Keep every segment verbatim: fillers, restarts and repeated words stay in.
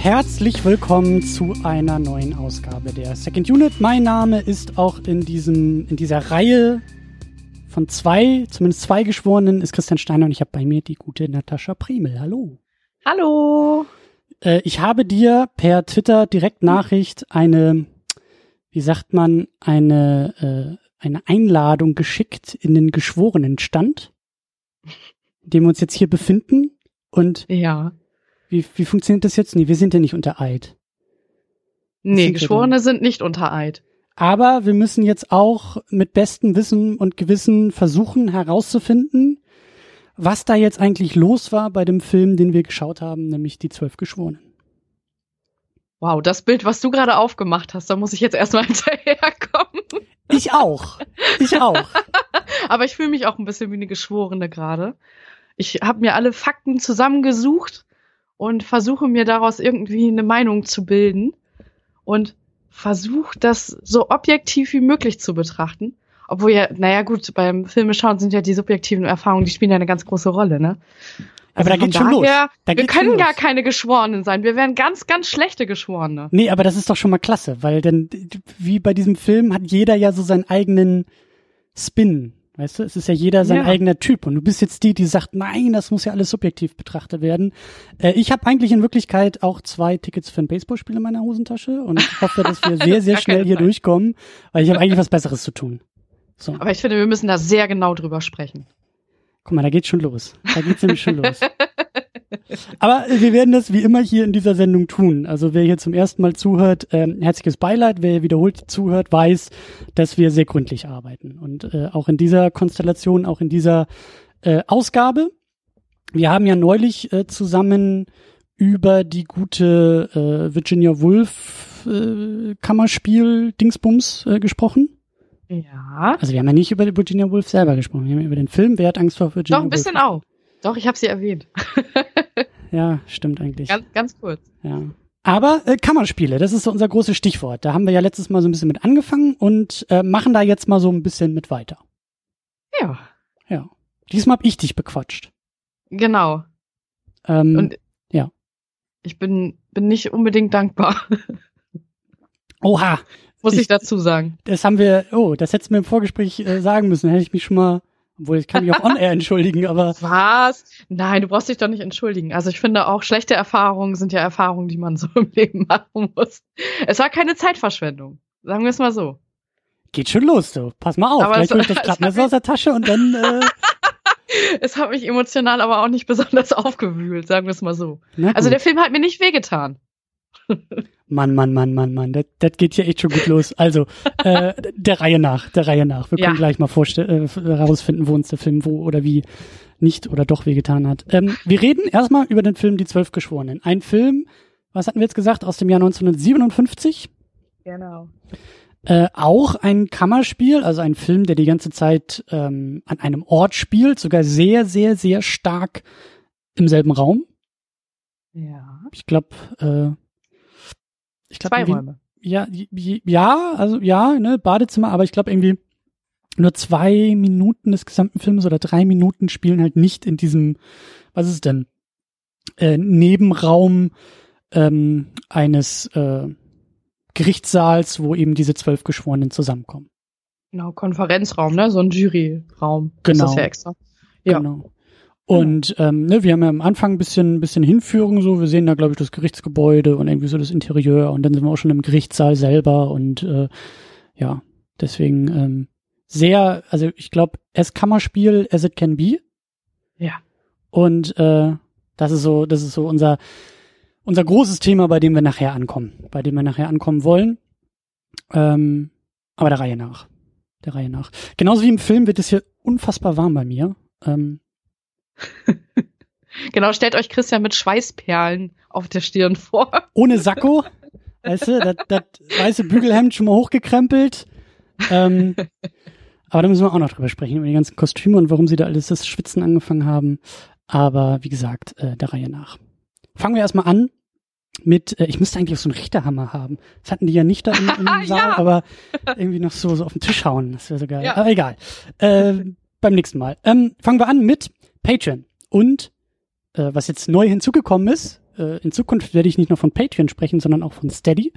herzlich willkommen zu einer neuen Ausgabe der Second Unit. Mein Name ist auch in diesem, in dieser Reihe von zwei, zumindest zwei Geschworenen, ist Christian Steiner und ich habe bei mir die gute Natascha Priemel. Hallo. Hallo. Äh, ich habe dir per Twitter Direktnachricht eine, wie sagt man, eine, äh, eine Einladung geschickt in den Geschworenenstand, in dem wir uns jetzt hier befinden. Und ja. Wie, wie funktioniert das jetzt? Nee, wir sind ja nicht unter Eid. Was nee, sind Geschworene sind nicht unter Eid. Aber wir müssen jetzt auch mit bestem Wissen und Gewissen versuchen herauszufinden, was da jetzt eigentlich los war bei dem Film, den wir geschaut haben, nämlich die Zwölf Geschworenen. Wow, das Bild, was du gerade aufgemacht hast, da muss ich jetzt erstmal hinterherkommen. Ich auch. Ich auch. Aber ich fühle mich auch ein bisschen wie eine Geschworene gerade. Ich habe mir alle Fakten zusammengesucht und versuche mir daraus irgendwie eine Meinung zu bilden und versuche das so objektiv wie möglich zu betrachten. Obwohl ja, naja gut, beim Filme schauen sind ja die subjektiven Erfahrungen, die spielen ja eine ganz große Rolle, ne? Also aber da geht's schon los. Da wir geht's können schon gar los. keine Geschworenen sein. Wir wären ganz, ganz schlechte Geschworene. Nee, aber das ist doch schon mal klasse, weil denn, wie bei diesem Film hat jeder ja so seinen eigenen Spin. Weißt du, es ist ja jeder sein Ja. eigener Typ. Und du bist jetzt die, die sagt, nein, das muss ja alles subjektiv betrachtet werden. Äh, ich habe eigentlich in Wirklichkeit auch zwei Tickets für ein Baseballspiel in meiner Hosentasche und ich hoffe, dass wir sehr, sehr Gar schnell keine hier Zeit. durchkommen, weil ich habe eigentlich was Besseres zu tun. So, Aber ich finde, wir müssen da sehr genau drüber sprechen. guck mal, da geht's schon los. Da geht's nämlich schon los. Aber äh, wir werden das wie immer hier in dieser Sendung tun. Also wer hier zum ersten Mal zuhört, ähm, herzliches Beileid. Wer wiederholt zuhört, weiß, dass wir sehr gründlich arbeiten. Und äh, auch in dieser Konstellation, auch in dieser äh, Ausgabe. Wir haben ja neulich äh, zusammen über die gute äh, Virginia Woolf äh, Kammerspiel Dingsbums äh, gesprochen. Ja. Also wir haben ja nicht über die Virginia Woolf selber gesprochen. Wir haben über den Film Wer hat Angst vor Virginia Doch, ein Woolf? bisschen auch. Doch, ich habe sie erwähnt. Ja, stimmt eigentlich. Ganz, ganz kurz. Ja. Aber äh, Kammerspiele, das ist so unser großes Stichwort. Da haben wir ja letztes Mal so ein bisschen mit angefangen und äh, machen da jetzt mal so ein bisschen mit weiter. Ja, Ja. Diesmal hab ich dich bequatscht. genau. Ähm, Und ja. ich bin, bin nicht unbedingt dankbar, Oha, muss ich, Ich- dazu sagen. das haben wir, oh, das hättest du mir im Vorgespräch äh, sagen müssen. Hätte ich mich schon mal, obwohl ich kann mich auch on-air entschuldigen, aber Was? Nein, du brauchst dich doch nicht entschuldigen. Also ich finde auch, schlechte Erfahrungen sind ja Erfahrungen, die man so im Leben machen muss. Es war keine Zeitverschwendung. Sagen wir es mal so. geht schon los, du. Pass mal auf, Aber gleich es- hol ich das es Klappmesser hat aus der Tasche und dann, äh, Es hat mich emotional aber auch nicht besonders aufgewühlt, sagen wir es mal so. na Also gut. der Film hat mir nicht wehgetan. Mann, Mann, Mann, Mann, Mann, das, das geht hier echt schon gut los. Also, äh, der Reihe nach, der Reihe nach. Wir können Ja. gleich mal vorste- äh, herausfinden, wo uns der Film wo oder wie nicht oder doch wehgetan hat. Ähm, wir reden erstmal über den Film Die Zwölf Geschworenen. Ein Film, was hatten wir jetzt gesagt, aus dem Jahr neunzehnhundertsiebenundfünfzig. Genau. Äh, auch ein Kammerspiel, also ein Film, der die ganze Zeit ähm, an einem Ort spielt, sogar sehr, sehr, sehr stark im selben Raum. Ja. Ich glaube, äh, ich glaube, Zwei Räume. ja, j- ja, also ja, ne, Badezimmer, aber ich glaube irgendwie nur zwei Minuten des gesamten Films oder drei Minuten spielen halt nicht in diesem, was ist es denn, äh, Nebenraum ähm, eines äh, Gerichtssaals, wo eben diese zwölf Geschworenen zusammenkommen. Genau, Konferenzraum, ne? So ein Juryraum. Genau. Ist das ja extra. Ja. Genau. Und ähm, ne, wir haben ja am Anfang ein bisschen, bisschen Hinführung so. Wir sehen da, glaube ich, das Gerichtsgebäude und irgendwie so das Interieur und dann sind wir auch schon im Gerichtssaal selber und äh, ja, deswegen ähm, sehr, also ich glaube, as Kammerspiel as it can be. Ja. Und äh, das ist so, das ist so unser unser großes Thema, bei dem wir nachher ankommen, bei dem wir nachher ankommen wollen. Ähm, aber der Reihe nach, der Reihe nach. Genauso wie im Film wird es hier unfassbar warm bei mir. Ähm, Genau, stellt euch Christian mit Schweißperlen auf der Stirn vor. ohne Sakko, weißt du, das, das weiße Bügelhemd schon mal hochgekrempelt. Ähm, aber da müssen wir auch noch drüber sprechen, über die ganzen Kostüme und warum sie da alles das Schwitzen angefangen haben. Aber wie gesagt, äh, der Reihe nach. Fangen wir erstmal an mit, äh, ich müsste eigentlich auch so einen Richterhammer haben. Das hatten die ja nicht da im, im Ja. Saal, aber irgendwie noch so, so auf den Tisch hauen. Das wäre so geil. Ja. Aber egal. Äh, beim nächsten Mal. Ähm, fangen wir an mit Patreon. Und äh, was jetzt neu hinzugekommen ist, äh, in Zukunft werde ich nicht nur von Patreon sprechen, sondern auch von Steady.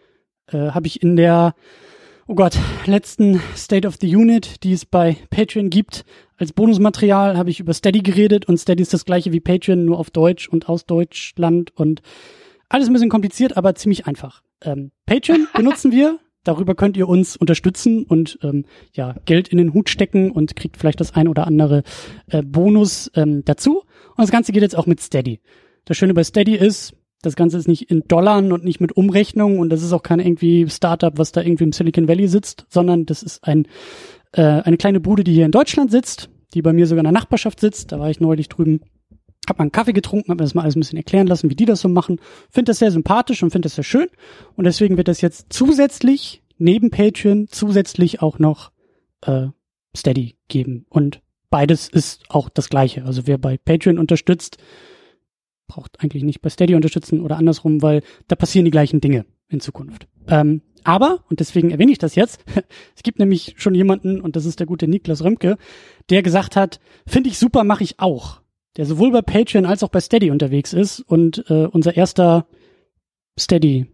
Äh, habe ich in der, oh Gott, letzten State of the Unit, die es bei Patreon gibt, als Bonusmaterial habe ich über Steady geredet und Steady ist das gleiche wie Patreon, nur auf Deutsch und aus Deutschland und alles ein bisschen kompliziert, aber ziemlich einfach. Ähm, Patreon benutzen wir, darüber könnt ihr uns unterstützen und ähm, ja Geld in den Hut stecken und kriegt vielleicht das ein oder andere äh, Bonus ähm, dazu. Und das Ganze geht jetzt auch mit Steady. Das Schöne bei Steady ist, das Ganze ist nicht in Dollar und nicht mit Umrechnung und das ist auch kein irgendwie Startup, was da irgendwie im Silicon Valley sitzt, sondern das ist ein äh, eine kleine Bude, die hier in Deutschland sitzt, die bei mir sogar in der Nachbarschaft sitzt. Da war ich neulich drüben, hab mal einen Kaffee getrunken, hab mir das mal alles ein bisschen erklären lassen, wie die das so machen. Finde das sehr sympathisch und finde das sehr schön. Und deswegen wird das jetzt zusätzlich, neben Patreon, zusätzlich auch noch äh, Steady geben. Und beides ist auch das Gleiche. Also wer bei Patreon unterstützt, braucht eigentlich nicht bei Steady unterstützen oder andersrum, weil da passieren die gleichen Dinge in Zukunft. Ähm, aber, und deswegen erwähne ich das jetzt, es gibt nämlich schon jemanden, und das ist der gute Niklas Römke, der gesagt hat, finde ich super, mache ich auch. Der sowohl bei Patreon als auch bei Steady unterwegs ist und äh, unser erster Steady,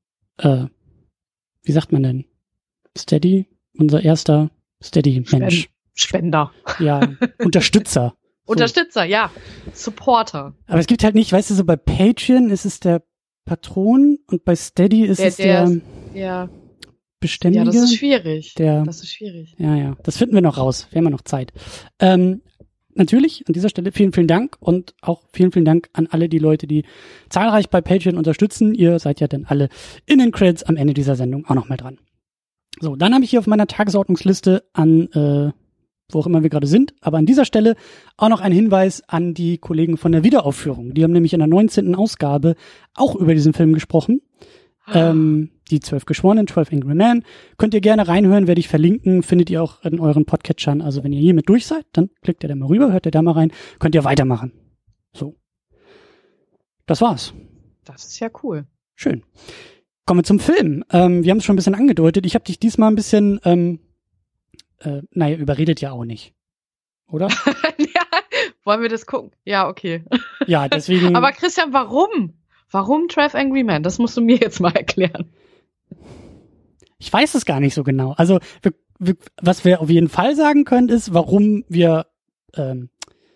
äh, wie sagt man denn? Steady? Unser erster Steady-Mensch. Spender. Ja, Unterstützer. So. Unterstützer, ja. Supporter. Aber es gibt halt nicht, weißt du, so bei Patreon ist es der Patron und bei Steady ist der, es der, der, der Beständige. Ja, das ist schwierig. Der, das ist schwierig. Ja, ja, das finden wir noch raus. Wir haben ja noch Zeit. Ähm, natürlich, an dieser Stelle vielen, vielen Dank und auch vielen, vielen Dank an alle die Leute, die zahlreich bei Patreon unterstützen. Ihr seid ja dann alle in den Credits am Ende dieser Sendung auch nochmal dran. So, dann habe ich hier auf meiner Tagesordnungsliste an, äh, wo auch immer wir gerade sind, aber an dieser Stelle auch noch ein Hinweis an die Kollegen von der Wiederaufführung. Die haben nämlich in der neunzehnten Ausgabe auch über diesen Film gesprochen. Ah. Ähm, die zwölf Geschworenen, zwölf Angry Men. Könnt ihr gerne reinhören, werde ich verlinken, findet ihr auch in euren Podcatchern. Also wenn ihr hiermit durch seid, dann klickt ihr da mal rüber, hört ihr da mal rein, könnt ihr weitermachen. So. Das war's. Das ist ja cool. Schön. Kommen wir zum Film. Ähm, wir haben es schon ein bisschen angedeutet. Ich habe dich diesmal ein bisschen, ähm, äh, naja, überredet ja auch nicht. Oder? Ja, wollen wir das gucken? Ja, okay. Ja, deswegen. Aber Christian, warum? Warum zwölf Angry Men? Das musst du mir jetzt mal erklären. Ich weiß es gar nicht so genau. Also, wir, wir, was wir auf jeden Fall sagen können, ist, warum wir ähm,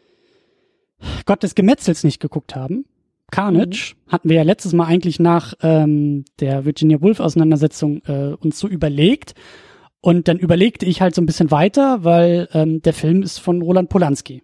Gott des Gemetzels nicht geguckt haben. Carnage mhm. hatten wir ja letztes Mal eigentlich nach ähm, der Virginia Woolf-Auseinandersetzung äh, uns so überlegt. Und dann überlegte ich halt so ein bisschen weiter, weil ähm, der Film ist von Roland Polanski.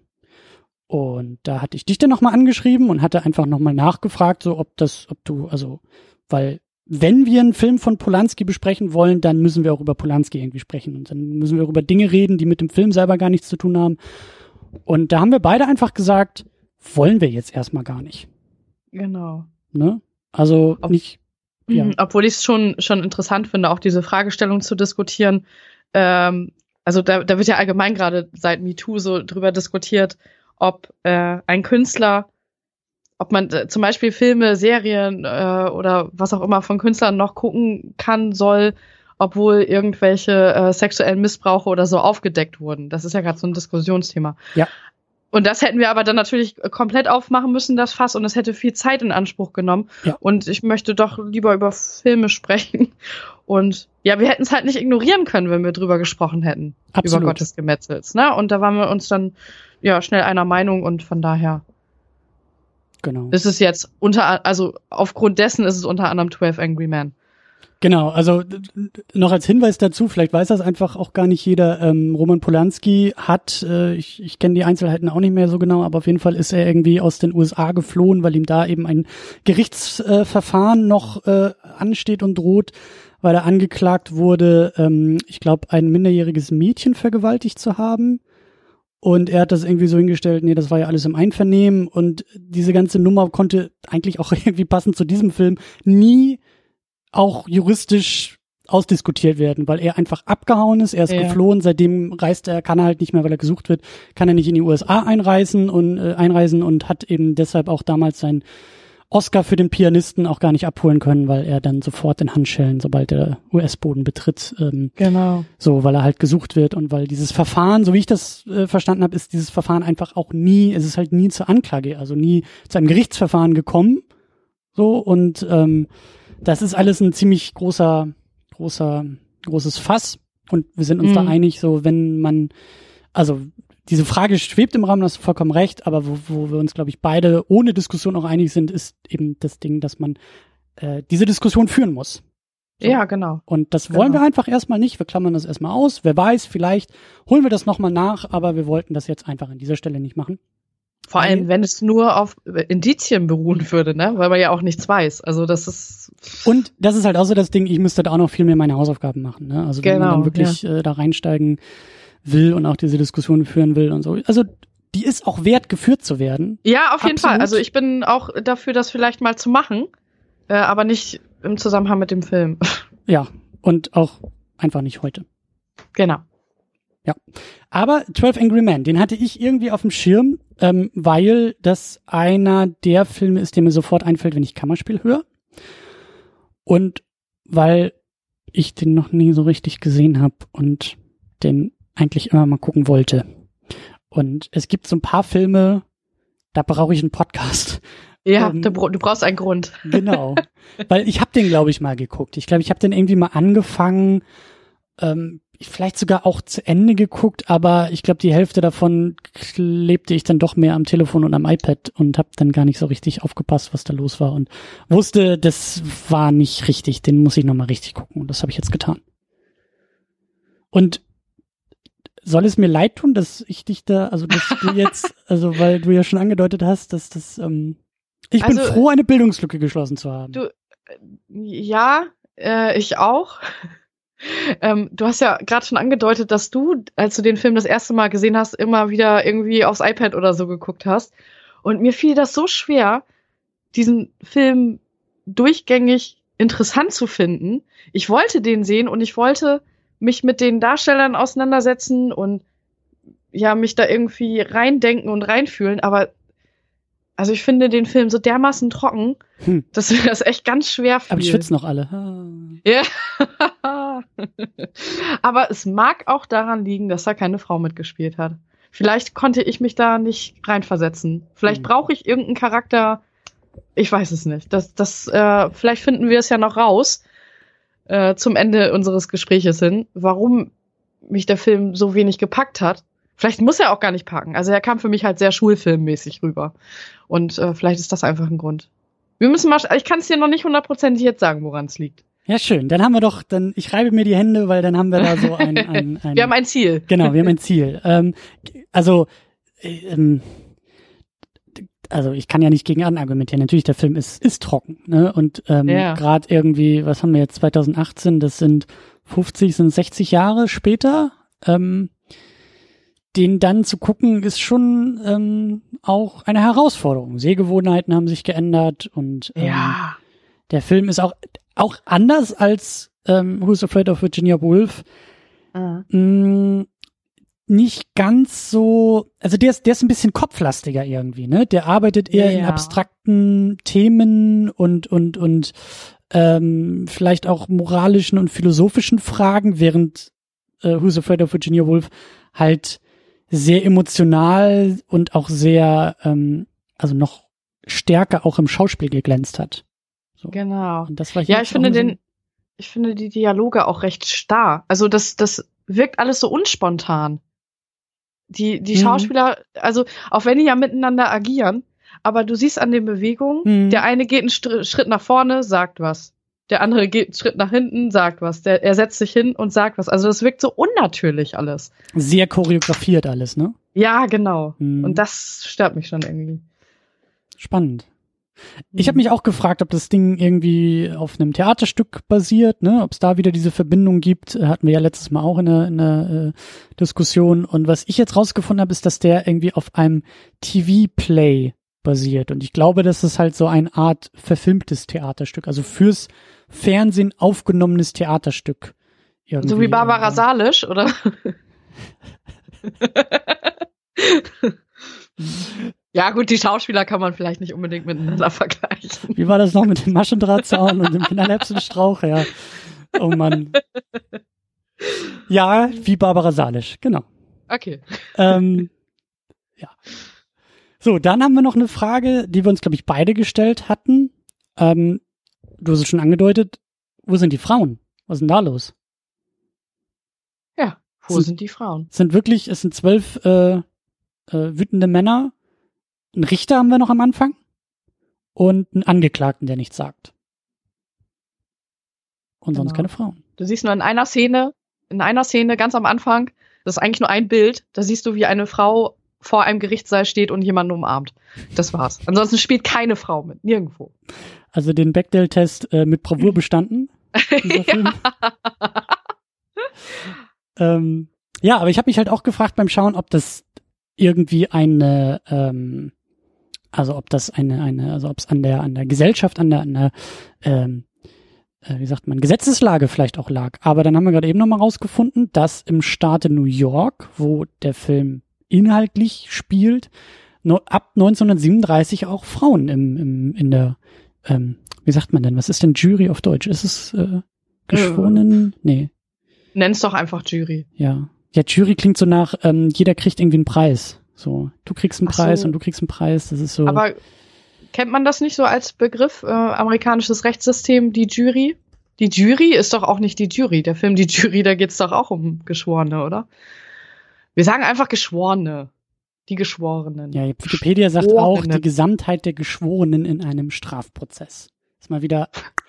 Und da hatte ich dich dann nochmal angeschrieben und hatte einfach nochmal nachgefragt, so ob das, ob du, also, weil wenn wir einen Film von Polanski besprechen wollen, dann müssen wir auch über Polanski irgendwie sprechen. Und dann müssen wir auch über Dinge reden, die mit dem Film selber gar nichts zu tun haben. Und da haben wir beide einfach gesagt, wollen wir jetzt erstmal gar nicht. Genau. Ne? Also Ob, nicht. Ja. Obwohl ich es schon, schon interessant finde, auch diese Fragestellung zu diskutieren. Ähm, also da, da wird ja allgemein gerade seit MeToo so drüber diskutiert, ob äh, ein Künstler, ob man äh, zum Beispiel Filme, Serien äh, oder was auch immer von Künstlern noch gucken kann, soll, obwohl irgendwelche äh, sexuellen Missbrauche oder so aufgedeckt wurden. Das ist ja gerade so ein Diskussionsthema. Ja. Und das hätten wir aber dann natürlich komplett aufmachen müssen, das Fass, und es hätte viel Zeit in Anspruch genommen. Ja. Und ich möchte doch lieber über Filme sprechen. Und ja, wir hätten es halt nicht ignorieren können, wenn wir drüber gesprochen hätten. Absolut. Über Gottes Gemetzels. Ne? Und da waren wir uns dann ja schnell einer Meinung und von daher genau. ist es jetzt unter, also aufgrund dessen ist es unter anderem zwölf Angry Men. Genau, also noch als Hinweis dazu, vielleicht weiß das einfach auch gar nicht jeder, ähm, Roman Polanski hat, äh, ich, ich kenne die Einzelheiten auch nicht mehr so genau, aber auf jeden Fall ist er irgendwie aus den U S A geflohen, weil ihm da eben ein Gerichtsverfahren äh, noch äh, ansteht und droht, weil er angeklagt wurde, ähm, ich glaube, ein minderjähriges Mädchen vergewaltigt zu haben. Und er hat das irgendwie so hingestellt, nee, das war ja alles im Einvernehmen, und diese ganze Nummer konnte eigentlich auch irgendwie passend zu diesem Film nie auch juristisch ausdiskutiert werden, weil er einfach abgehauen ist, er ist ja. geflohen, seitdem reist er, kann er halt nicht mehr, weil er gesucht wird, kann er nicht in die U S A einreisen und äh, einreisen und hat eben deshalb auch damals seinen Oscar für den Pianisten auch gar nicht abholen können, weil er dann sofort in Handschellen, sobald er U S-Boden betritt, ähm, genau. so, weil er halt gesucht wird und weil dieses Verfahren, so wie ich das äh, verstanden habe, ist dieses Verfahren einfach auch nie, es ist halt nie zur Anklage, also nie zu einem Gerichtsverfahren gekommen, So, und ähm, das ist alles ein ziemlich großer, großer, großes Fass. Und wir sind uns mhm. da einig, so wenn man, also diese Frage schwebt im Raum, hast du vollkommen recht, aber wo, wo wir uns, glaube ich, beide ohne Diskussion auch einig sind, ist eben das Ding, dass man äh, diese Diskussion führen muss. So. Ja, genau. Und das genau. wollen wir einfach erstmal nicht. Wir klammern das erstmal aus. Wer weiß, vielleicht holen wir das nochmal nach, aber wir wollten das jetzt einfach an dieser Stelle nicht machen. Vor allem, Weil, wenn es nur auf Indizien beruhen würde, ne? Weil man ja auch nichts weiß. Also das ist... Und das ist halt auch so das Ding, ich müsste da auch noch viel mehr meine Hausaufgaben machen. Ne? Also wenn genau, man dann wirklich ja. äh, da reinsteigen will und auch diese Diskussion führen will und so. Also die ist auch wert, geführt zu werden. Ja, auf jeden Absolut. Fall. Also ich bin auch dafür, das vielleicht mal zu machen, äh, aber nicht im Zusammenhang mit dem Film. Ja, und auch einfach nicht heute. Genau. Ja, aber zwölf Angry Men, den hatte ich irgendwie auf dem Schirm, ähm, weil das einer der Filme ist, der mir sofort einfällt, wenn ich Kammerspiel höre. Und weil ich den noch nie so richtig gesehen habe und den eigentlich immer mal gucken wollte. Und es gibt so ein paar Filme, da brauche ich einen Podcast. Ja, um, du, du brauchst einen Grund. Genau, weil ich habe den, glaube ich, mal geguckt. Ich glaube, ich habe den irgendwie mal angefangen, ähm, vielleicht sogar auch zu Ende geguckt, aber ich glaube, die Hälfte davon lebte ich dann doch mehr am Telefon und am iPad und habe dann gar nicht so richtig aufgepasst, was da los war und wusste, das war nicht richtig, den muss ich nochmal richtig gucken und das habe ich jetzt getan. Und soll es mir leid tun, dass ich dich da, also dass du jetzt, also weil du ja schon angedeutet hast, dass das, ähm, ich bin also, froh, eine Bildungslücke geschlossen zu haben. Du, ja, äh, ich auch. Ähm, du hast ja gerade schon angedeutet, dass du, als du den Film das erste Mal gesehen hast, immer wieder irgendwie aufs iPad oder so geguckt hast. Und mir fiel das so schwer, diesen Film durchgängig interessant zu finden. Ich wollte den sehen und ich wollte mich mit den Darstellern auseinandersetzen und ja, mich da irgendwie reindenken und reinfühlen. Aber also ich finde den Film so dermaßen trocken, hm. dass mir das echt ganz schwer fiel. Aber ich schwitze noch alle. Ja. Aber es mag auch daran liegen, dass da keine Frau mitgespielt hat. Vielleicht konnte ich mich da nicht reinversetzen. Vielleicht hm. brauche ich irgendeinen Charakter. Ich weiß es nicht. Das, das, äh, vielleicht finden wir es ja noch raus äh, zum Ende unseres Gespräches hin, warum mich der Film so wenig gepackt hat. Vielleicht muss er auch gar nicht packen. Also er kam für mich halt sehr schulfilmmäßig rüber. Und äh, vielleicht ist das einfach ein Grund. Wir müssen mal, ich kann es dir noch nicht hundertprozentig jetzt sagen, woran es liegt. Ja, schön. Dann haben wir doch, dann, ich reibe mir die Hände, weil dann haben wir da so ein, ein, ein wir haben ein Ziel. Genau, wir haben ein Ziel. Ähm, also, ähm, also ich kann ja nicht gegen argumentieren. Natürlich, der Film ist, ist trocken, ne? Und ähm, ja. gerade irgendwie, was haben wir jetzt, zwanzig achtzehn, das sind fünfzig, sind sechzig Jahre später, ähm, den dann zu gucken, ist schon ähm, auch eine Herausforderung. Sehgewohnheiten haben sich geändert und ähm, ja. der Film ist auch auch anders als ähm, Who's Afraid of Virginia Woolf. Mhm. Mh, nicht ganz so, also der ist, der ist ein bisschen kopflastiger irgendwie, ne? Der arbeitet eher ja. in abstrakten Themen und und und ähm, vielleicht auch moralischen und philosophischen Fragen, während äh, Who's Afraid of Virginia Woolf halt sehr emotional und auch sehr, ähm, also noch stärker auch im Schauspiel geglänzt hat. So. Genau. Und das war hier ja, ich finde den, so ich finde die Dialoge auch recht starr. Also das, das wirkt alles so unspontan. Die, die mhm. Schauspieler, also auch wenn die ja miteinander agieren, aber du siehst an den Bewegungen, mhm. der eine geht einen St- Schritt nach vorne, sagt was. Der andere geht einen Schritt nach hinten, sagt was. Der, er setzt sich hin und sagt was. Also das wirkt so unnatürlich alles. Sehr choreografiert alles, ne? Ja, genau. Mhm. Und das stört mich schon irgendwie. Spannend. Ich habe mich auch gefragt, ob das Ding irgendwie auf einem Theaterstück basiert, ne? Ob es da wieder diese Verbindung gibt. Hatten wir ja letztes Mal auch in der, in der äh, Diskussion. Und was ich jetzt rausgefunden habe, ist, dass der irgendwie auf einem T V-Play basiert. Und ich glaube, das ist halt so eine Art verfilmtes Theaterstück. Also fürs Fernsehen aufgenommenes Theaterstück. Irgendwie. So wie Barbara äh, Salisch, oder? Ja gut, die Schauspieler kann man vielleicht nicht unbedingt miteinander vergleichen. Wie war das noch mit dem Maschendrahtzaun und dem Kinderläppchenstrauch? Ja. Oh Mann. Ja, wie Barbara Salisch, genau. Okay. Ähm, ja. So, dann haben wir noch eine Frage, die wir uns, glaube ich, beide gestellt hatten. Ähm, du hast es schon angedeutet, wo sind die Frauen? Was ist denn da los? Ja, wo sind, sind die Frauen? Es sind wirklich, es sind zwölf äh, äh, wütende Männer. Einen Richter haben wir noch am Anfang. Und einen Angeklagten, der nichts sagt. Und sonst Genau. keine Frauen. Du siehst nur in einer Szene, in einer Szene ganz am Anfang, das ist eigentlich nur ein Bild, da siehst du, wie eine Frau vor einem Gerichtssaal steht und jemanden umarmt. Das war's. Ansonsten spielt keine Frau mit, nirgendwo. Also den Bechdel-Test äh, mit Bravour bestanden. Dieser Film. ähm, ja, aber ich habe mich halt auch gefragt beim Schauen, ob das irgendwie eine, ähm, also ob das eine, eine, also ob es an der, an der Gesellschaft, an der, an der, ähm, äh, wie sagt man, Gesetzeslage vielleicht auch lag. Aber dann haben wir gerade eben nochmal rausgefunden, dass im Staate New York, wo der Film inhaltlich spielt, no, ab neunzehnhundertsiebenunddreißig auch Frauen im, im, in der, ähm, wie sagt man denn, was ist denn Jury auf Deutsch? Ist es äh, geschworenen? Nee. Nenn's doch einfach Jury. Ja. Ja, Jury klingt so nach, ähm, jeder kriegt irgendwie einen Preis. So, du kriegst einen Ach so. Preis und du kriegst einen Preis. Das ist so. Aber kennt man das nicht so als Begriff, äh, amerikanisches Rechtssystem, die Jury? Die Jury ist doch auch nicht die Jury. Der Film Die Jury, da geht's doch auch um Geschworene, oder? Wir sagen einfach Geschworene. Die Geschworenen. Ja, Wikipedia sagt auch die Gesamtheit der Geschworenen in einem Strafprozess. Ist mal wieder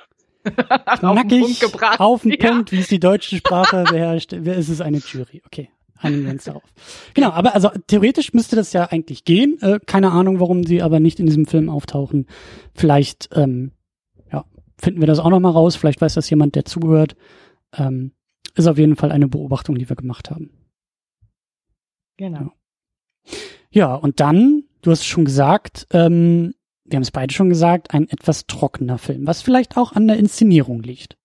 knackig, auf den ja. Punkt, wie es die deutsche Sprache beherrscht. Wer ist es? Eine Jury. Okay, einigen wir uns darauf. Genau, aber also theoretisch müsste das ja eigentlich gehen. Äh, keine Ahnung, warum sie aber nicht in diesem Film auftauchen. Vielleicht ähm, ja, finden wir das auch noch mal raus. Vielleicht weiß das jemand, der zuhört. Ähm, ist auf jeden Fall eine Beobachtung, die wir gemacht haben. Genau. Ja. Ja, und dann, du hast es schon gesagt, ähm, wir haben es beide schon gesagt, ein etwas trockener Film, was vielleicht auch an der Inszenierung liegt.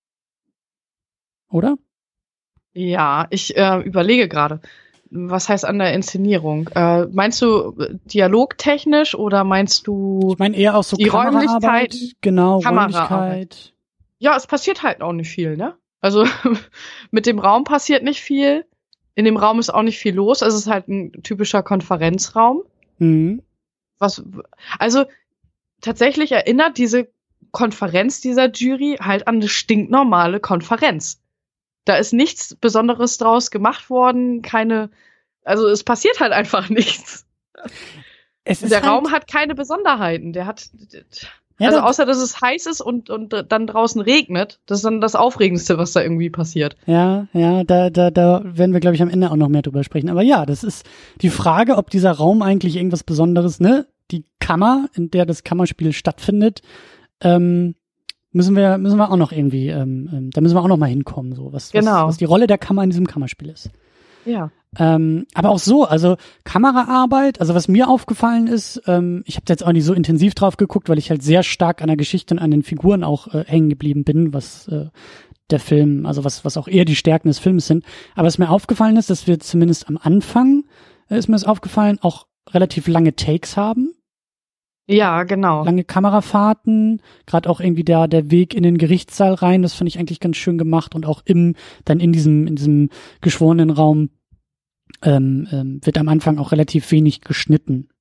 Oder? Ja, ich äh, überlege gerade, was heißt an der Inszenierung? Äh, meinst du dialogtechnisch oder meinst du Ich meine eher auch so die Kameraarbeit, Räumlichkeit? genau, Kameraarbeit. Räumlichkeit. Ja, es passiert halt auch nicht viel, ne? Also mit dem Raum passiert nicht viel. In dem Raum ist auch nicht viel los. Also es ist halt ein typischer Konferenzraum. Mhm. Was, also tatsächlich erinnert diese Konferenz dieser Jury halt an eine stinknormale Konferenz. Da ist nichts Besonderes draus gemacht worden, keine, also es passiert halt einfach nichts. Es ist der halt, Raum hat keine Besonderheiten. Der hat, ja, also da, außer dass es heiß ist und, und dann draußen regnet. Das ist dann das Aufregendste, was da irgendwie passiert. Ja, ja, da, da, da werden wir, glaube ich, am Ende auch noch mehr drüber sprechen. Aber ja, das ist die Frage, ob dieser Raum eigentlich irgendwas Besonderes, ne? Die Kammer, in der das Kammerspiel stattfindet, ähm, müssen wir, müssen wir auch noch irgendwie, ähm, ähm, da müssen wir auch noch mal hinkommen, so was, Genau. was, was die Rolle der Kammer in diesem Kammerspiel ist. Ja. Ähm, aber auch so, also Kameraarbeit, also was mir aufgefallen ist, ähm, ich habe jetzt auch nicht so intensiv drauf geguckt, weil ich halt sehr stark an der Geschichte und an den Figuren auch äh, hängen geblieben bin, was äh, der Film, also was was auch eher die Stärken des Films sind. Aber was mir aufgefallen ist, dass wir zumindest am Anfang, äh, ist mir das aufgefallen, auch relativ lange Takes haben. Ja, genau. Lange Kamerafahrten, gerade auch irgendwie der der Weg in den Gerichtssaal rein, das fand ich eigentlich ganz schön gemacht und auch im dann in diesem in diesem geschworenen Raum ähm, ähm, wird am Anfang auch relativ wenig geschnitten.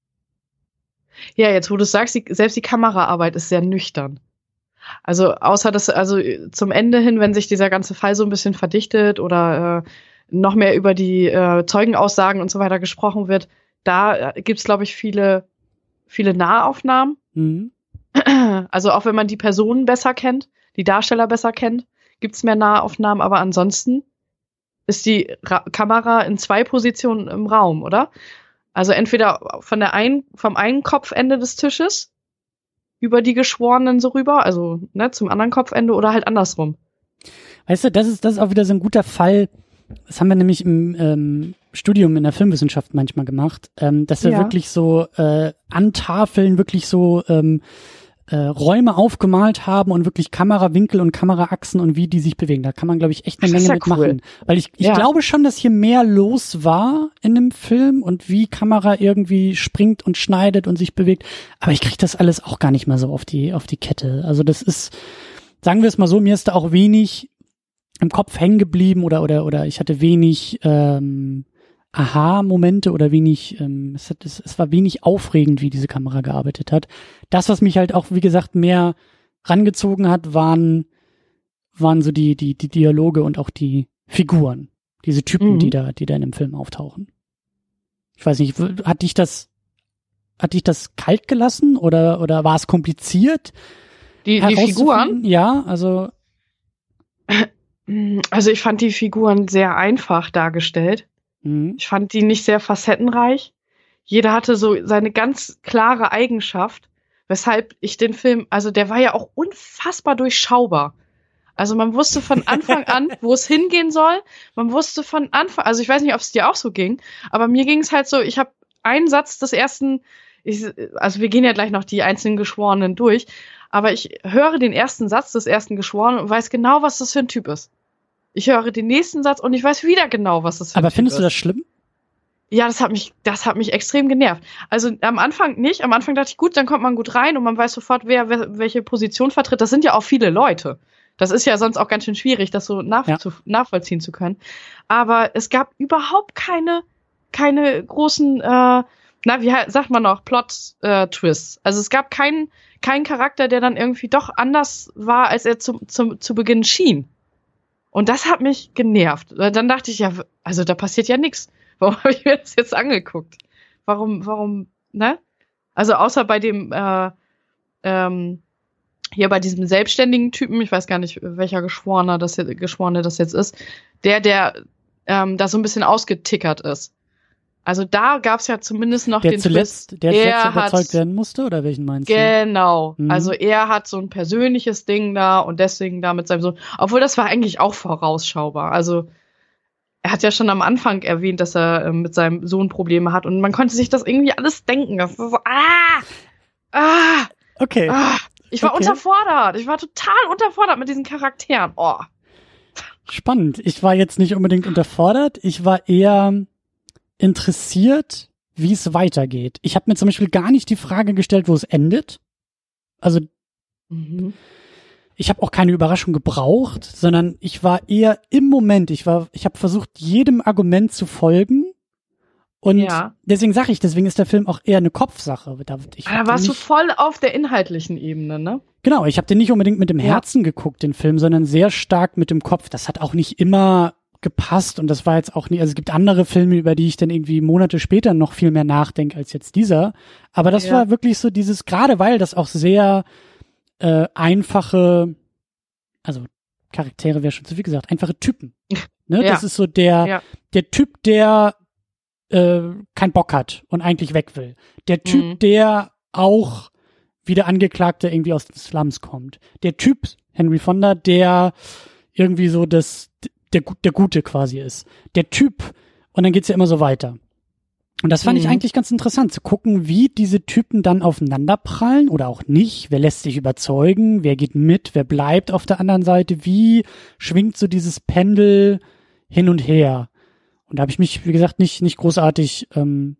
Ja, jetzt wo du sagst, die, selbst die Kameraarbeit ist sehr nüchtern. Also außer dass, also zum Ende hin, wenn sich dieser ganze Fall so ein bisschen verdichtet oder äh, noch mehr über die äh, Zeugenaussagen und so weiter gesprochen wird, da äh, gibt's, glaube ich, viele, viele Nahaufnahmen. Mhm. Also auch wenn man die Personen besser kennt, die Darsteller besser kennt, gibt's mehr Nahaufnahmen, aber ansonsten ist die Ra- Kamera in zwei Positionen im Raum, oder? Also entweder von der einen, vom einen Kopfende des Tisches über die Geschworenen so rüber, also ne, zum anderen Kopfende oder halt andersrum. Weißt du, das ist, das ist auch wieder so ein guter Fall. Das haben wir nämlich im ähm, Studium in der Filmwissenschaft manchmal gemacht, ähm, dass wir Ja. wirklich so äh, an Tafeln wirklich so ähm, äh, Räume aufgemalt haben und wirklich Kamerawinkel und Kameraachsen und wie die sich bewegen. Da kann man, glaube ich, echt eine Ach, das Menge ist ja mitmachen. Weil ich, ich Ja. glaube schon, dass hier mehr los war in dem Film und wie Kamera irgendwie springt und schneidet und sich bewegt. Aber ich kriege das alles auch gar nicht mal so auf die, auf die Kette. Also das ist, sagen wir es mal so, mir ist da auch wenig im Kopf hängen geblieben oder oder oder ich hatte wenig ähm, Aha-Momente oder wenig, ähm, es, hat, es, es war wenig aufregend, wie diese Kamera gearbeitet hat. Das, was mich halt auch, wie gesagt, mehr rangezogen hat, waren, waren so die, die, die Dialoge und auch die Figuren. Diese Typen, mhm. die da, die da in dem Film auftauchen. Ich weiß nicht, hat dich das, hat dich das kalt gelassen oder, oder war es kompliziert? Die, die Figuren? Ja, also. Also ich fand die Figuren sehr einfach dargestellt. Mhm. Ich fand die nicht sehr facettenreich. Jeder hatte so seine ganz klare Eigenschaft, weshalb ich den Film, also der war ja auch unfassbar durchschaubar. Also man wusste von Anfang an, wo es hingehen soll. Man wusste von Anfang, also ich weiß nicht, ob es dir auch so ging, aber mir ging es halt so, ich habe einen Satz des ersten, ich, also wir gehen ja gleich noch die einzelnen Geschworenen durch, aber ich höre den ersten Satz des ersten Geschworenen und weiß genau, was das für ein Typ ist. Ich höre den nächsten Satz und ich weiß wieder genau, was das für ein aber Typ ist. Aber findest du das schlimm? Ja, das hat mich, das hat mich extrem genervt. Also am Anfang nicht, am Anfang dachte ich, gut, dann kommt man gut rein und man weiß sofort, wer, wer welche Position vertritt. Das sind ja auch viele Leute. Das ist ja sonst auch ganz schön schwierig, das so nach, ja. zu, nachvollziehen zu können. Aber es gab überhaupt keine, keine großen, äh, na, wie sagt man noch, Plot-Twists. Äh, also es gab keinen, keinen Charakter, der dann irgendwie doch anders war, als er zu, zu, zu Beginn schien. Und das hat mich genervt. Dann dachte ich, ja, also da passiert ja nichts. Warum habe ich mir das jetzt angeguckt? Warum, warum, ne? Also außer bei dem, äh, ähm, hier bei diesem selbstständigen Typen, ich weiß gar nicht, welcher Geschworener das jetzt, Geschworene das jetzt ist, der, der ähm, da so ein bisschen ausgetickert ist. Also da gab's ja zumindest noch der den zuletzt, Twist. Der er zuletzt überzeugt hat, werden musste, oder welchen meinst du? Genau. Mhm. Also er hat so ein persönliches Ding da und deswegen da mit seinem Sohn. Obwohl das war eigentlich auch vorausschaubar. Also er hat ja schon am Anfang erwähnt, dass er äh, mit seinem Sohn Probleme hat und man konnte sich das irgendwie alles denken. Das war so, ah! Ah! Okay. Ah! Ich war okay. unterfordert. Ich war total unterfordert mit diesen Charakteren. Oh. Spannend. Ich war jetzt nicht unbedingt unterfordert. Ich war eher interessiert, wie es weitergeht. Ich habe mir zum Beispiel gar nicht die Frage gestellt, wo es endet. Also mhm. ich habe auch keine Überraschung gebraucht, sondern ich war eher im Moment. Ich war, ich habe versucht, jedem Argument zu folgen. Und ja. deswegen sage ich, deswegen ist der Film auch eher eine Kopfsache. Ich da warst nicht, du voll auf der inhaltlichen Ebene, ne? Genau, ich habe den nicht unbedingt mit dem Herzen ja. geguckt, den Film, sondern sehr stark mit dem Kopf. Das hat auch nicht immer gepasst und das war jetzt auch nicht, also es gibt andere Filme, über die ich dann irgendwie Monate später noch viel mehr nachdenke als jetzt dieser. Aber das ja. war wirklich so dieses, gerade weil das auch sehr äh, einfache, also Charaktere wäre schon zu viel gesagt, einfache Typen. Ne? Ja. Das ist so der, ja. der Typ, der äh, keinen Bock hat und eigentlich weg will. Der Typ, mhm. der auch wie der Angeklagte irgendwie aus den Slums kommt. Der Typ, Henry Fonda, der irgendwie so das, der, der Gute quasi ist. Der Typ, und dann geht's ja immer so weiter. Und das fand mhm. ich eigentlich ganz interessant, zu gucken, wie diese Typen dann aufeinanderprallen oder auch nicht. Wer lässt sich überzeugen? Wer geht mit? Wer bleibt auf der anderen Seite? Wie schwingt so dieses Pendel hin und her? Und da habe ich mich, wie gesagt, nicht nicht großartig ähm,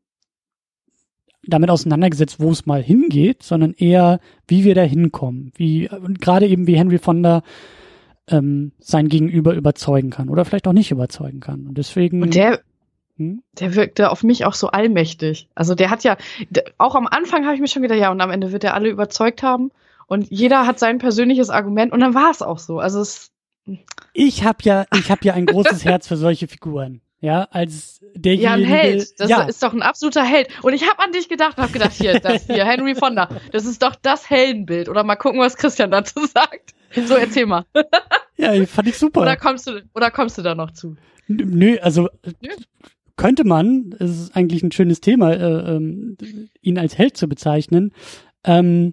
damit auseinandergesetzt, wo es mal hingeht, sondern eher, wie wir da hinkommen. Wie, und gerade eben, wie Henry Fonda ähm, sein Gegenüber überzeugen kann oder vielleicht auch nicht überzeugen kann. Und deswegen... Und der... Der wirkte auf mich auch so allmächtig. Also der hat ja, der, auch am Anfang habe ich mir schon gedacht, ja, und am Ende wird er alle überzeugt haben. Und jeder hat sein persönliches Argument und dann war es auch so. Also es. Ich habe ja, ich habe ja ein großes Herz für solche Figuren. Ja, als derjenige. Ja, ein Held. Das ja. ist doch ein absoluter Held. Und ich habe an dich gedacht und habe gedacht, hier, das hier, Henry Fonda, das ist doch das Heldenbild. Oder mal gucken, was Christian dazu sagt. So, erzähl mal. Ja, fand ich super. Oder kommst du, oder kommst du da noch zu? Nö, also. Nö. Könnte man, es ist eigentlich ein schönes Thema, äh, ähm, ihn als Held zu bezeichnen. Ähm,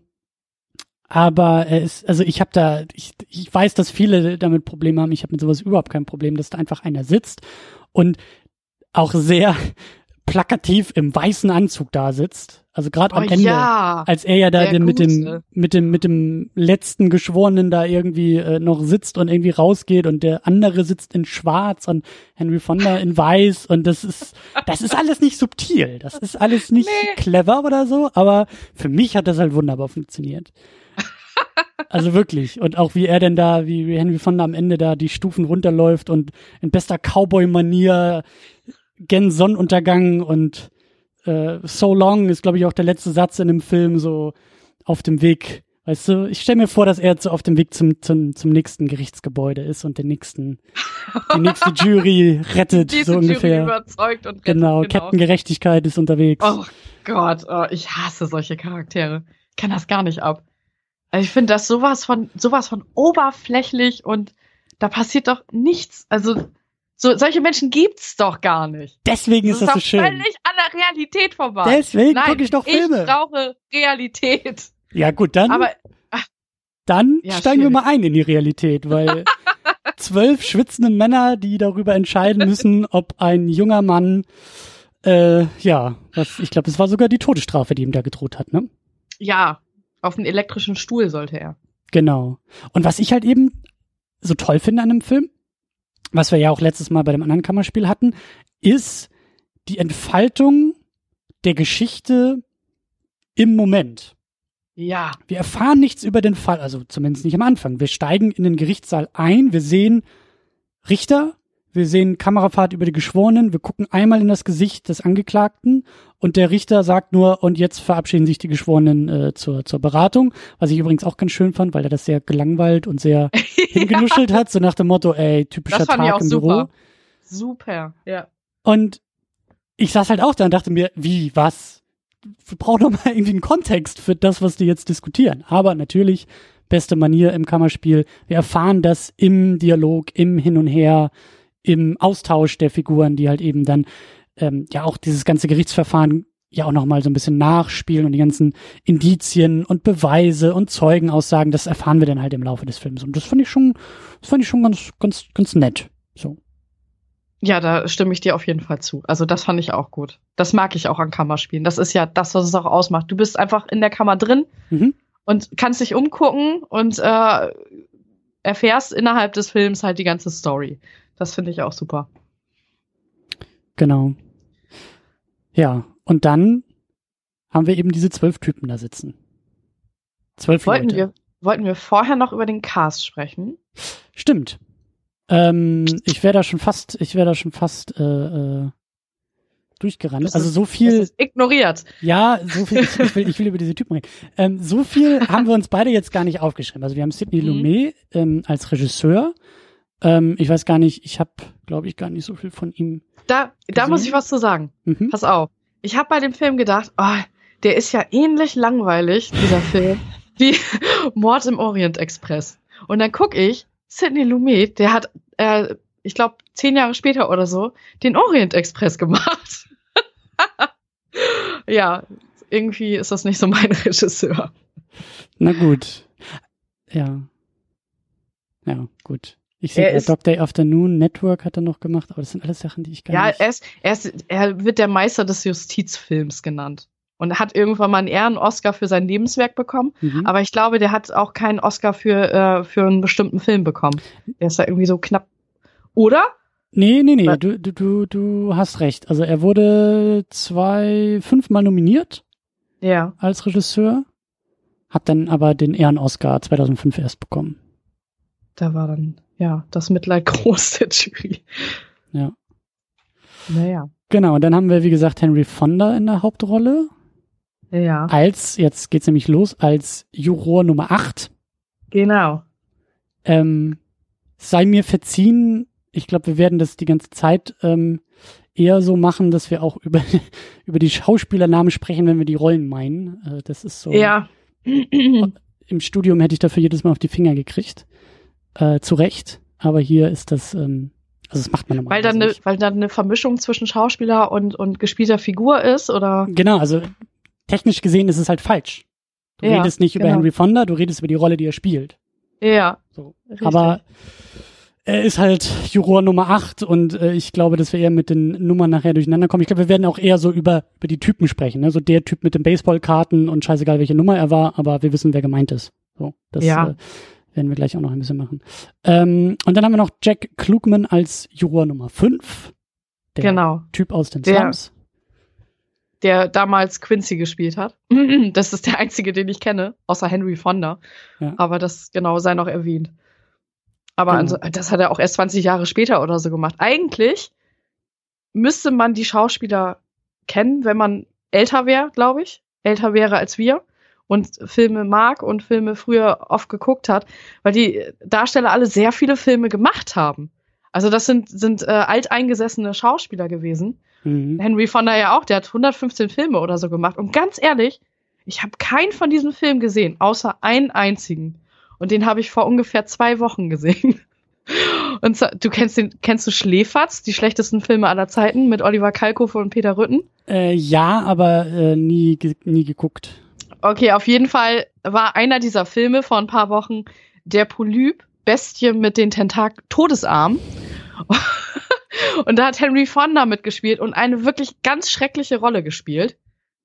aber er ist, also ich habe da, ich, ich weiß, dass viele damit Probleme haben. Ich habe mit sowas überhaupt kein Problem, dass da einfach einer sitzt und auch sehr plakativ im weißen Anzug da sitzt. Also gerade am oh, Ende, ja, als er ja da den, mit dem mit dem mit dem letzten Geschworenen da irgendwie äh, noch sitzt und irgendwie rausgeht und der andere sitzt in Schwarz und Henry Fonda in Weiß und das ist das ist alles nicht subtil, das ist alles nicht nee. clever oder so, aber für mich hat das halt wunderbar funktioniert. Also wirklich. Und auch wie er denn da, wie Henry Fonda am Ende da die Stufen runterläuft und in bester Cowboy-Manier gen Sonnenuntergang und Uh, so long ist, glaube ich, auch der letzte Satz in dem Film, so auf dem Weg Weißt du, ich stelle mir vor, dass er jetzt so auf dem Weg zum, zum, zum nächsten Gerichtsgebäude ist und den nächsten, die nächste Jury rettet, Diese so ungefähr. Jury überzeugt und rettet, genau, genau, Captain Gerechtigkeit ist unterwegs. Oh Gott, oh, ich hasse solche Charaktere. Ich kann das gar nicht ab. Also ich finde das sowas von, sowas von oberflächlich und da passiert doch nichts. Also so, solche Menschen gibt's doch gar nicht. Deswegen ist das, das so ist schön. völlig an der Realität vorbei. Deswegen Nein, gucke ich doch Filme. Ich brauche Realität. Ja gut, dann, Aber ach, dann ja, steigen wir schwierig. mal ein in die Realität, weil zwölf schwitzende Männer, die darüber entscheiden müssen, ob ein junger Mann, äh, ja, was, ich glaube, es war sogar die Todesstrafe, die ihm da gedroht hat, ne? Ja, auf einen elektrischen Stuhl sollte er. Genau. Und was ich halt eben so toll finde an dem Film, was wir ja auch letztes Mal bei dem anderen Kammerspiel hatten, ist die Entfaltung der Geschichte im Moment. Ja. Wir erfahren nichts über den Fall, also zumindest nicht am Anfang. Wir steigen in den Gerichtssaal ein, wir sehen Richter, wir sehen Kamerafahrt über die Geschworenen, wir gucken einmal in das Gesicht des Angeklagten und der Richter sagt nur, und jetzt verabschieden sich die Geschworenen äh, zur, zur Beratung, was ich übrigens auch ganz schön fand, weil er das sehr gelangweilt und sehr hingenuschelt hat, so nach dem Motto, ey, typischer Das fand ich Tag auch im super. Büro. Super, ja. Und ich saß halt auch da und dachte mir, wie, was? Wir brauchen doch mal irgendwie einen Kontext für das, was die jetzt diskutieren. Aber natürlich, beste Manier im Kammerspiel, wir erfahren das im Dialog, im Hin und Her, im Austausch der Figuren, die halt eben dann ähm, ja auch dieses ganze Gerichtsverfahren ja auch nochmal so ein bisschen nachspielen und die ganzen Indizien und Beweise und Zeugenaussagen, das erfahren wir dann halt im Laufe des Films. Und das fand ich schon, das fand ich schon ganz, ganz, ganz nett. So. Ja, da stimme ich dir auf jeden Fall zu. Also das fand ich auch gut. Das mag ich auch an Kammerspielen. Das ist ja das, was es auch ausmacht. Du bist einfach in der Kammer drin Mhm. und kannst dich umgucken und äh, erfährst innerhalb des Films halt die ganze Story. Das finde ich auch super. Genau. Ja, und dann haben wir eben diese zwölf Typen da sitzen. Zwölf Wollten Leute. wir, wollten wir vorher noch über den Cast sprechen? Stimmt. Ähm, ich wäre da schon fast, ich wäre da schon fast äh, äh, durchgerannt. Das Also ist- so Das viel, ist ignoriert. ja, so viel, ich, ich, will, ich will über diese Typen reden. Ähm, so viel haben wir uns beide jetzt gar nicht aufgeschrieben. Also wir haben Sidney Mhm. Lumet ähm, als Regisseur. Ähm, ich weiß gar nicht, ich habe, glaube ich, gar nicht so viel von ihm. Da, da Gesehen? muss ich was zu sagen. Mhm. Pass auf. Ich habe bei dem Film gedacht, oh, der ist ja ähnlich langweilig, dieser Film, wie Mord im Orient Express. Und dann guck ich, Sidney Lumet, der hat, äh, ich glaube, zehn Jahre später oder so, den Orient Express gemacht. Ja, irgendwie ist das nicht so mein Regisseur. Na gut. Ja. Ja, gut. Ich sehe, Er äh, ist- Dog Day Afternoon, Network hat er noch gemacht, aber das sind alles Sachen, die ich gar Ja, nicht... er, ist, er, ist, er wird der Meister des Justizfilms genannt. Und er hat irgendwann mal einen Ehren-Oscar für sein Lebenswerk bekommen. Mhm. Aber ich glaube, der hat auch keinen Oscar für, äh, für einen bestimmten Film bekommen. Der ist da irgendwie so knapp. Oder? Nee, nee, nee, Was? du, du, du, du hast recht. Also er wurde zwei, fünfmal nominiert Ja. als Regisseur, hat dann aber den Ehren-Oscar zweitausendfünf erst bekommen. Da war dann, ja, das Mitleid groß der Jury. Ja. Naja. Genau, und dann haben wir, wie gesagt, Henry Fonda in der Hauptrolle. Ja. Als, jetzt geht's nämlich los, als Juror Nummer acht. Genau. Ähm, sei mir verziehen, ich glaube, wir werden das die ganze Zeit ähm, eher so machen, dass wir auch über, über die Schauspielernamen sprechen, wenn wir die Rollen meinen. Äh, das ist so. Ja. Im Studium hätte ich dafür jedes Mal auf die Finger gekriegt. Äh, zu Recht. Aber hier ist das, ähm, also das macht man weil normalerweise dann eine, nicht. weil dann eine Vermischung zwischen Schauspieler und, und gespielter Figur ist, oder? Genau, also technisch gesehen ist es halt falsch. Du Ja, redest nicht über genau. Henry Fonda, du redest über die Rolle, die er spielt. Ja. So. Richtig. Aber er ist halt Juror Nummer acht und äh, ich glaube, dass wir eher mit den Nummern nachher durcheinander kommen. Ich glaube, wir werden auch eher so über, über die Typen sprechen, ne? So der Typ mit den Baseballkarten und scheißegal, welche Nummer er war, aber wir wissen, wer gemeint ist. So, das Ja. äh, werden wir gleich auch noch ein bisschen machen. Ähm, und dann haben wir noch Jack Klugman als Juror Nummer fünf. Der Genau. Typ aus den Der- Slums. Der damals Quincy gespielt hat. Das ist der einzige, den ich kenne, außer Henry Fonda. Ja. Aber das genau sei noch erwähnt. Aber Genau. also, das hat er auch erst zwanzig Jahre später oder so gemacht. Eigentlich müsste man die Schauspieler kennen, wenn man älter wäre, glaube ich. Älter wäre als wir. und Filme mag und Filme früher oft geguckt hat, weil die Darsteller alle sehr viele Filme gemacht haben. Also das sind, sind äh, alteingesessene Schauspieler gewesen. Mhm. Henry Fonda ja auch, der hat hundertfünfzehn Filme oder so gemacht. Und ganz ehrlich, ich habe keinen von diesen Filmen gesehen, außer einen einzigen. Und den habe ich vor ungefähr zwei Wochen gesehen. Und du kennst den, kennst du Schläferz, die schlechtesten Filme aller Zeiten mit Oliver Kalkofe und Peter Rütten? Äh, ja, aber äh, nie, nie geguckt. Okay, auf jeden Fall war einer dieser Filme vor ein paar Wochen der Polyp, Bestie mit den Tentakel, Todesarm. Und da hat Henry Fonda mitgespielt und eine wirklich ganz schreckliche Rolle gespielt.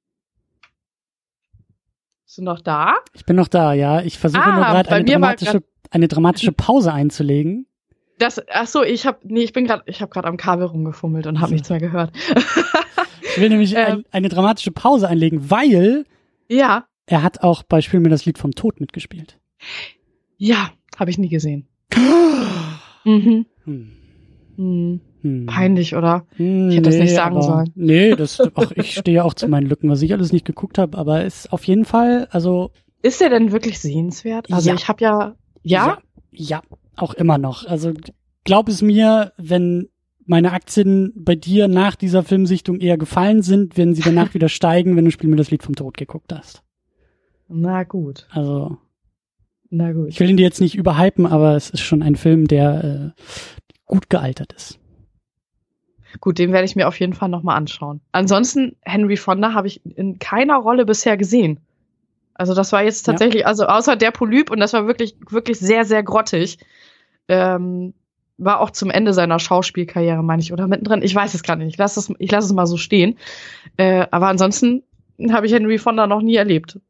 Bist du noch da? Ich bin noch da, ja. Ich versuche ah, nur gerade eine dramatische, eine dramatische Pause einzulegen. Das, ach so, ich habe, nee, ich bin gerade, ich habe gerade am Kabel rumgefummelt und habe also. nichts mehr gehört. Ich will nämlich ähm, ein, eine dramatische Pause einlegen, weil ja, er hat auch bei Spiel mir das Lied vom Tod mitgespielt. Ja, habe ich nie gesehen. mhm. Hm. Hm. Hm. Peinlich, oder? Hm, ich hätte nee, das nicht sagen aber, sollen. Nee, das, ach, ich stehe ja auch zu meinen Lücken, was ich alles nicht geguckt habe, aber ist auf jeden Fall, also. Ist der denn wirklich sehenswert? Also ja. ich habe ja, ja? ja, ja, auch immer noch. Also glaub es mir, wenn meine Aktien bei dir nach dieser Filmsichtung eher gefallen sind, werden sie danach wieder steigen, wenn du Spiel mir das Lied vom Tod geguckt hast. Na gut. Also. Na gut. Ich will ihn dir jetzt nicht überhypen, aber es ist schon ein Film, der äh, gut gealtert ist. Gut, den werde ich mir auf jeden Fall nochmal anschauen. Ansonsten, Henry Fonda habe ich in keiner Rolle bisher gesehen. Also das war jetzt tatsächlich, ja. also außer der Polyp, und das war wirklich, wirklich sehr, sehr grottig, ähm, war auch zum Ende seiner Schauspielkarriere, meine ich, oder mittendrin. Ich weiß es gerade nicht. Ich lasse es, ich lasse es mal so stehen. Äh, aber ansonsten habe ich Henry Fonda noch nie erlebt.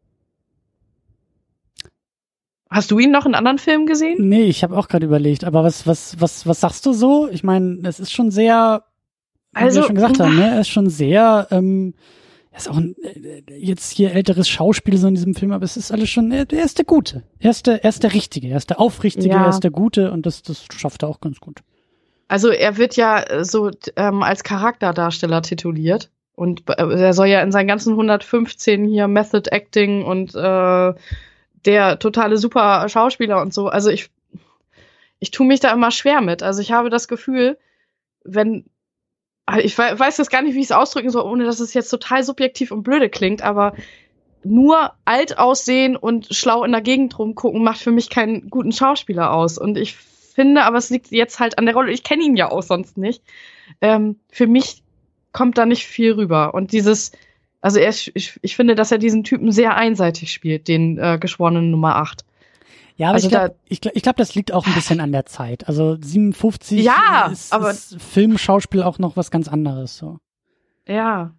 Hast du ihn noch in anderen Filmen gesehen? Nee, ich habe auch gerade überlegt. Aber was, was, was, was sagst du so? Ich meine, es ist schon sehr, wie also, wir schon gesagt haben, ne? Er ist schon sehr, ähm, er ist auch ein, äh, jetzt hier älteres Schauspiel so in diesem Film, aber es ist alles schon, er, er ist der Gute. Er ist der, er ist der Richtige, er ist der Aufrichtige, ja. Er ist der Gute, und das, das schafft er auch ganz gut. Also er wird ja so ähm, als Charakterdarsteller tituliert. Und äh, er soll ja in seinen ganzen hundertfünfzehn hier Method Acting und äh, der totale super Schauspieler und so. Also ich, ich tue mich da immer schwer mit. Also ich habe das Gefühl, wenn, ich weiß jetzt gar nicht, wie ich es ausdrücken soll, ohne dass es jetzt total subjektiv und blöde klingt, aber nur alt aussehen und schlau in der Gegend rumgucken macht für mich keinen guten Schauspieler aus. Und ich finde, aber es liegt jetzt halt an der Rolle, ich kenne ihn ja auch sonst nicht. Ähm, für mich kommt da nicht viel rüber. Und dieses, also er, ich, ich finde, dass er diesen Typen sehr einseitig spielt, den äh, Geschworenen Nummer acht. Ja, aber also ich glaube, ich glaub, ich glaub, das liegt auch ein bisschen an der Zeit. Also siebenundfünfzig ja, ist, aber ist Filmschauspiel auch noch was ganz anderes. So. Ja.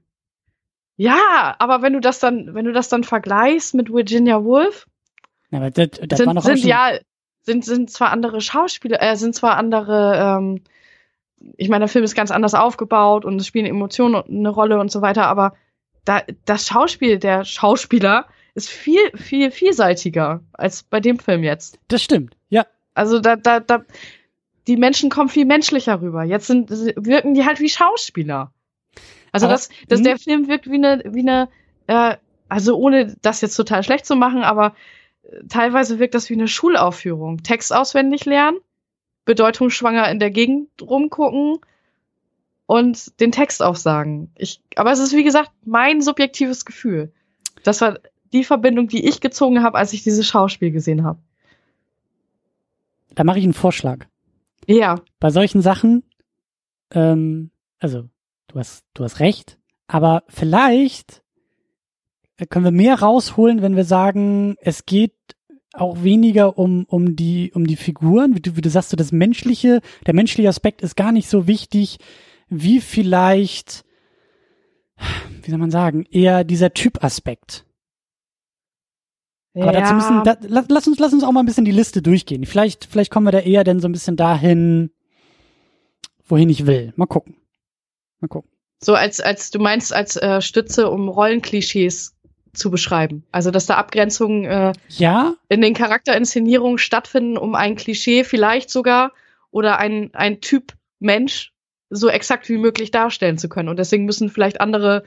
Ja, aber wenn du das dann, wenn du das dann vergleichst mit Virginia Woolf, ja, aber das, das sind, war noch sind auch schon ja, sind, sind zwar andere Schauspieler, äh, sind zwar andere, ähm, ich meine, der Film ist ganz anders aufgebaut und es spielen Emotionen eine Rolle und so weiter, aber da, das Schauspiel der Schauspieler ist viel, viel vielseitiger als bei dem Film jetzt. Das stimmt, ja. Also da, da, da, die Menschen kommen viel menschlicher rüber. Jetzt sind, wirken die halt wie Schauspieler. Also aber, das, das, der Film wirkt wie eine, wie eine, äh, also ohne das jetzt total schlecht zu machen, aber teilweise wirkt das wie eine Schulaufführung. Text auswendig lernen, bedeutungsschwanger in der Gegend rumgucken und den Text aufsagen. Ich, aber es ist, wie gesagt, mein subjektives Gefühl. Das war die Verbindung, die ich gezogen habe, als ich dieses Schauspiel gesehen habe. Da mache ich einen Vorschlag. Ja. Bei solchen Sachen, ähm, also du hast, du hast recht, aber vielleicht können wir mehr rausholen, wenn wir sagen, es geht auch weniger um, um die, um die Figuren, wie du, wie du sagst, so das menschliche, der menschliche Aspekt ist gar nicht so wichtig, wie vielleicht, wie soll man sagen, eher dieser Typaspekt. Aber ja. dazu müssen, da, lass uns, lass uns auch mal ein bisschen die Liste durchgehen. Vielleicht, vielleicht kommen wir da eher dann so ein bisschen dahin, wohin ich will. Mal gucken. Mal gucken. So als, als, du meinst als äh, Stütze, um Rollenklischees zu beschreiben. Also, dass da Abgrenzungen äh, ja? in den Charaterinszenierungen stattfinden, um ein Klischee vielleicht sogar oder ein, ein Typ Mensch so exakt wie möglich darstellen zu können. Und deswegen müssen vielleicht andere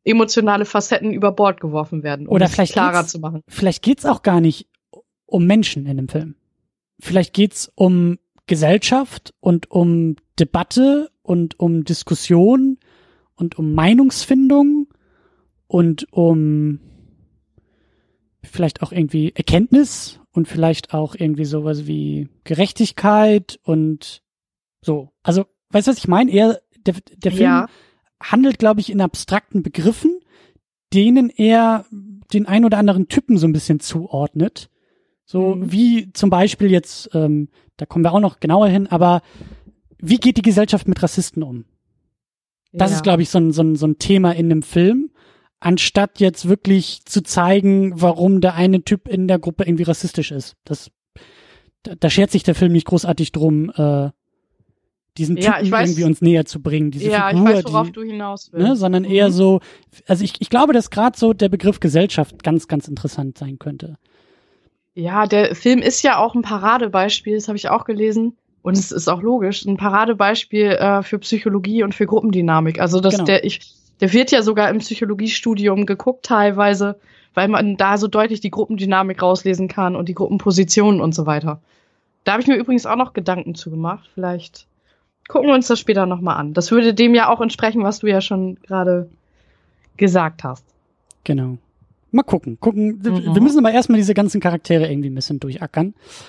emotionale Facetten über Bord geworfen werden, um Oder es vielleicht klarer geht's- zu machen. Vielleicht geht's auch gar nicht um Menschen in dem Film. Vielleicht geht's um Gesellschaft und um Debatte und um Diskussion und um Meinungsfindung und um vielleicht auch irgendwie Erkenntnis und vielleicht auch irgendwie sowas wie Gerechtigkeit und so. Also, weißt du, was ich meine? Eher, der, der Film Ja. handelt, glaube ich, in abstrakten Begriffen, denen er den ein oder anderen Typen so ein bisschen zuordnet. So Mhm. wie zum Beispiel jetzt, ähm, da kommen wir auch noch genauer hin, aber wie geht die Gesellschaft mit Rassisten um? Das ja. ist, glaube ich, so ein, so, ein, so ein Thema in dem Film, anstatt jetzt wirklich zu zeigen, warum der eine Typ in der Gruppe irgendwie rassistisch ist. Das, da, da schert sich der Film nicht großartig drum, äh, diesen Ja, Typen ich weiß- irgendwie uns näher zu bringen, diese ja, Figur, ich weiß, worauf die, du hinaus willst. ne, sondern Mhm. eher so, also ich, ich glaube, dass gerade so der Begriff Gesellschaft ganz, ganz interessant sein könnte. Ja, der Film ist ja auch ein Paradebeispiel, das habe ich auch gelesen. Und es ist auch logisch, ein Paradebeispiel äh, für Psychologie und für Gruppendynamik. Also das, Genau. der, ich, der wird ja sogar im Psychologiestudium geguckt teilweise, weil man da so deutlich die Gruppendynamik rauslesen kann und die Gruppenpositionen und so weiter. Da habe ich mir übrigens auch noch Gedanken zu gemacht. Vielleicht gucken wir uns das später nochmal an. Das würde dem ja auch entsprechen, was du ja schon gerade gesagt hast. Genau. Mal gucken. Gucken. Mhm. Wir müssen aber erstmal diese ganzen Charaktere irgendwie ein bisschen durchackern.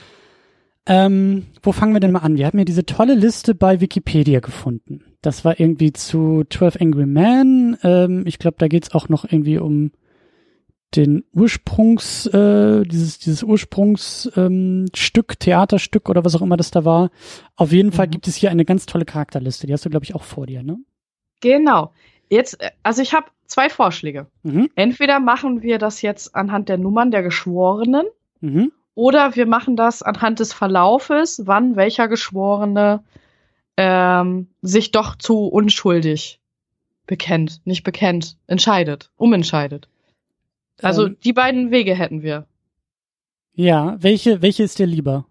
Ähm, wo fangen wir denn mal an? Wir haben ja diese tolle Liste bei Wikipedia gefunden. Das war irgendwie zu zwölf Angry Men. Ähm, ich glaube, da geht's auch noch irgendwie um den Ursprungs, äh, dieses, dieses Ursprungsstück, ähm, Stück, Theaterstück oder was auch immer das da war. Auf jeden Fall Mhm. gibt es hier eine ganz tolle Charakterliste. Die hast du, glaube ich, auch vor dir, ne? Genau. Jetzt, äh, also ich habe zwei Vorschläge. Mhm. Entweder machen wir das jetzt anhand der Nummern der Geschworenen Mhm. oder wir machen das anhand des Verlaufes, wann welcher Geschworene ähm, sich doch zu unschuldig bekennt, nicht bekennt, entscheidet, umentscheidet. Also Ähm, die beiden Wege hätten wir. ja, welche, welche ist dir lieber?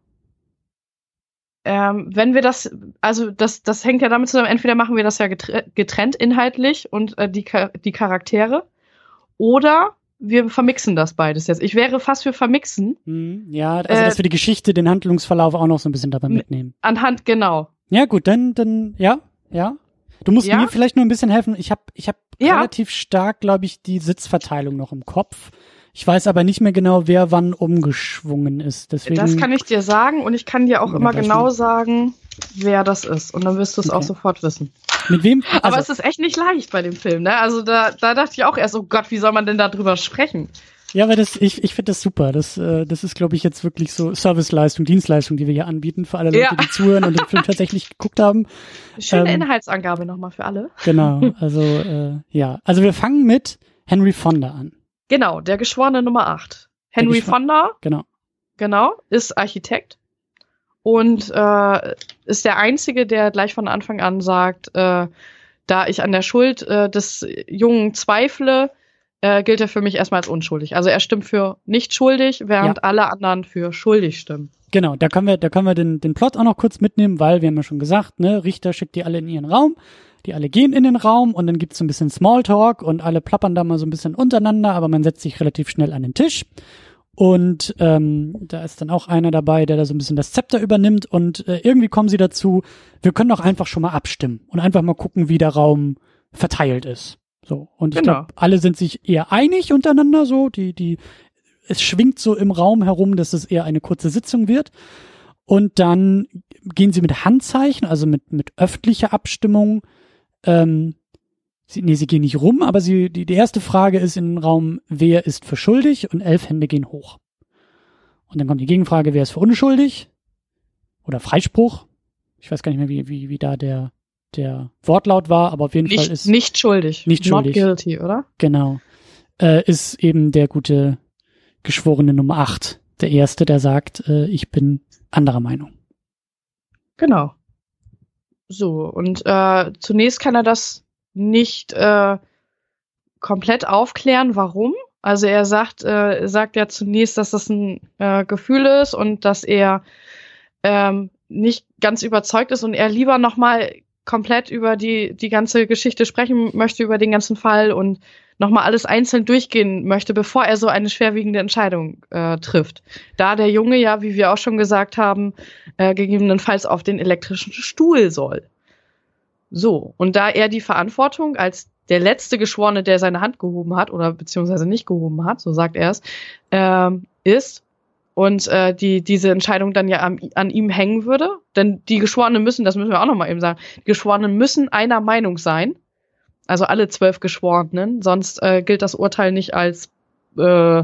Ähm, wenn wir das, also das, das hängt ja damit zusammen, entweder machen wir das ja getre- getrennt inhaltlich und äh, die, Cha- die Charaktere, oder wir vermixen das beides jetzt. Ich wäre fast für vermixen, Hm, ja, also Äh, dass wir die Geschichte, den Handlungsverlauf auch noch so ein bisschen dabei m- mitnehmen. anhand, genau. Ja, gut, dann, dann, ja, ja. Du musst Ja? mir vielleicht nur ein bisschen helfen. Ich habe ich hab Ja. relativ stark, glaube ich, die Sitzverteilung noch im Kopf. Ich weiß aber nicht mehr genau, wer wann umgeschwungen ist. Deswegen, Das kann ich dir sagen und ich kann dir auch Gucken wir immer gleich genau mal. sagen, wer das ist. Und dann wirst du es Okay. auch sofort wissen. mit wem? Aber Also, es ist echt nicht leicht bei dem Film, ne? Also da, da dachte ich auch erst, oh Gott, wie soll man denn da drüber sprechen? ja, aber das, ich, ich finde das super. Das, äh, das ist, glaube ich, jetzt wirklich so Serviceleistung, Dienstleistung, die wir hier anbieten für alle Leute, Ja. die zuhören und den Film tatsächlich geguckt haben. Schöne Ähm, Inhaltsangabe nochmal für alle. Genau, also äh, ja. Also wir fangen mit Henry Fonda an. Genau, der Geschworene Nummer acht. Henry Geschwo- Fonda, Genau. genau, ist Architekt und äh, ist der Einzige, der gleich von Anfang an sagt, äh, da ich an der Schuld äh, des Jungen zweifle, äh, gilt er für mich erstmal als unschuldig. Also er stimmt für nicht schuldig, während Ja. alle anderen für schuldig stimmen. Genau, da können wir, da können wir den, den Plot auch noch kurz mitnehmen, weil wir haben ja schon gesagt, ne, Richter schickt die alle in ihren Raum, die alle gehen in den Raum und dann gibt's so ein bisschen Smalltalk und alle plappern da mal so ein bisschen untereinander, aber man setzt sich relativ schnell an den Tisch. Und ähm, da ist dann auch einer dabei, der da so ein bisschen das Zepter übernimmt und äh, irgendwie kommen sie dazu, wir können doch einfach schon mal abstimmen und einfach mal gucken, wie der Raum verteilt ist. So, und ich Genau. glaube, alle sind sich eher einig untereinander, so, die, die, es schwingt so im Raum herum, dass es eher eine kurze Sitzung wird. Und dann gehen sie mit Handzeichen, also mit, mit öffentlicher Abstimmung, ähm, sie, nee, sie gehen nicht rum, aber sie, die, die erste Frage ist in den Raum, wer ist für schuldig? Und elf Hände gehen hoch. Und dann kommt die Gegenfrage, wer ist für unschuldig? Oder Freispruch. Ich weiß gar nicht mehr, wie, wie, wie da der, der Wortlaut war, aber auf jeden Fall Nicht, ist, nicht schuldig. Nicht Not schuldig. guilty, oder? genau, äh, ist eben der gute Geschworene Nummer acht. Der Erste, der sagt, äh, ich bin anderer Meinung. Genau. So, und äh, zunächst kann er das nicht äh, komplett aufklären, warum. Also er sagt, äh, er sagt ja zunächst, dass das ein äh, Gefühl ist und dass er ähm, nicht ganz überzeugt ist und er lieber nochmal komplett über die, die ganze Geschichte sprechen möchte, über den ganzen Fall und nochmal alles einzeln durchgehen möchte, bevor er so eine schwerwiegende Entscheidung äh, trifft. Da der Junge ja, wie wir auch schon gesagt haben, äh, gegebenenfalls auf den elektrischen Stuhl soll. So, und da er die Verantwortung als der letzte Geschworene, der seine Hand gehoben hat, oder beziehungsweise nicht gehoben hat, so sagt er es, ähm, ist, und äh, die diese Entscheidung dann ja an, an ihm hängen würde, denn die Geschworenen müssen, das müssen wir auch nochmal eben sagen, die Geschworenen müssen einer Meinung sein, also alle zwölf Geschworenen, sonst äh, gilt das Urteil nicht als, äh,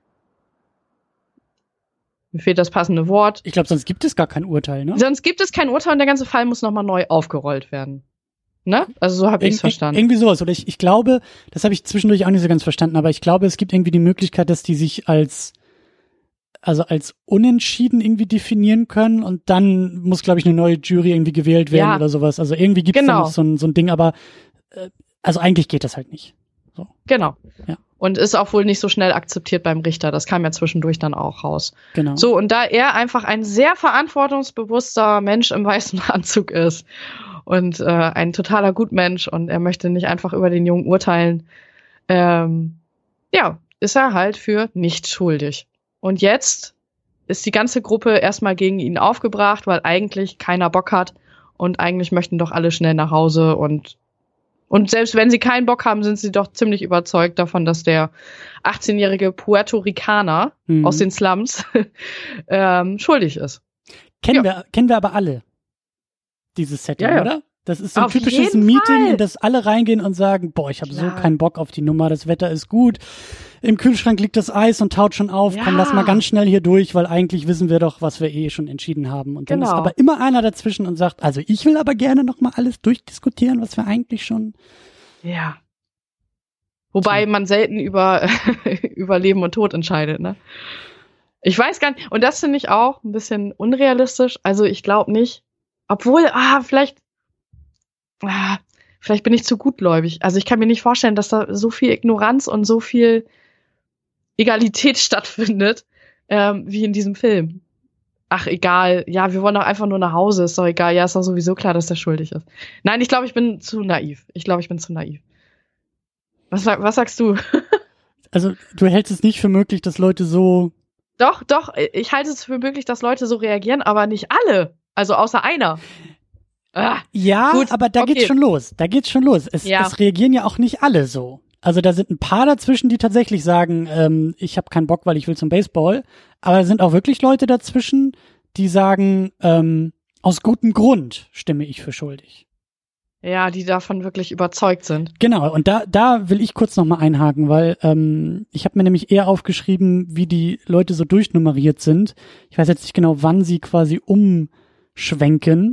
mir fehlt das passende Wort. Ich glaube, sonst gibt es gar kein Urteil, ne? Sonst gibt es kein Urteil und der ganze Fall muss nochmal neu aufgerollt werden. Ne? Also so habe ich es verstanden. Irgendwie sowas. Oder ich, ich glaube, das habe ich zwischendurch auch nicht so ganz verstanden, aber ich glaube, es gibt irgendwie die Möglichkeit, dass die sich als also als unentschieden irgendwie definieren können und dann muss, glaube ich, eine neue Jury irgendwie gewählt werden ja. oder sowas. Also irgendwie gibt es genau. da noch so ein, so ein Ding, aber äh, also eigentlich geht das halt nicht. So. Genau. Ja. Und ist auch wohl nicht so schnell akzeptiert beim Richter. Das kam ja zwischendurch dann auch raus. Genau. So, und da er einfach ein sehr verantwortungsbewusster Mensch im weißen Anzug ist und äh, ein totaler Gutmensch und er möchte nicht einfach über den Jungen urteilen, ähm, ja, ist er halt für nicht schuldig. Und jetzt ist die ganze Gruppe erstmal gegen ihn aufgebracht, weil eigentlich keiner Bock hat und eigentlich möchten doch alle schnell nach Hause und und selbst wenn sie keinen Bock haben, sind sie doch ziemlich überzeugt davon, dass der achtzehnjährige Puerto Ricaner mhm. aus den Slums ähm, schuldig ist. Kennen, ja. wir, kennen wir aber alle, dieses Setting, ja, ja. oder? Das ist so ein auf typisches Meeting, Fall. in das alle reingehen und sagen, boah, ich habe so keinen Bock auf die Nummer, das Wetter ist gut, im Kühlschrank liegt das Eis und taut schon auf, ja. komm, lass mal ganz schnell hier durch, weil eigentlich wissen wir doch, was wir eh schon entschieden haben. Und dann genau. ist aber immer einer dazwischen und sagt, also ich will aber gerne noch mal alles durchdiskutieren, was wir eigentlich schon... Ja. Wobei so. man selten über, über Leben und Tod entscheidet, ne? Ich weiß gar nicht, und das finde ich auch ein bisschen unrealistisch, also ich glaube nicht, obwohl, ah, vielleicht Ah, vielleicht bin ich zu gutgläubig. Also ich kann mir nicht vorstellen, dass da so viel Ignoranz und so viel Egalität stattfindet, ähm, wie in diesem Film. Ach, egal. Ja, wir wollen doch einfach nur nach Hause. Ist doch egal. Ja, ist doch sowieso klar, dass der schuldig ist. Nein, ich glaube, ich bin zu naiv. Ich glaube, ich bin zu naiv. Was, was sagst du? Also du hältst es nicht für möglich, dass Leute so... Doch, doch. Ich halte es für möglich, dass Leute so reagieren, aber nicht alle. Also außer einer. Ah, ja, gut, aber da okay. geht's schon los. Da geht's schon los. Es, ja. es reagieren ja auch nicht alle so. Also da sind ein paar dazwischen, die tatsächlich sagen, ähm, ich habe keinen Bock, weil ich will zum Baseball. Aber da sind auch wirklich Leute dazwischen, die sagen, ähm, aus gutem Grund stimme ich für schuldig. Ja, die davon wirklich überzeugt sind. Genau, und da da will ich kurz nochmal einhaken, weil ähm, ich habe mir nämlich eher aufgeschrieben, wie die Leute so durchnummeriert sind. Ich weiß jetzt nicht genau, wann sie quasi umschwenken.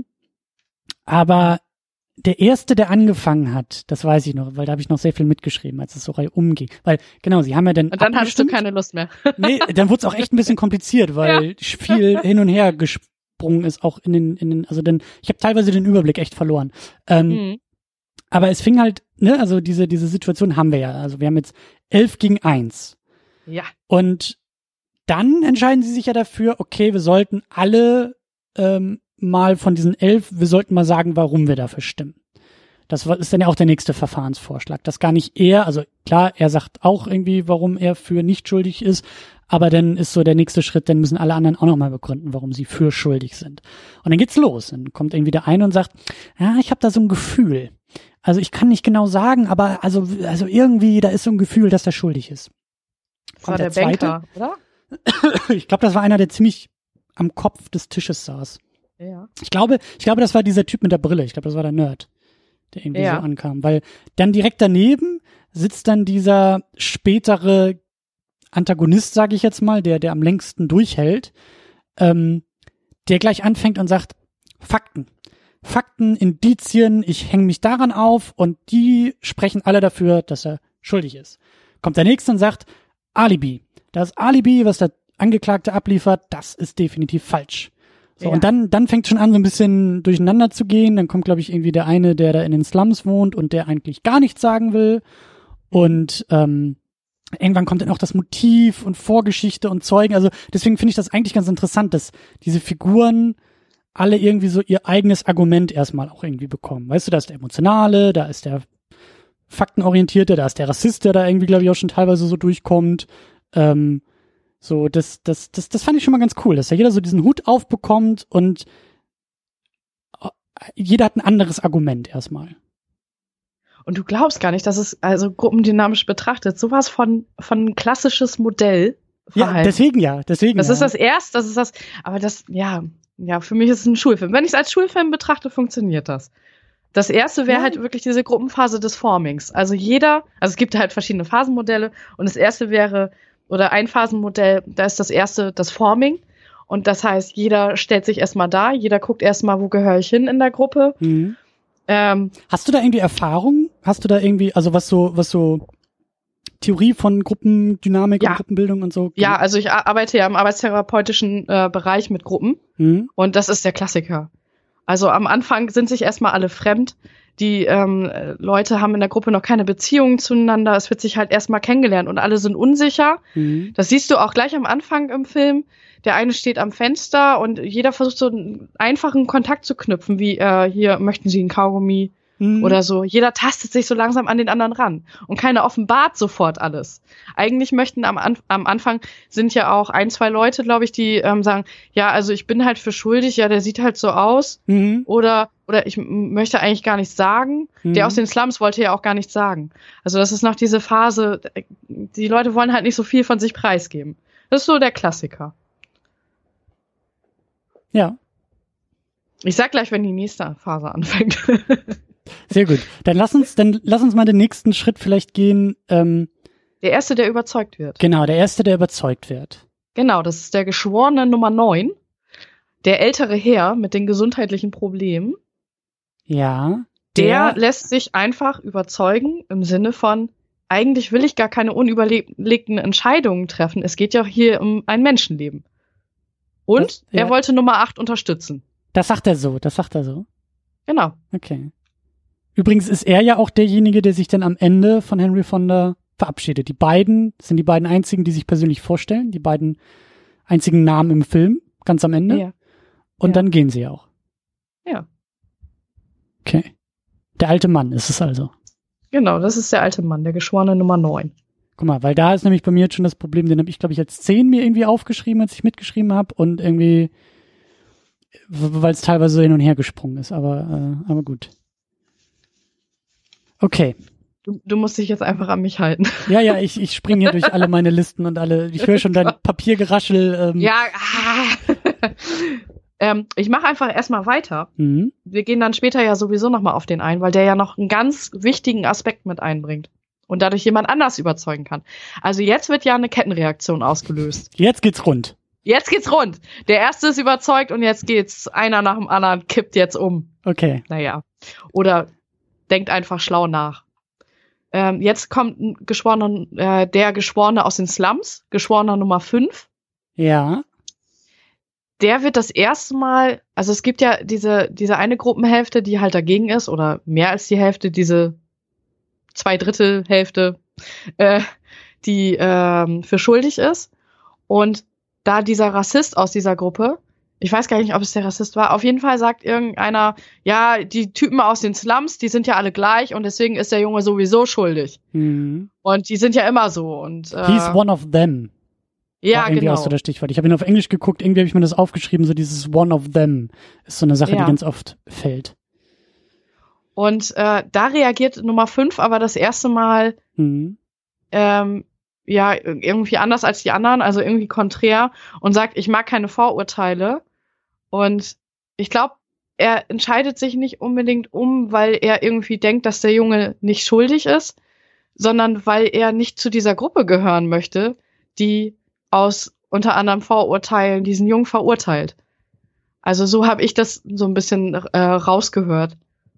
Aber der erste, der angefangen hat, das weiß ich noch, weil da habe ich noch sehr viel mitgeschrieben, als es so umging. Weil, genau, sie haben ja dann Und dann hattest du keine Lust mehr. Nee, dann wurde es auch echt ein bisschen kompliziert, weil ja. viel hin und her gesprungen ist, auch in den, in den, also dann, ich habe teilweise den Überblick echt verloren. Ähm, mhm. Aber es fing halt, ne, also diese, diese Situation haben wir ja. Also wir haben jetzt elf gegen eins. Ja. Und dann entscheiden sie sich ja dafür, okay, wir sollten alle, ähm, mal von diesen elf, wir sollten mal sagen, warum wir dafür stimmen. Das ist dann ja auch der nächste Verfahrensvorschlag. Das gar nicht er, also klar, er sagt auch irgendwie, warum er für nicht schuldig ist, aber dann ist so der nächste Schritt, dann müssen alle anderen auch nochmal begründen, warum sie für schuldig sind. Und dann geht's los. Dann kommt irgendwie der eine und sagt, ja, ich habe da so ein Gefühl. Also ich kann nicht genau sagen, aber also, also irgendwie, da ist so ein Gefühl, dass er schuldig ist. Das war der, der Banker, oder? Ich glaube, das war einer, der ziemlich am Kopf des Tisches saß. Ja. Ich glaube, ich glaube, das war dieser Typ mit der Brille. Ich glaube, das war der Nerd, der irgendwie ja. so ankam. Weil dann direkt daneben sitzt dann dieser spätere Antagonist, sage ich jetzt mal, der, der am längsten durchhält, ähm, der gleich anfängt und sagt, Fakten. Fakten, Indizien, ich hänge mich daran auf und die sprechen alle dafür, dass er schuldig ist. Kommt der Nächste und sagt, Alibi. Das Alibi, was der Angeklagte abliefert, das ist definitiv falsch. So, ja. Und dann, dann fängt schon an, so ein bisschen durcheinander zu gehen. Dann kommt, glaube ich, irgendwie der eine, der da in den Slums wohnt und der eigentlich gar nichts sagen will. Und ähm, irgendwann kommt dann auch das Motiv und Vorgeschichte und Zeugen. Also deswegen finde ich das eigentlich ganz interessant, dass diese Figuren alle irgendwie so ihr eigenes Argument erstmal auch irgendwie bekommen. Weißt du, da ist der Emotionale, da ist der faktenorientierte, da ist der Rassist, der da irgendwie, glaube ich, auch schon teilweise so durchkommt. Ähm, so, das, das, das, das fand ich schon mal ganz cool, dass da jeder so diesen Hut aufbekommt und jeder hat ein anderes Argument erstmal. Und du glaubst gar nicht, dass es, also gruppendynamisch betrachtet, sowas von, von klassisches Modell Ja, deswegen ja, deswegen Das ja. ist das Erste, das ist das, aber das, ja, ja, für mich ist es ein Schulfilm. Wenn ich es als Schulfilm betrachte, funktioniert das. Das Erste wäre Ja. halt wirklich diese Gruppenphase des Formings. Also jeder, also es gibt halt verschiedene Phasenmodelle und das Erste wäre, oder ein Phasenmodell, da ist das Erste das Forming. Und das heißt, jeder stellt sich erstmal da, jeder guckt erstmal, wo gehöre ich hin in der Gruppe. Mhm. Ähm, Hast du da irgendwie Erfahrung? Hast du da irgendwie, also was so, was so Theorie von Gruppendynamik Ja. und Gruppenbildung und so? ja, also ich arbeite ja im arbeitstherapeutischen äh, Bereich mit Gruppen. Mhm. Und das ist der Klassiker. Also am Anfang sind sich erstmal alle fremd. Die ähm, Leute haben in der Gruppe noch keine Beziehungen zueinander. Es wird sich halt erstmal kennengelernt und alle sind unsicher. Mhm. Das siehst du auch gleich am Anfang im Film. Der eine steht am Fenster und jeder versucht so einen einfachen Kontakt zu knüpfen, wie äh, hier, möchten Sie einen Kaugummi? Mhm. Oder so. Jeder tastet sich so langsam an den anderen ran. Und keiner offenbart sofort alles. Eigentlich möchten am, An- am Anfang sind ja auch ein, zwei Leute, glaube ich, die ähm, sagen, ja, also ich bin halt für schuldig, ja, der sieht halt so aus. Mhm. Oder, oder ich m- möchte eigentlich gar nichts sagen. Mhm. Der aus den Slums wollte ja auch gar nichts sagen. Also das ist noch diese Phase, äh, die Leute wollen halt nicht so viel von sich preisgeben. Das ist so der Klassiker. Ja, Ich sag gleich, wenn die nächste Phase anfängt. sehr gut. Dann lass uns, dann lass uns mal den nächsten Schritt vielleicht gehen. Ähm, Der Erste, der überzeugt wird. genau, der Erste, der überzeugt wird. Genau, das ist der Geschworene Nummer neun. Der ältere Herr mit den gesundheitlichen Problemen. Ja. Der, der lässt sich einfach überzeugen im Sinne von, eigentlich will ich gar keine unüberlegten Entscheidungen treffen. Es geht ja hier um ein Menschenleben. Und Das, ja. er wollte Nummer acht unterstützen. Das sagt er so, das sagt er so. Genau. Okay. Übrigens ist er ja auch derjenige, der sich dann am Ende von Henry Fonda verabschiedet. Die beiden sind die beiden einzigen, die sich persönlich vorstellen. Die beiden einzigen Namen im Film, ganz am Ende. Ja. Und Ja. dann gehen sie auch. Ja. Okay. Der alte Mann ist es also. Genau, das ist der alte Mann, der Geschworene Nummer neun. Guck mal, weil da ist nämlich bei mir jetzt schon das Problem, den habe ich, glaube ich, als zehn mir irgendwie aufgeschrieben, als ich mitgeschrieben habe und irgendwie, weil es teilweise so hin und her gesprungen ist, aber, äh, aber gut. Okay. Du, du musst dich jetzt einfach an mich halten. Ja, ja, ich, ich springe hier durch alle meine Listen und alle, ich höre schon dein Papiergeraschel. Ähm. Ja, ah. ähm, ich mache einfach erstmal weiter. Mhm. Wir gehen dann später ja sowieso nochmal auf den ein, weil der ja noch einen ganz wichtigen Aspekt mit einbringt und dadurch jemand anders überzeugen kann. Also jetzt wird ja eine Kettenreaktion ausgelöst. Jetzt geht's rund. Jetzt geht's rund. Der Erste ist überzeugt und jetzt geht's einer nach dem anderen, kippt jetzt um. Okay. Naja. Oder denkt einfach schlau nach. Ähm, jetzt kommt ein Geschworener, äh, der Geschworene aus den Slums, Geschworener Nummer fünf. Ja. Der wird das erste Mal, also es gibt ja diese, diese eine Gruppenhälfte, die halt dagegen ist, oder mehr als die Hälfte, diese zwei Drittel Hälfte, äh, die ähm, für schuldig ist. Und da dieser Rassist aus dieser Gruppe, ich weiß gar nicht, ob es der Rassist war, auf jeden Fall sagt irgendeiner, ja, die Typen aus den Slums, die sind ja alle gleich und deswegen ist der Junge sowieso schuldig. Mhm. Und die sind ja immer so. Und, äh, He's one of them. Ja, war irgendwie genau. auch so das Stichwort. Ich habe ihn auf Englisch geguckt, irgendwie habe ich mir das aufgeschrieben, so dieses one of them ist so eine Sache, Ja. die ganz oft fällt. Und äh, da reagiert Nummer fünf aber das erste Mal Mhm. ähm, ja irgendwie anders als die anderen, also irgendwie konträr und sagt, ich mag keine Vorurteile. Und ich glaube, er entscheidet sich nicht unbedingt um, weil er irgendwie denkt, dass der Junge nicht schuldig ist, sondern weil er nicht zu dieser Gruppe gehören möchte, die aus unter anderem Vorurteilen diesen Jungen verurteilt. Also so habe ich das so ein bisschen äh, rausgehört.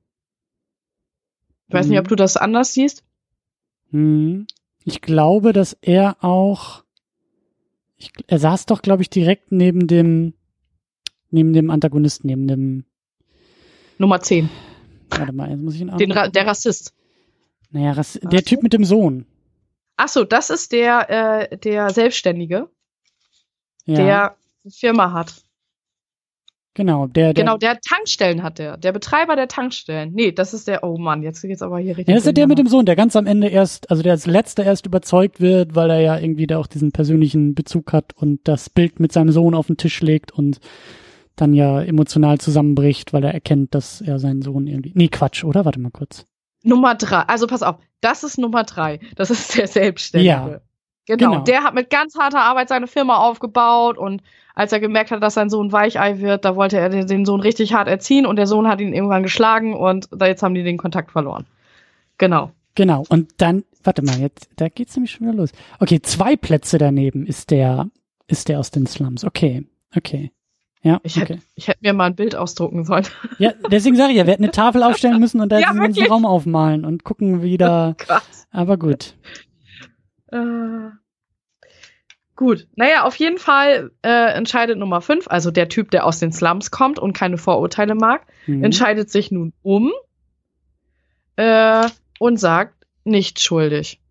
Ich weiß Mhm. nicht, ob du das anders siehst. Mhm. Ich glaube, dass er auch, ich, er saß doch, glaube ich, direkt neben dem, neben dem Antagonisten, neben dem, Nummer zehn. warte mal, jetzt muss ich ihn auch. Den Ra- der Rassist. Naja, Rass, der Typ mit dem Sohn. Ach so, das ist der, äh, der Selbstständige, Ja. der eine Firma hat. Genau, der, der Genau, der Tankstellen hat der. Der Betreiber der Tankstellen. Nee, das ist der, oh Mann, jetzt geht's aber hier richtig. Ja, das ist ja der mit dem Sohn, der ganz am Ende erst, also der als letzter erst überzeugt wird, weil er ja irgendwie da auch diesen persönlichen Bezug hat und das Bild mit seinem Sohn auf den Tisch legt und dann ja emotional zusammenbricht, weil er erkennt, dass er seinen Sohn irgendwie, nee, Quatsch, oder? Warte mal kurz. Nummer drei, also pass auf, das ist Nummer drei. Das ist der Selbstständige. Ja. Genau, Genau. der hat mit ganz harter Arbeit seine Firma aufgebaut und als er gemerkt hat, dass sein Sohn Weichei wird, da wollte er den, den Sohn richtig hart erziehen und der Sohn hat ihn irgendwann geschlagen und da jetzt haben die den Kontakt verloren. Genau. Genau, und dann, warte mal, jetzt, da geht's nämlich schon wieder los. Okay, zwei Plätze daneben ist der, ist der aus den Slums. Okay, okay. Ja, Ich okay. hätte ich hätt mir mal ein Bild ausdrucken sollen. Ja, deswegen sage ich ja, wir hätten eine Tafel aufstellen müssen und da Ja, diesen ganzen wirklich? Raum aufmalen und gucken, wie da, Krass. aber gut. Äh, gut, naja, auf jeden Fall äh, entscheidet Nummer fünf, also der Typ, der aus den Slums kommt und keine Vorurteile mag, Mhm. entscheidet sich nun um äh, und sagt, nicht schuldig.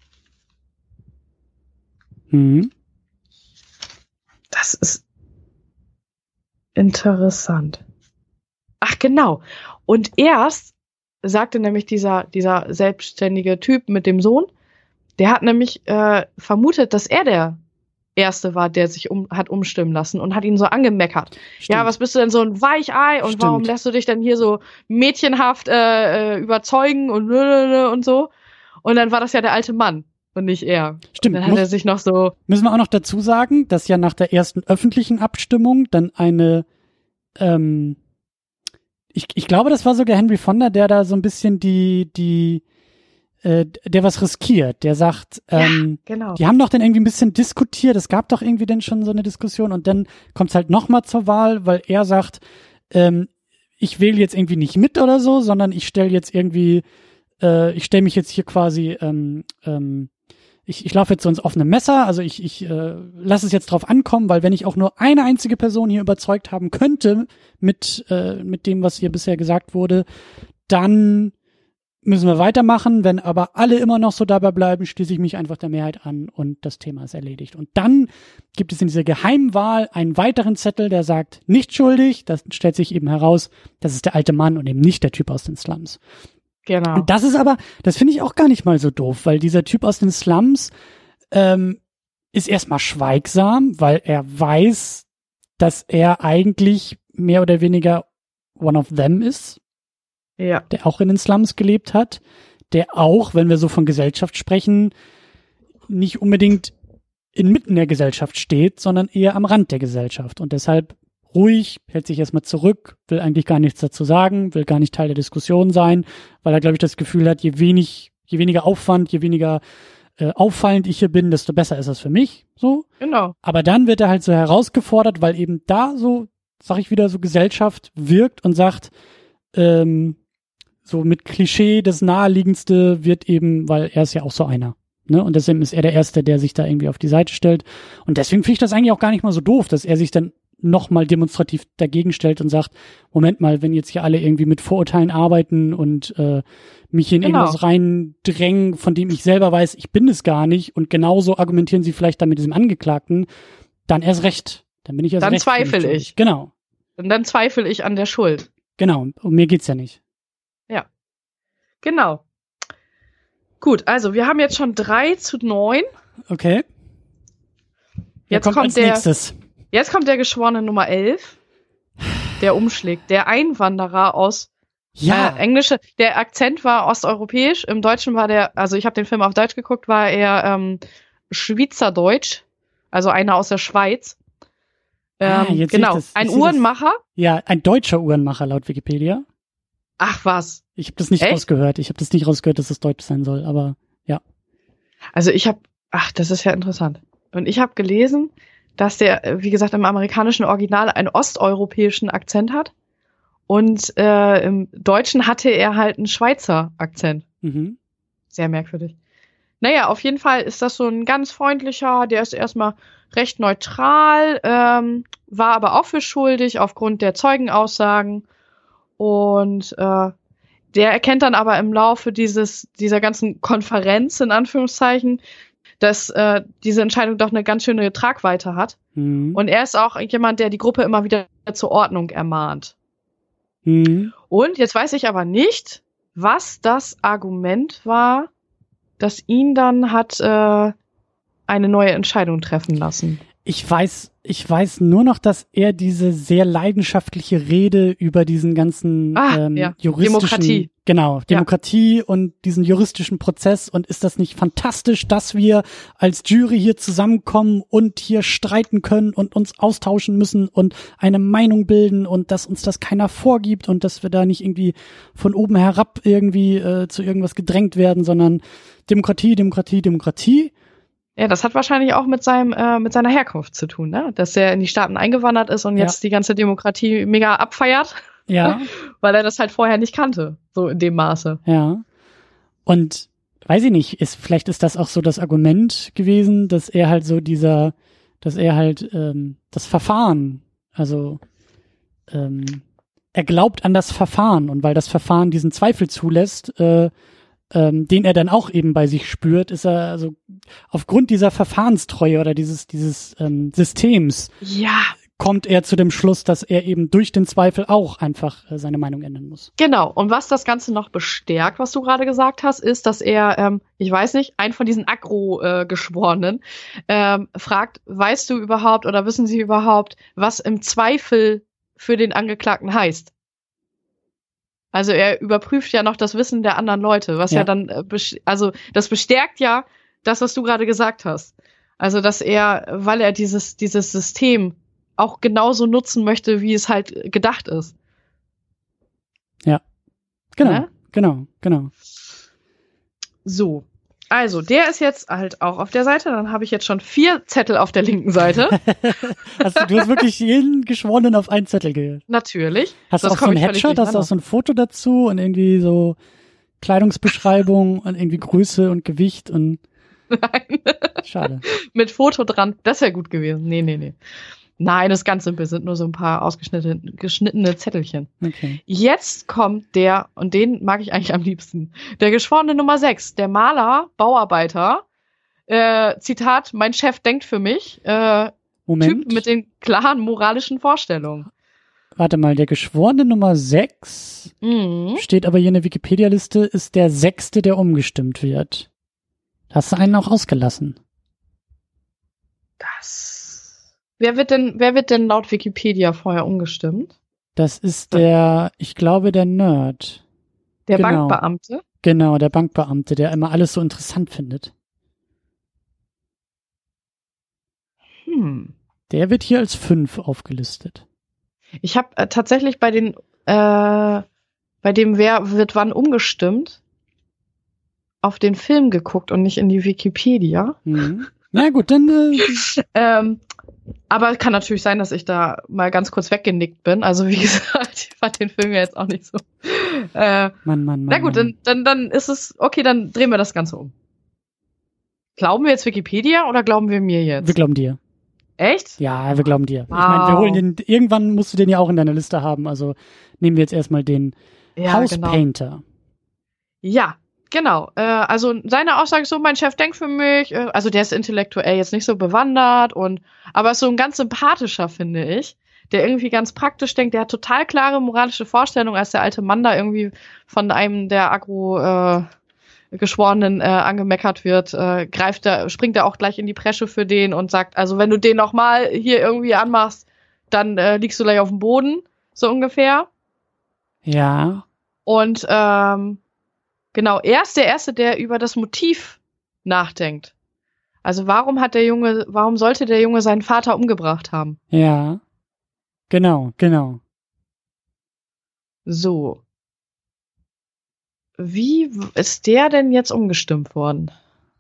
Mhm. Das ist interessant. Ach, genau. Und erst sagte nämlich dieser, dieser selbstständige Typ mit dem Sohn, der hat nämlich äh, vermutet, dass er der Erste war, der sich um, hat umstimmen lassen und hat ihn so angemeckert. Stimmt. Ja, was bist du denn so ein Weichei und Stimmt. warum lässt du dich denn hier so mädchenhaft äh, äh, überzeugen und und so. Und dann war das ja der alte Mann und nicht er. Stimmt. Und dann hat Muss- er sich noch so, Müssen wir auch noch dazu sagen, dass ja nach der ersten öffentlichen Abstimmung dann eine, ähm, ich, ich glaube, das war sogar Henry Fonda, der da so ein bisschen die, die, äh, der was riskiert, der sagt, ähm, genau. die haben doch dann irgendwie ein bisschen diskutiert, es gab doch irgendwie dann schon so eine Diskussion und dann kommt's halt nochmal zur Wahl, weil er sagt, ähm, ich wähle jetzt irgendwie nicht mit oder so, sondern ich stelle jetzt irgendwie, äh, ich stelle mich jetzt hier quasi, ähm, ähm, ich, ich laufe jetzt so ins offene Messer, also ich, ich äh, lasse es jetzt drauf ankommen, weil wenn ich auch nur eine einzige Person hier überzeugt haben könnte mit, äh, mit dem, was hier bisher gesagt wurde, dann müssen wir weitermachen. Wenn aber alle immer noch so dabei bleiben, schließe ich mich einfach der Mehrheit an und das Thema ist erledigt. Und dann gibt es in dieser Geheimwahl einen weiteren Zettel, der sagt, nicht schuldig. Das stellt sich eben heraus, das ist der alte Mann und eben nicht der Typ aus den Slums. Genau. Und das ist aber, das finde ich auch gar nicht mal so doof, weil dieser Typ aus den Slums ähm, ist erstmal schweigsam, weil er weiß, dass er eigentlich mehr oder weniger one of them ist, Ja. der auch in den Slums gelebt hat, der auch, wenn wir so von Gesellschaft sprechen, nicht unbedingt inmitten der Gesellschaft steht, sondern eher am Rand der Gesellschaft und deshalb ruhig, hält sich erstmal zurück, will eigentlich gar nichts dazu sagen, will gar nicht Teil der Diskussion sein, weil er, glaube ich, das Gefühl hat, je wenig, je weniger Aufwand, je weniger äh, auffallend ich hier bin, desto besser ist das für mich, so. Genau. Aber dann wird er halt so herausgefordert, weil eben da so, sag ich wieder, so Gesellschaft wirkt und sagt, ähm, so mit Klischee, das Naheliegendste wird eben, weil er ist ja auch so einer. Ne? Und deswegen ist er der Erste, der sich da irgendwie auf die Seite stellt. Und deswegen finde ich das eigentlich auch gar nicht mal so doof, dass er sich dann nochmal demonstrativ dagegen stellt und sagt, Moment mal, wenn jetzt hier alle irgendwie mit Vorurteilen arbeiten und äh, mich in Genau. irgendwas reindrängen, von dem ich selber weiß, ich bin es gar nicht und genauso argumentieren sie vielleicht dann mit diesem Angeklagten, dann erst recht. Dann bin ich erst Dann recht. zweifle schuldig. ich. Genau, Und dann zweifle ich an der Schuld. genau. Um mir geht's ja nicht. Genau. Gut, also wir haben jetzt schon drei zu neun. Okay. Wer Jetzt kommt, kommt als der- nächstes? Jetzt kommt der Geschworene Nummer elf, der umschlägt. Der Einwanderer aus Ja, äh, Englische. Der Akzent war osteuropäisch. Im Deutschen war der, also ich habe den Film auf Deutsch geguckt, war er ähm, Schweizerdeutsch, also einer aus der Schweiz. Ah, Ähm, jetzt sehe ich genau, das. Ich ein sehe das. Uhrenmacher. ja, ein deutscher Uhrenmacher laut Wikipedia. Ach was. Ich habe das nicht Echt? rausgehört. Ich habe das nicht rausgehört, dass es deutsch sein soll, aber Also ich habe, ach, das ist ja interessant. Und ich habe gelesen, dass der, äh, wie gesagt, im amerikanischen Original einen osteuropäischen Akzent hat. Und äh, im Deutschen hatte er halt einen Schweizer Akzent. mhm. Sehr merkwürdig. Naja, auf jeden Fall ist das so ein ganz freundlicher, der ist erstmal recht neutral, ähm, war aber auch für schuldig aufgrund der Zeugenaussagen. Und äh, der erkennt dann aber im Laufe dieses dieser ganzen Konferenz, in Anführungszeichen, dass äh, diese Entscheidung doch eine ganz schöne Tragweite hat. Mhm. Und er ist auch jemand, der die Gruppe immer wieder zur Ordnung ermahnt. Mhm. Und jetzt weiß ich aber nicht, was das Argument war, das ihn dann hat äh, eine neue Entscheidung treffen lassen. Ich weiß, ich weiß nur noch, dass er diese sehr leidenschaftliche Rede über diesen ganzen ah, ähm, ja. juristischen, Demokratie. genau, Demokratie ja. und diesen juristischen Prozess. Und ist das nicht fantastisch, dass wir als Jury hier zusammenkommen und hier streiten können und uns austauschen müssen und eine Meinung bilden und dass uns das keiner vorgibt und dass wir da nicht irgendwie von oben herab irgendwie äh, zu irgendwas gedrängt werden, sondern Demokratie, Demokratie, Demokratie. Ja, das hat wahrscheinlich auch mit seinem äh, mit seiner Herkunft zu tun, ne? Dass er in die Staaten eingewandert ist und ja. jetzt die ganze Demokratie mega abfeiert. Ja. Weil er das halt vorher nicht kannte, so in dem Maße. Ja. Und weiß ich nicht, ist vielleicht ist das auch so das Argument gewesen, dass er halt so dieser, dass er halt ähm, das Verfahren, also ähm, er glaubt an das Verfahren und weil das Verfahren diesen Zweifel zulässt, äh, Ähm, den er dann auch eben bei sich spürt, ist er also aufgrund dieser Verfahrenstreue oder dieses dieses ähm, Systems ja. kommt er zu dem Schluss, dass er eben durch den Zweifel auch einfach äh, seine Meinung ändern muss. Genau. Und was das Ganze noch bestärkt, was du gerade gesagt hast, ist, dass er, ähm, ich weiß nicht, einen von diesen Agro-Geschworenen äh, ähm, fragt, weißt du überhaupt oder wissen Sie überhaupt, was im Zweifel für den Angeklagten heißt? Also er überprüft ja noch das Wissen der anderen Leute, was ja, ja dann, äh, also das bestärkt ja das, was du gerade gesagt hast. Also dass er, weil er dieses dieses System auch genauso nutzen möchte, wie es halt gedacht ist. Ja, genau, ne? genau, genau. So, also der ist jetzt halt auch auf der Seite. Dann habe ich jetzt schon vier Zettel auf der linken Seite. Also du hast wirklich jeden Geschworenen auf einen Zettel gehört. Natürlich. Hast du auch so ein Headshot, hast du auch so ein Foto dazu und irgendwie so Kleidungsbeschreibung und irgendwie Größe und Gewicht und Nein. Schade. Mit Foto dran, das wäre gut gewesen. Nee, nee, nee. Nein, das ist ganz simpel, sind nur so ein paar ausgeschnittene geschnittene Zettelchen. Okay. Jetzt kommt der, und den mag ich eigentlich am liebsten, der Geschworene Nummer sechs, der Maler, Bauarbeiter, äh, Zitat, mein Chef denkt für mich, äh, Moment. Typ mit den klaren moralischen Vorstellungen. Warte mal, der Geschworene Nummer sechs, mhm. steht aber hier in der Wikipedia-Liste, ist der sechste, der umgestimmt wird. Da hast du einen auch ausgelassen. Das... Wer wird denn, wer wird denn laut Wikipedia vorher umgestimmt? Das ist der, ich glaube, der Nerd. Der genau. Bankbeamte? Genau, der Bankbeamte, der immer alles so interessant findet. Hm. Der wird hier als fünf aufgelistet. Ich habe äh, tatsächlich bei den, äh, bei dem wer wird wann umgestimmt, auf den Film geguckt und nicht in die Wikipedia. Mhm. Na gut, dann. Äh, ähm, aber kann natürlich sein, dass ich da mal ganz kurz weggenickt bin. Also wie gesagt, ich fand den Film ja jetzt auch nicht so. Äh, Mann, Mann, Mann. Na gut, Mann. dann, dann, dann ist es, okay, dann drehen wir das Ganze um. Glauben wir jetzt Wikipedia oder glauben wir mir jetzt? Wir glauben dir. Echt? Ja, wir glauben dir. Wow. Ich meine, wir holen den, irgendwann musst du den ja auch in deiner Liste haben. Also nehmen wir jetzt erstmal den ja, Hauspainter. Genau. Ja, genau. Äh, also seine Aussage ist so, mein Chef denkt für mich, äh, also der ist intellektuell jetzt nicht so bewandert und aber ist so ein ganz sympathischer, finde ich, der irgendwie ganz praktisch denkt, der hat total klare moralische Vorstellungen, als der alte Mann da irgendwie von einem der Agro äh, Geschworenen äh, angemeckert wird, äh, greift er, springt er auch gleich in die Bresche für den und sagt, also wenn du den nochmal hier irgendwie anmachst, dann äh, liegst du gleich auf dem Boden, so ungefähr. Ja. Und ähm, genau, er ist der Erste, der über das Motiv nachdenkt. Also warum hat der Junge, warum sollte der Junge seinen Vater umgebracht haben? Ja. Genau, genau. So. Wie ist der denn jetzt umgestimmt worden?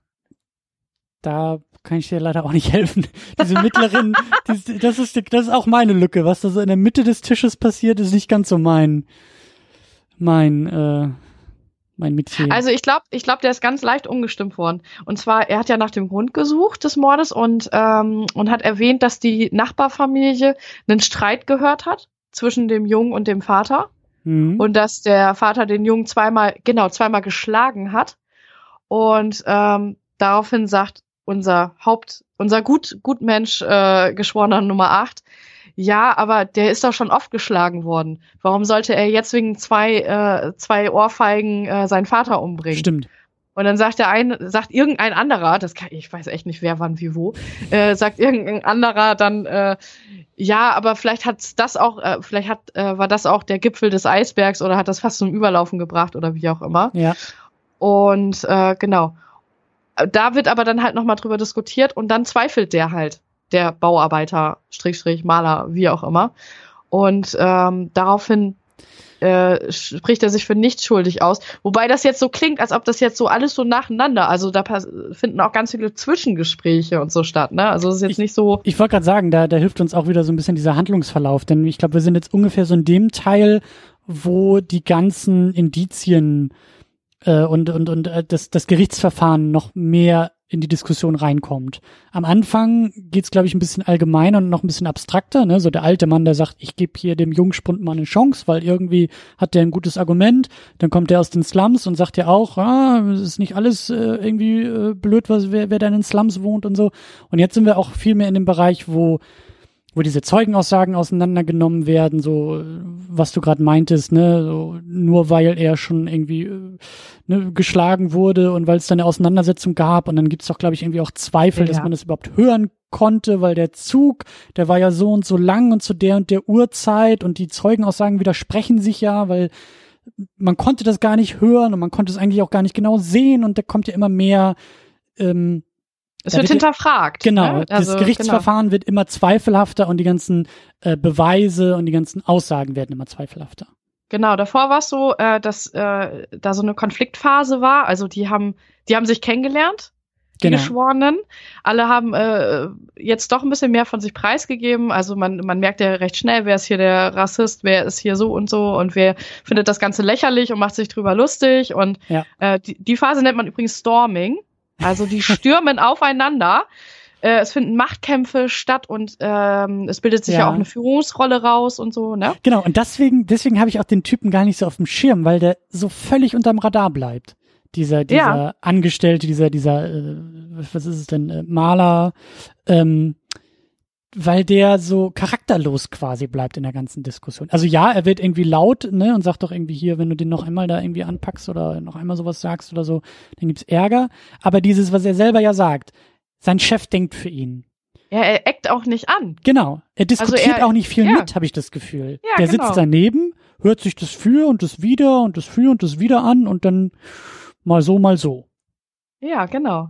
Da kann ich dir leider auch nicht helfen. Diese mittleren, die, das ist das ist auch meine Lücke. Was da so in der Mitte des Tisches passiert, ist nicht ganz so mein mein äh, mein Metier. Also ich glaube, ich glaube, der ist ganz leicht umgestimmt worden. Und zwar, er hat ja nach dem Grund gesucht des Mordes und ähm, und hat erwähnt, dass die Nachbarfamilie einen Streit gehört hat zwischen dem Jungen und dem Vater. Mhm. Und dass der Vater den Jungen zweimal, genau, zweimal geschlagen hat. Und ähm, daraufhin sagt, unser Haupt, unser Gut, Gutmensch, äh, Geschworener Nummer acht, ja, aber der ist doch schon oft geschlagen worden. Warum sollte er jetzt wegen zwei, äh, zwei Ohrfeigen äh, seinen Vater umbringen? Stimmt. Und dann sagt der ein, sagt irgendein anderer, das kann, ich weiß echt nicht wer, wann, wie, wo, äh, sagt irgendein anderer dann, äh, ja, aber vielleicht hat's das auch, äh, vielleicht hat, äh, war das auch der Gipfel des Eisbergs oder hat das fast zum Überlaufen gebracht oder wie auch immer. Ja. Und äh, genau. Da wird aber dann halt nochmal drüber diskutiert und dann zweifelt der halt, der Bauarbeiter, Strich, Maler, wie auch immer. Und ähm, daraufhin Äh, spricht er sich für nicht schuldig aus. Wobei das jetzt so klingt, als ob das jetzt so alles so nacheinander, also da finden auch ganz viele Zwischengespräche und so statt, ne? Also es ist jetzt ich, nicht so. Ich wollte gerade sagen, da, da hilft uns auch wieder so ein bisschen dieser Handlungsverlauf, denn ich glaube, wir sind jetzt ungefähr so in dem Teil, wo die ganzen Indizien äh, und und und äh, das das Gerichtsverfahren noch mehr in die Diskussion reinkommt. Am Anfang geht's, glaube ich, ein bisschen allgemeiner und noch ein bisschen abstrakter, ne? So der alte Mann, der sagt, ich gebe hier dem Jungspund mal eine Chance, weil irgendwie hat der ein gutes Argument. Dann kommt der aus den Slums und sagt ja auch, ah, es ist nicht alles äh, irgendwie äh, blöd, was wer, wer da in den Slums wohnt und so. Und jetzt sind wir auch viel mehr in dem Bereich, wo wo diese Zeugenaussagen auseinandergenommen werden, so was du gerade meintest, ne, so, nur weil er schon irgendwie ne, geschlagen wurde und weil es da eine Auseinandersetzung gab und dann gibt's doch, glaube ich, irgendwie auch Zweifel, ja, dass man das überhaupt hören konnte, weil der Zug, der war ja so und so lang und zu der und der Uhrzeit und die Zeugenaussagen widersprechen sich ja, weil man konnte das gar nicht hören und man konnte es eigentlich auch gar nicht genau sehen und da kommt ja immer mehr ähm, Es wird, wird hinterfragt. Genau, ne? das also, Gerichtsverfahren genau. wird immer zweifelhafter und die ganzen äh, Beweise und die ganzen Aussagen werden immer zweifelhafter. Genau, davor war es so, äh, dass äh, da so eine Konfliktphase war. Also die haben, die haben sich kennengelernt, die genau. Geschworenen. Alle haben äh, jetzt doch ein bisschen mehr von sich preisgegeben. Also man, man merkt ja recht schnell, wer ist hier der Rassist, wer ist hier so und so und wer findet das Ganze lächerlich und macht sich drüber lustig. Und ja. äh, die, die Phase nennt man übrigens Storming. Also die stürmen aufeinander. Äh, es finden Machtkämpfe statt und ähm, es bildet sich ja. ja auch eine Führungsrolle raus und so, ne? Genau, und deswegen, deswegen habe ich auch den Typen gar nicht so auf dem Schirm, weil der so völlig unterm Radar bleibt. Dieser, dieser ja. Angestellte, dieser, dieser, äh, was ist es denn, äh, Maler, ähm, weil der so charakterlos quasi bleibt in der ganzen Diskussion. Also ja, er wird irgendwie laut, ne, und sagt doch irgendwie hier, wenn du den noch einmal da irgendwie anpackst oder noch einmal sowas sagst oder so, dann gibt's Ärger. Aber dieses, was er selber ja sagt, sein Chef denkt für ihn. Ja, er eckt auch nicht an. Genau. Er diskutiert also er, auch nicht viel ja. mit, habe ich das Gefühl. Ja, der genau. sitzt daneben, hört sich das für und das wieder und das für und das wieder an und dann mal so, mal so. Ja, genau.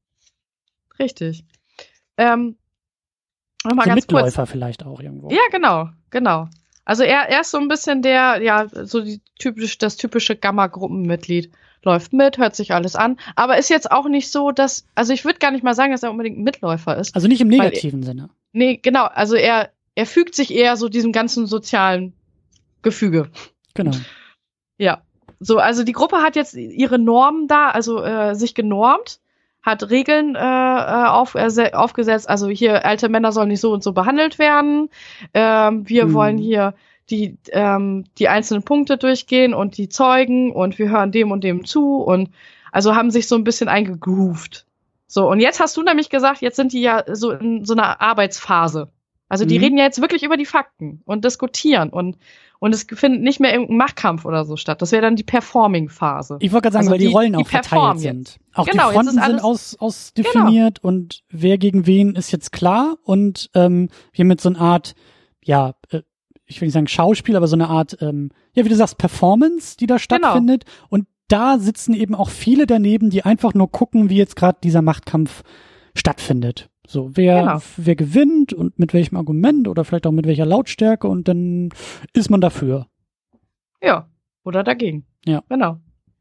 Richtig. Ähm, Nochmal so ganz Mitläufer kurz. vielleicht auch irgendwo. Ja, genau, genau. Also er, er ist so ein bisschen der, ja, so die typisch, das typische Gamma-Gruppenmitglied. Läuft mit, hört sich alles an, aber ist jetzt auch nicht so, dass, also ich würde gar nicht mal sagen, dass er unbedingt ein Mitläufer ist. Also nicht im negativen weil, Sinne. Nee, genau, also er, er fügt sich eher so diesem ganzen sozialen Gefüge. Genau. Ja, so, also die Gruppe hat jetzt ihre Normen da, also äh, sich genormt, hat Regeln äh, auf, äh, aufgesetzt, also hier alte Männer sollen nicht so und so behandelt werden. Ähm, wir hm. wollen hier die ähm, die einzelnen Punkte durchgehen und die Zeugen und wir hören dem und dem zu und also haben sich so ein bisschen eingegroovt. So, und jetzt hast du nämlich gesagt, jetzt sind die ja so in so einer Arbeitsphase. Also die mhm. reden ja jetzt wirklich über die Fakten und diskutieren und und es findet nicht mehr irgendein Machtkampf oder so statt. Das wäre dann die Performing-Phase. Ich wollte gerade sagen, also weil die, die Rollen auch verteilt sind. Auch genau, die Fronten sind aus, ausdefiniert genau. und wer gegen wen ist jetzt klar und ähm, wir mit so einer Art, ja, äh, ich will nicht sagen Schauspiel, aber so eine Art, ähm, ja, wie du sagst, Performance, die da stattfindet. Genau. Und da sitzen eben auch viele daneben, die einfach nur gucken, wie jetzt gerade dieser Machtkampf stattfindet. So, wer, genau. wer gewinnt und mit welchem Argument oder vielleicht auch mit welcher Lautstärke und dann ist man dafür. Ja, oder dagegen. Ja. Genau.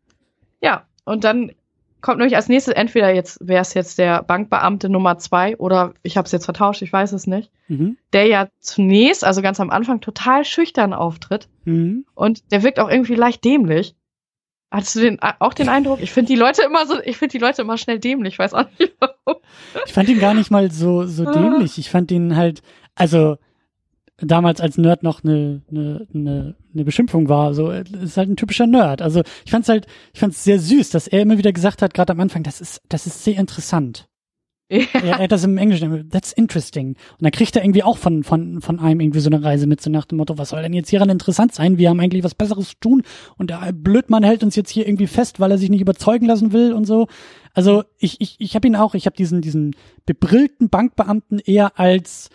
Ja, und dann kommt nämlich als nächstes, entweder jetzt wäre es jetzt der Bankbeamte Nummer zwei oder ich habe es jetzt vertauscht, ich weiß es nicht, mhm. der ja zunächst, also ganz am Anfang, total schüchtern auftritt mhm. und der wirkt auch irgendwie leicht dämlich. Hattest du den, auch den Eindruck? Ich finde die Leute immer so, ich finde die Leute immer schnell dämlich, ich weiß auch nicht warum. Ich fand ihn gar nicht mal so, so dämlich. Ich fand ihn halt, also damals als Nerd noch eine, eine, eine, eine Beschimpfung war, so, ist halt ein typischer Nerd. Also ich fand's halt, ich fand's sehr süß, dass er immer wieder gesagt hat, gerade am Anfang, das ist, das ist sehr interessant. Ja. Er, er hat das im Englischen, that's interesting. Und dann kriegt er irgendwie auch von, von, von einem irgendwie so eine Reise mit, so nach dem Motto, was soll denn jetzt hieran interessant sein? Wir haben eigentlich was Besseres zu tun und der Blödmann hält uns jetzt hier irgendwie fest, weil er sich nicht überzeugen lassen will und so. Also ich, ich, ich habe ihn auch, ich habe diesen, diesen bebrillten Bankbeamten eher als,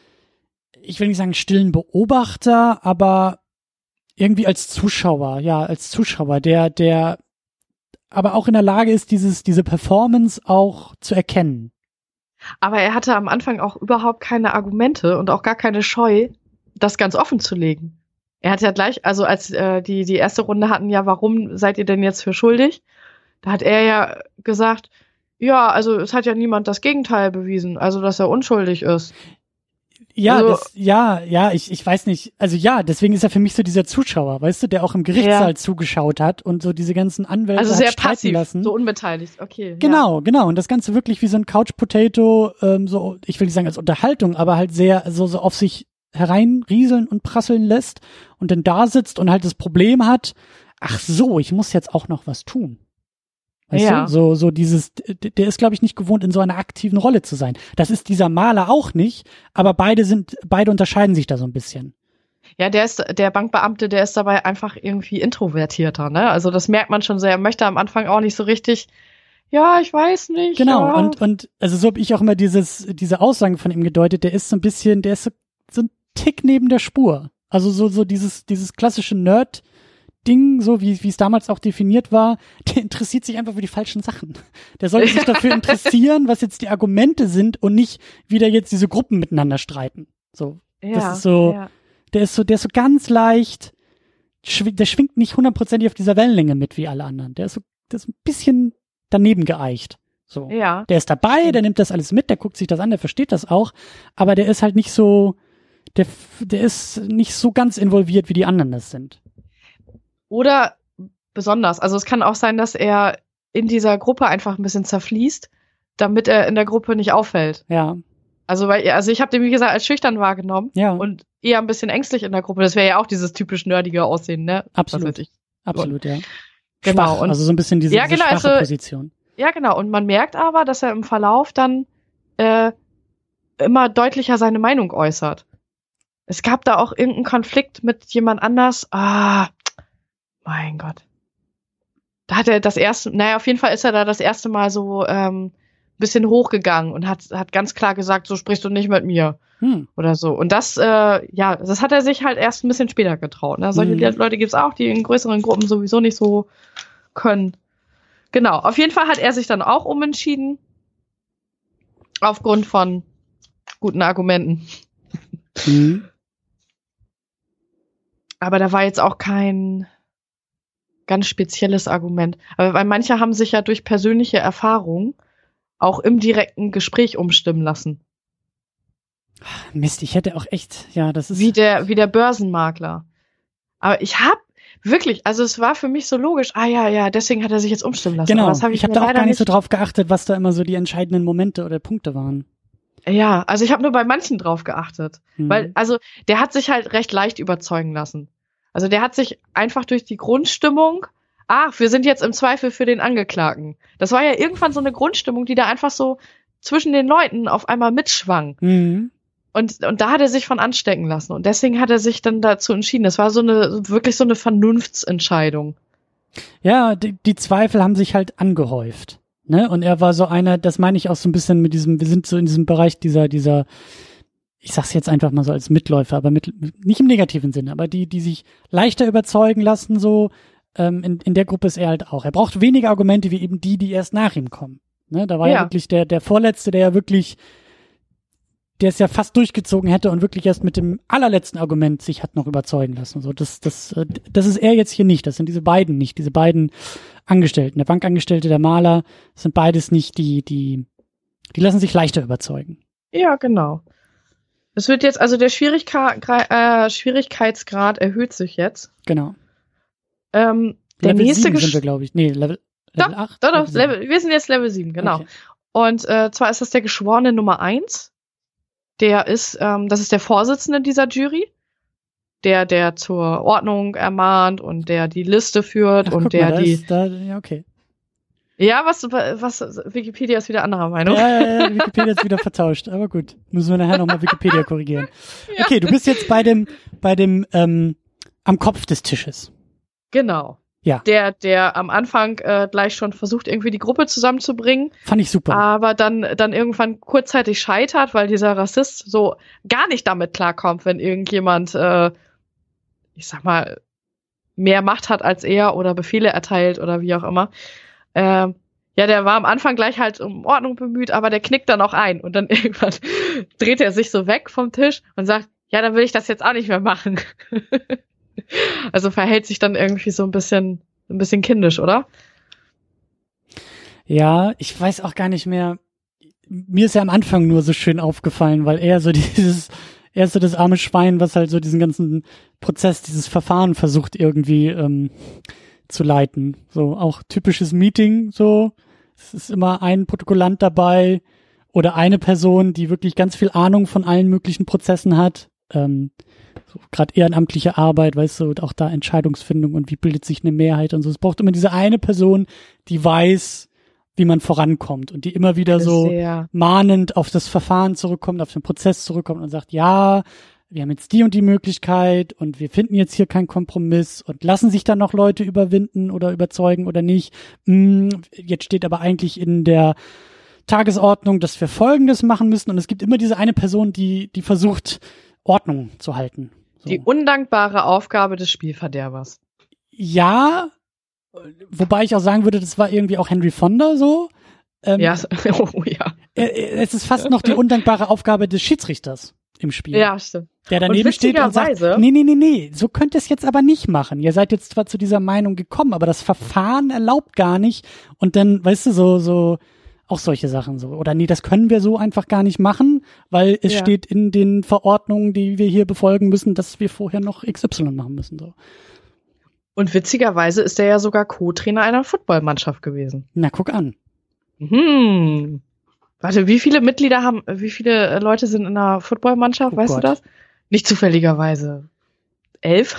ich will nicht sagen stillen Beobachter, aber irgendwie als Zuschauer, ja, als Zuschauer, der, der aber auch in der Lage ist, dieses, diese Performance auch zu erkennen. Aber er hatte am Anfang auch überhaupt keine Argumente und auch gar keine Scheu, das ganz offen zu legen. Er hat ja gleich, also als äh, die die erste Runde hatten, ja, warum seid ihr denn jetzt für schuldig? Da hat er ja gesagt, ja, also es hat ja niemand das Gegenteil bewiesen, also dass er unschuldig ist. Ja, also, das, ja, ja, ich, ich weiß nicht, also ja, deswegen ist er für mich so dieser Zuschauer, weißt du, der auch im Gerichtssaal ja. zugeschaut hat und so diese ganzen Anwälte also sehr hat streiten passiv, lassen. So unbeteiligt, okay. Genau, ja. genau, und das Ganze wirklich wie so ein Couch Potato, ähm, so, ich will nicht sagen als Unterhaltung, aber halt sehr so, so auf sich hereinrieseln und prasseln lässt und dann da sitzt und halt das Problem hat, ach so, ich muss jetzt auch noch was tun. Weißt ja. du? So, so dieses, der ist, glaube ich, nicht gewohnt, in so einer aktiven Rolle zu sein. Das ist dieser Maler auch nicht, aber beide sind, beide unterscheiden sich da so ein bisschen. Ja, der ist, der Bankbeamte, der ist dabei einfach irgendwie introvertierter, ne? Also das merkt man schon sehr. Er möchte am Anfang auch nicht so richtig, ja, ich weiß nicht. Genau, ja. und, und, also so habe ich auch immer dieses, diese Aussagen von ihm gedeutet, der ist so ein bisschen, der ist so, so ein Tick neben der Spur. Also so, so dieses, dieses klassische Nerd- Ding, so wie wie es damals auch definiert war, der interessiert sich einfach für die falschen Sachen. Der sollte sich dafür interessieren, was jetzt die Argumente sind und nicht wieder jetzt diese Gruppen miteinander streiten. So, ja, das ist so, ja. der ist so, der ist so ganz leicht, schwing, der schwingt nicht hundertprozentig auf dieser Wellenlänge mit wie alle anderen. Der ist so, der ist ein bisschen daneben geeicht. So, ja. Der ist dabei, der nimmt das alles mit, der guckt sich das an, der versteht das auch, aber der ist halt nicht so, der, der ist nicht so ganz involviert, wie die anderen das sind. Oder besonders, also es kann auch sein, dass er in dieser Gruppe einfach ein bisschen zerfließt, damit er in der Gruppe nicht auffällt. Ja. Also weil, also ich habe den, wie gesagt, als schüchtern wahrgenommen ja. und eher ein bisschen ängstlich in der Gruppe. Das wäre ja auch dieses typisch nerdige Aussehen, ne? Absolut. Absolut, ja. Genau. Schwach, und also so ein bisschen diese, ja, diese genau, schwache also, Position. Ja, genau. Und man merkt aber, dass er im Verlauf dann äh, immer deutlicher seine Meinung äußert. Es gab da auch irgendeinen Konflikt mit jemand anders. Ah, mein Gott. Da hat er das erste, naja, auf jeden Fall ist er da das erste Mal so ähm, ein bisschen hochgegangen und hat, hat ganz klar gesagt, so sprichst du nicht mit mir. Hm. Oder so. Und das, äh, ja, das hat er sich halt erst ein bisschen später getraut. Ne? Solche hm. Leute gibt's auch, die in größeren Gruppen sowieso nicht so können. Genau, auf jeden Fall hat er sich dann auch umentschieden. Aufgrund von guten Argumenten. Hm. Aber da war jetzt auch kein ganz spezielles Argument. Aber weil manche haben sich ja durch persönliche Erfahrung auch im direkten Gespräch umstimmen lassen. Mist, ich hätte auch echt, ja, das ist... Wie der, wie der Börsenmakler. Aber ich hab wirklich, also es war für mich so logisch, ah ja, ja, deswegen hat er sich jetzt umstimmen lassen. Genau, hab ich, ich habe da auch gar nicht so drauf geachtet, was da immer so die entscheidenden Momente oder Punkte waren. Ja, also ich habe nur bei manchen drauf geachtet. Hm. Weil, also der hat sich halt recht leicht überzeugen lassen. Also der hat sich einfach durch die Grundstimmung, ach, wir sind jetzt im Zweifel für den Angeklagten. Das war ja irgendwann so eine Grundstimmung, die da einfach so zwischen den Leuten auf einmal mitschwang. Mhm. Und, und da hat er sich von anstecken lassen. Und deswegen hat er sich dann dazu entschieden. Das war so eine, wirklich so eine Vernunftsentscheidung. Ja, die, die Zweifel haben sich halt angehäuft. Ne? Und er war so einer, das meine ich auch so ein bisschen mit diesem, wir sind so in diesem Bereich dieser, dieser, ich sag's jetzt einfach mal so als Mitläufer, aber mit, nicht im negativen Sinne, aber die, die sich leichter überzeugen lassen, so, ähm, in, in der Gruppe ist er halt auch. Er braucht weniger Argumente wie eben die, die erst nach ihm kommen. Ne? Da war ja, ja wirklich der, der Vorletzte, der ja wirklich, der es ja fast durchgezogen hätte und wirklich erst mit dem allerletzten Argument sich hat noch überzeugen lassen. So, das, das, das ist er jetzt hier nicht. Das sind diese beiden nicht, diese beiden Angestellten. Der Bankangestellte, der Maler, das sind beides nicht die, die, die lassen sich leichter überzeugen. Ja, genau. Es wird jetzt, also der Schwierigkeit, äh, Schwierigkeitsgrad erhöht sich jetzt. Genau. Ähm, der Level nächste sieben sind wir, glaube ich. Nee, Level, Level doch, acht? Doch, doch, Level, wir sind jetzt Level sieben, genau. Okay. Und äh, zwar ist das der Geschworene Nummer eins. Der ist, ähm, das ist der Vorsitzende dieser Jury, der, der zur Ordnung ermahnt und der die Liste führt. Ach, und der mal, die. Da, ja, okay. Ja, was, was, Wikipedia ist wieder anderer Meinung. Ja, ja, ja, Wikipedia ist wieder vertauscht, aber gut. Müssen wir nachher nochmal Wikipedia korrigieren. Ja. Okay, du bist jetzt bei dem, bei dem, ähm, am Kopf des Tisches. Genau. Ja. Der, der am Anfang äh, gleich schon versucht, irgendwie die Gruppe zusammenzubringen. Fand ich super. Aber dann, dann irgendwann kurzzeitig scheitert, weil dieser Rassist so gar nicht damit klarkommt, wenn irgendjemand, äh, ich sag mal, mehr Macht hat als er oder Befehle erteilt oder wie auch immer. Ähm, ja, der war am Anfang gleich halt um Ordnung bemüht, aber der knickt dann auch ein. Und dann irgendwann dreht er sich so weg vom Tisch und sagt, ja, dann will ich das jetzt auch nicht mehr machen. Also verhält sich dann irgendwie so ein bisschen, ein bisschen kindisch, oder? Ja, ich weiß auch gar nicht mehr. Mir ist ja am Anfang nur so schön aufgefallen, weil er so dieses, er ist so das arme Schwein, was halt so diesen ganzen Prozess, dieses Verfahren versucht irgendwie ähm, zu leiten. So auch typisches Meeting, so. Es ist immer ein Protokollant dabei oder eine Person, die wirklich ganz viel Ahnung von allen möglichen Prozessen hat. Ähm, so gerade ehrenamtliche Arbeit, weißt du, und auch da Entscheidungsfindung und wie bildet sich eine Mehrheit und so. Es braucht immer diese eine Person, die weiß, wie man vorankommt und die immer wieder so Sehr. mahnend auf das Verfahren zurückkommt, auf den Prozess zurückkommt und sagt, ja, wir haben jetzt die und die Möglichkeit und wir finden jetzt hier keinen Kompromiss und lassen sich dann noch Leute überwinden oder überzeugen oder nicht. Hm, jetzt steht aber eigentlich in der Tagesordnung, dass wir Folgendes machen müssen und es gibt immer diese eine Person, die, die versucht, Ordnung zu halten. So. Die undankbare Aufgabe des Spielverderbers. Ja, wobei ich auch sagen würde, das war irgendwie auch Henry Fonda so. Ähm, ja, oh ja. Es ist fast noch die undankbare Aufgabe des Schiedsrichters im Spiel. Ja, stimmt. Der daneben und steht und sagt, nee, nee, nee, nee, so könnt ihr es jetzt aber nicht machen. Ihr seid jetzt zwar zu dieser Meinung gekommen, aber das Verfahren erlaubt gar nicht. Und dann, weißt du, so, so, auch solche Sachen so. Oder nee, das können wir so einfach gar nicht machen, weil es ja. steht in den Verordnungen, die wir hier befolgen müssen, dass wir vorher noch X Y machen müssen, so. Und witzigerweise ist er ja sogar Co-Trainer einer Footballmannschaft gewesen. Na, guck an. Hm. Warte, wie viele Mitglieder haben, wie viele Leute sind in einer Footballmannschaft? Oh weißt Gott. Du das? Nicht zufälligerweise. Elf?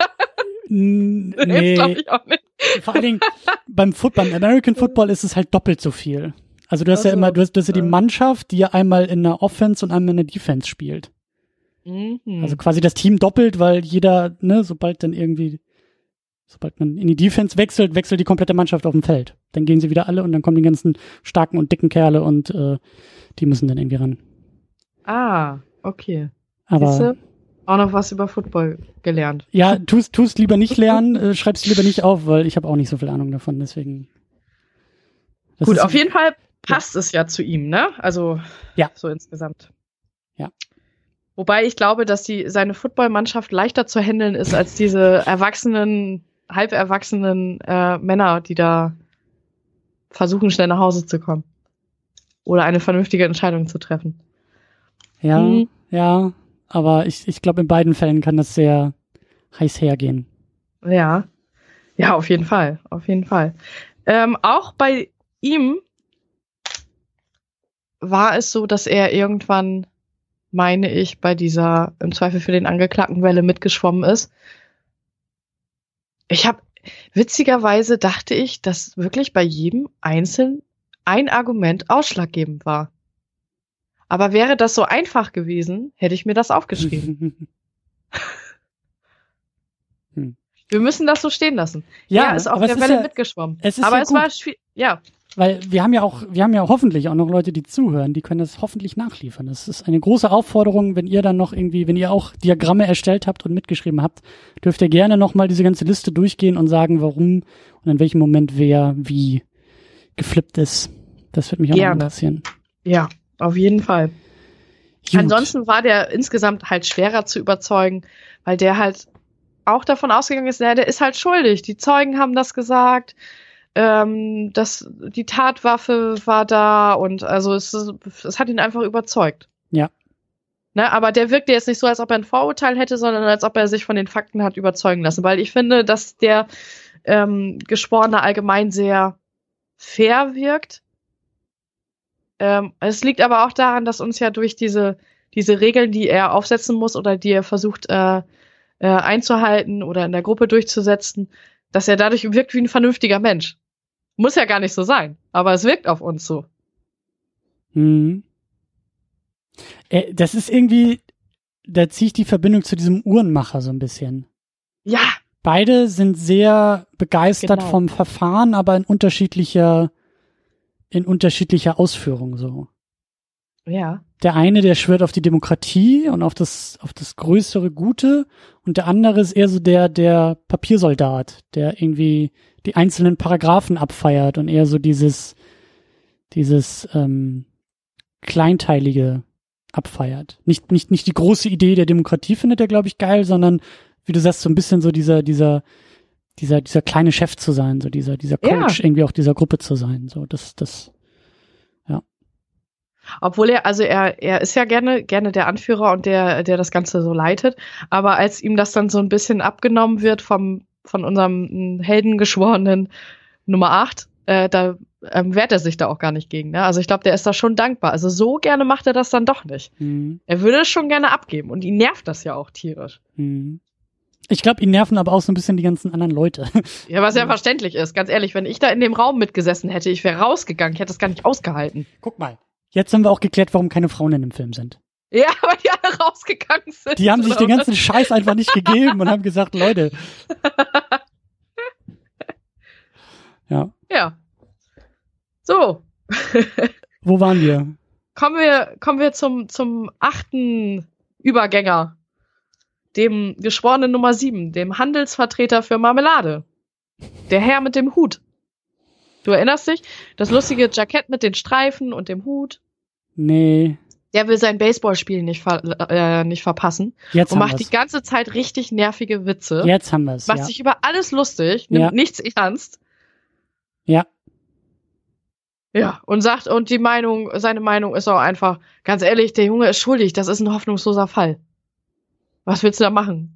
nee. Elf glaube ich auch nicht. Vor allen Dingen beim Football, beim American Football ist es halt doppelt so viel. Also du hast also, ja immer, du hast, du hast ja die Mannschaft, die ja einmal in der Offense und einmal in der Defense spielt. Mhm. Also quasi das Team doppelt, weil jeder, ne, sobald dann irgendwie Sobald man in die Defense wechselt, wechselt die komplette Mannschaft auf dem Feld. Dann gehen sie wieder alle und dann kommen die ganzen starken und dicken Kerle und äh, die müssen dann irgendwie ran. Ah, okay. Aber Siehste? Auch noch was über Football gelernt. Ja, tust tust lieber nicht lernen, äh, schreib's lieber nicht auf, weil ich habe auch nicht so viel Ahnung davon, deswegen. Gut, auf jeden Fall passt ja. es ja zu ihm, ne? Also ja. so insgesamt. Ja. Wobei ich glaube, dass die seine Footballmannschaft leichter zu handeln ist als diese erwachsenen halb erwachsenen äh, Männer, die da versuchen, schnell nach Hause zu kommen. Oder eine vernünftige Entscheidung zu treffen. Ja, hm. ja, aber ich, ich glaube, in beiden Fällen kann das sehr heiß hergehen. Ja, ja, auf jeden Fall, auf jeden Fall. Ähm, auch bei ihm war es so, dass er irgendwann, meine ich, bei dieser im Zweifel für den Angeklagten Welle mitgeschwommen ist. Ich habe, witzigerweise dachte ich, dass wirklich bei jedem Einzelnen ein Argument ausschlaggebend war. Aber wäre das so einfach gewesen, hätte ich mir das aufgeschrieben. hm. Wir müssen das so stehen lassen. Ja, er ist auf der Welle ja, mitgeschwommen. Es ist aber ja es gut. war ja. Weil wir haben ja auch, wir haben ja hoffentlich auch noch Leute, die zuhören, die können das hoffentlich nachliefern. Das ist eine große Aufforderung, wenn ihr dann noch irgendwie, wenn ihr auch Diagramme erstellt habt und mitgeschrieben habt, dürft ihr gerne nochmal diese ganze Liste durchgehen und sagen, warum und in welchem Moment wer wie geflippt ist. Das würde mich auch gerne. interessieren. Ja, auf jeden Fall. Gut. Ansonsten war der insgesamt halt schwerer zu überzeugen, weil der halt auch davon ausgegangen ist, der ist halt schuldig. Die Zeugen haben das gesagt. Ähm, das, die Tatwaffe war da und also es, es hat ihn einfach überzeugt. Ja. Ne, aber der wirkte jetzt nicht so, als ob er ein Vorurteil hätte, sondern als ob er sich von den Fakten hat überzeugen lassen, weil ich finde, dass der ähm, Geschworene allgemein sehr fair wirkt. Ähm, es liegt aber auch daran, dass uns ja durch diese, diese Regeln, die er aufsetzen muss oder die er versucht äh, äh, einzuhalten oder in der Gruppe durchzusetzen, dass er dadurch wirkt wie ein vernünftiger Mensch. Muss ja gar nicht so sein, aber es wirkt auf uns so. Mhm. Äh, das ist irgendwie, da ziehe ich die Verbindung zu diesem Uhrenmacher so ein bisschen. Ja. Beide sind sehr begeistert Genau. vom Verfahren, aber in unterschiedlicher, in unterschiedlicher Ausführung so. Ja. Der eine, der schwört auf die Demokratie und auf das, auf das größere Gute, und der andere ist eher so der, der Papiersoldat, der irgendwie die einzelnen Paragraphen abfeiert und eher so dieses, dieses ähm, Kleinteilige abfeiert. Nicht, nicht, nicht die große Idee der Demokratie findet er, glaube ich, geil, sondern, wie du sagst, so ein bisschen so dieser, dieser, dieser, dieser kleine Chef zu sein, so dieser, dieser Coach Ja. irgendwie auch dieser Gruppe zu sein. So, das, das, ja. Obwohl er, also er, er ist ja gerne, gerne der Anführer und der, der das Ganze so leitet. Aber als ihm das dann so ein bisschen abgenommen wird vom, von unserem Heldengeschworenen Nummer acht, äh, da ähm, wehrt er sich da auch gar nicht gegen. Ne? Also ich glaube, der ist da schon dankbar. Also so gerne macht er das dann doch nicht. Mhm. Er würde es schon gerne abgeben und ihn nervt das ja auch tierisch. Mhm. Ich glaube, ihn nerven aber auch so ein bisschen die ganzen anderen Leute. Ja, was ja verständlich ist. Ganz ehrlich, wenn ich da in dem Raum mitgesessen hätte, ich wäre rausgegangen. Ich hätte das gar nicht ausgehalten. Guck mal. Jetzt haben wir auch geklärt, warum keine Frauen in dem Film sind. Ja, weil die alle rausgegangen sind. Die haben sich oder? den ganzen Scheiß einfach nicht gegeben und haben gesagt, Leute. Ja. Ja. So. Wo waren wir? Kommen wir, kommen wir zum, zum achten Übergänger. Dem Geschworenen Nummer sieben, dem Handelsvertreter für Marmelade. Der Herr mit dem Hut. Du erinnerst dich? Das lustige Jackett mit den Streifen und dem Hut. Nee. Der will sein Baseballspiel nicht, ver äh, nicht verpassen. Jetzt und haben macht wir's. die ganze Zeit richtig nervige Witze. Jetzt haben wir es. Macht Ja. sich über alles lustig, nimmt Ja. nichts ernst. Ja. Ja, und sagt, und die Meinung, seine Meinung ist auch einfach, ganz ehrlich, der Junge ist schuldig, das ist ein hoffnungsloser Fall. Was willst du da machen?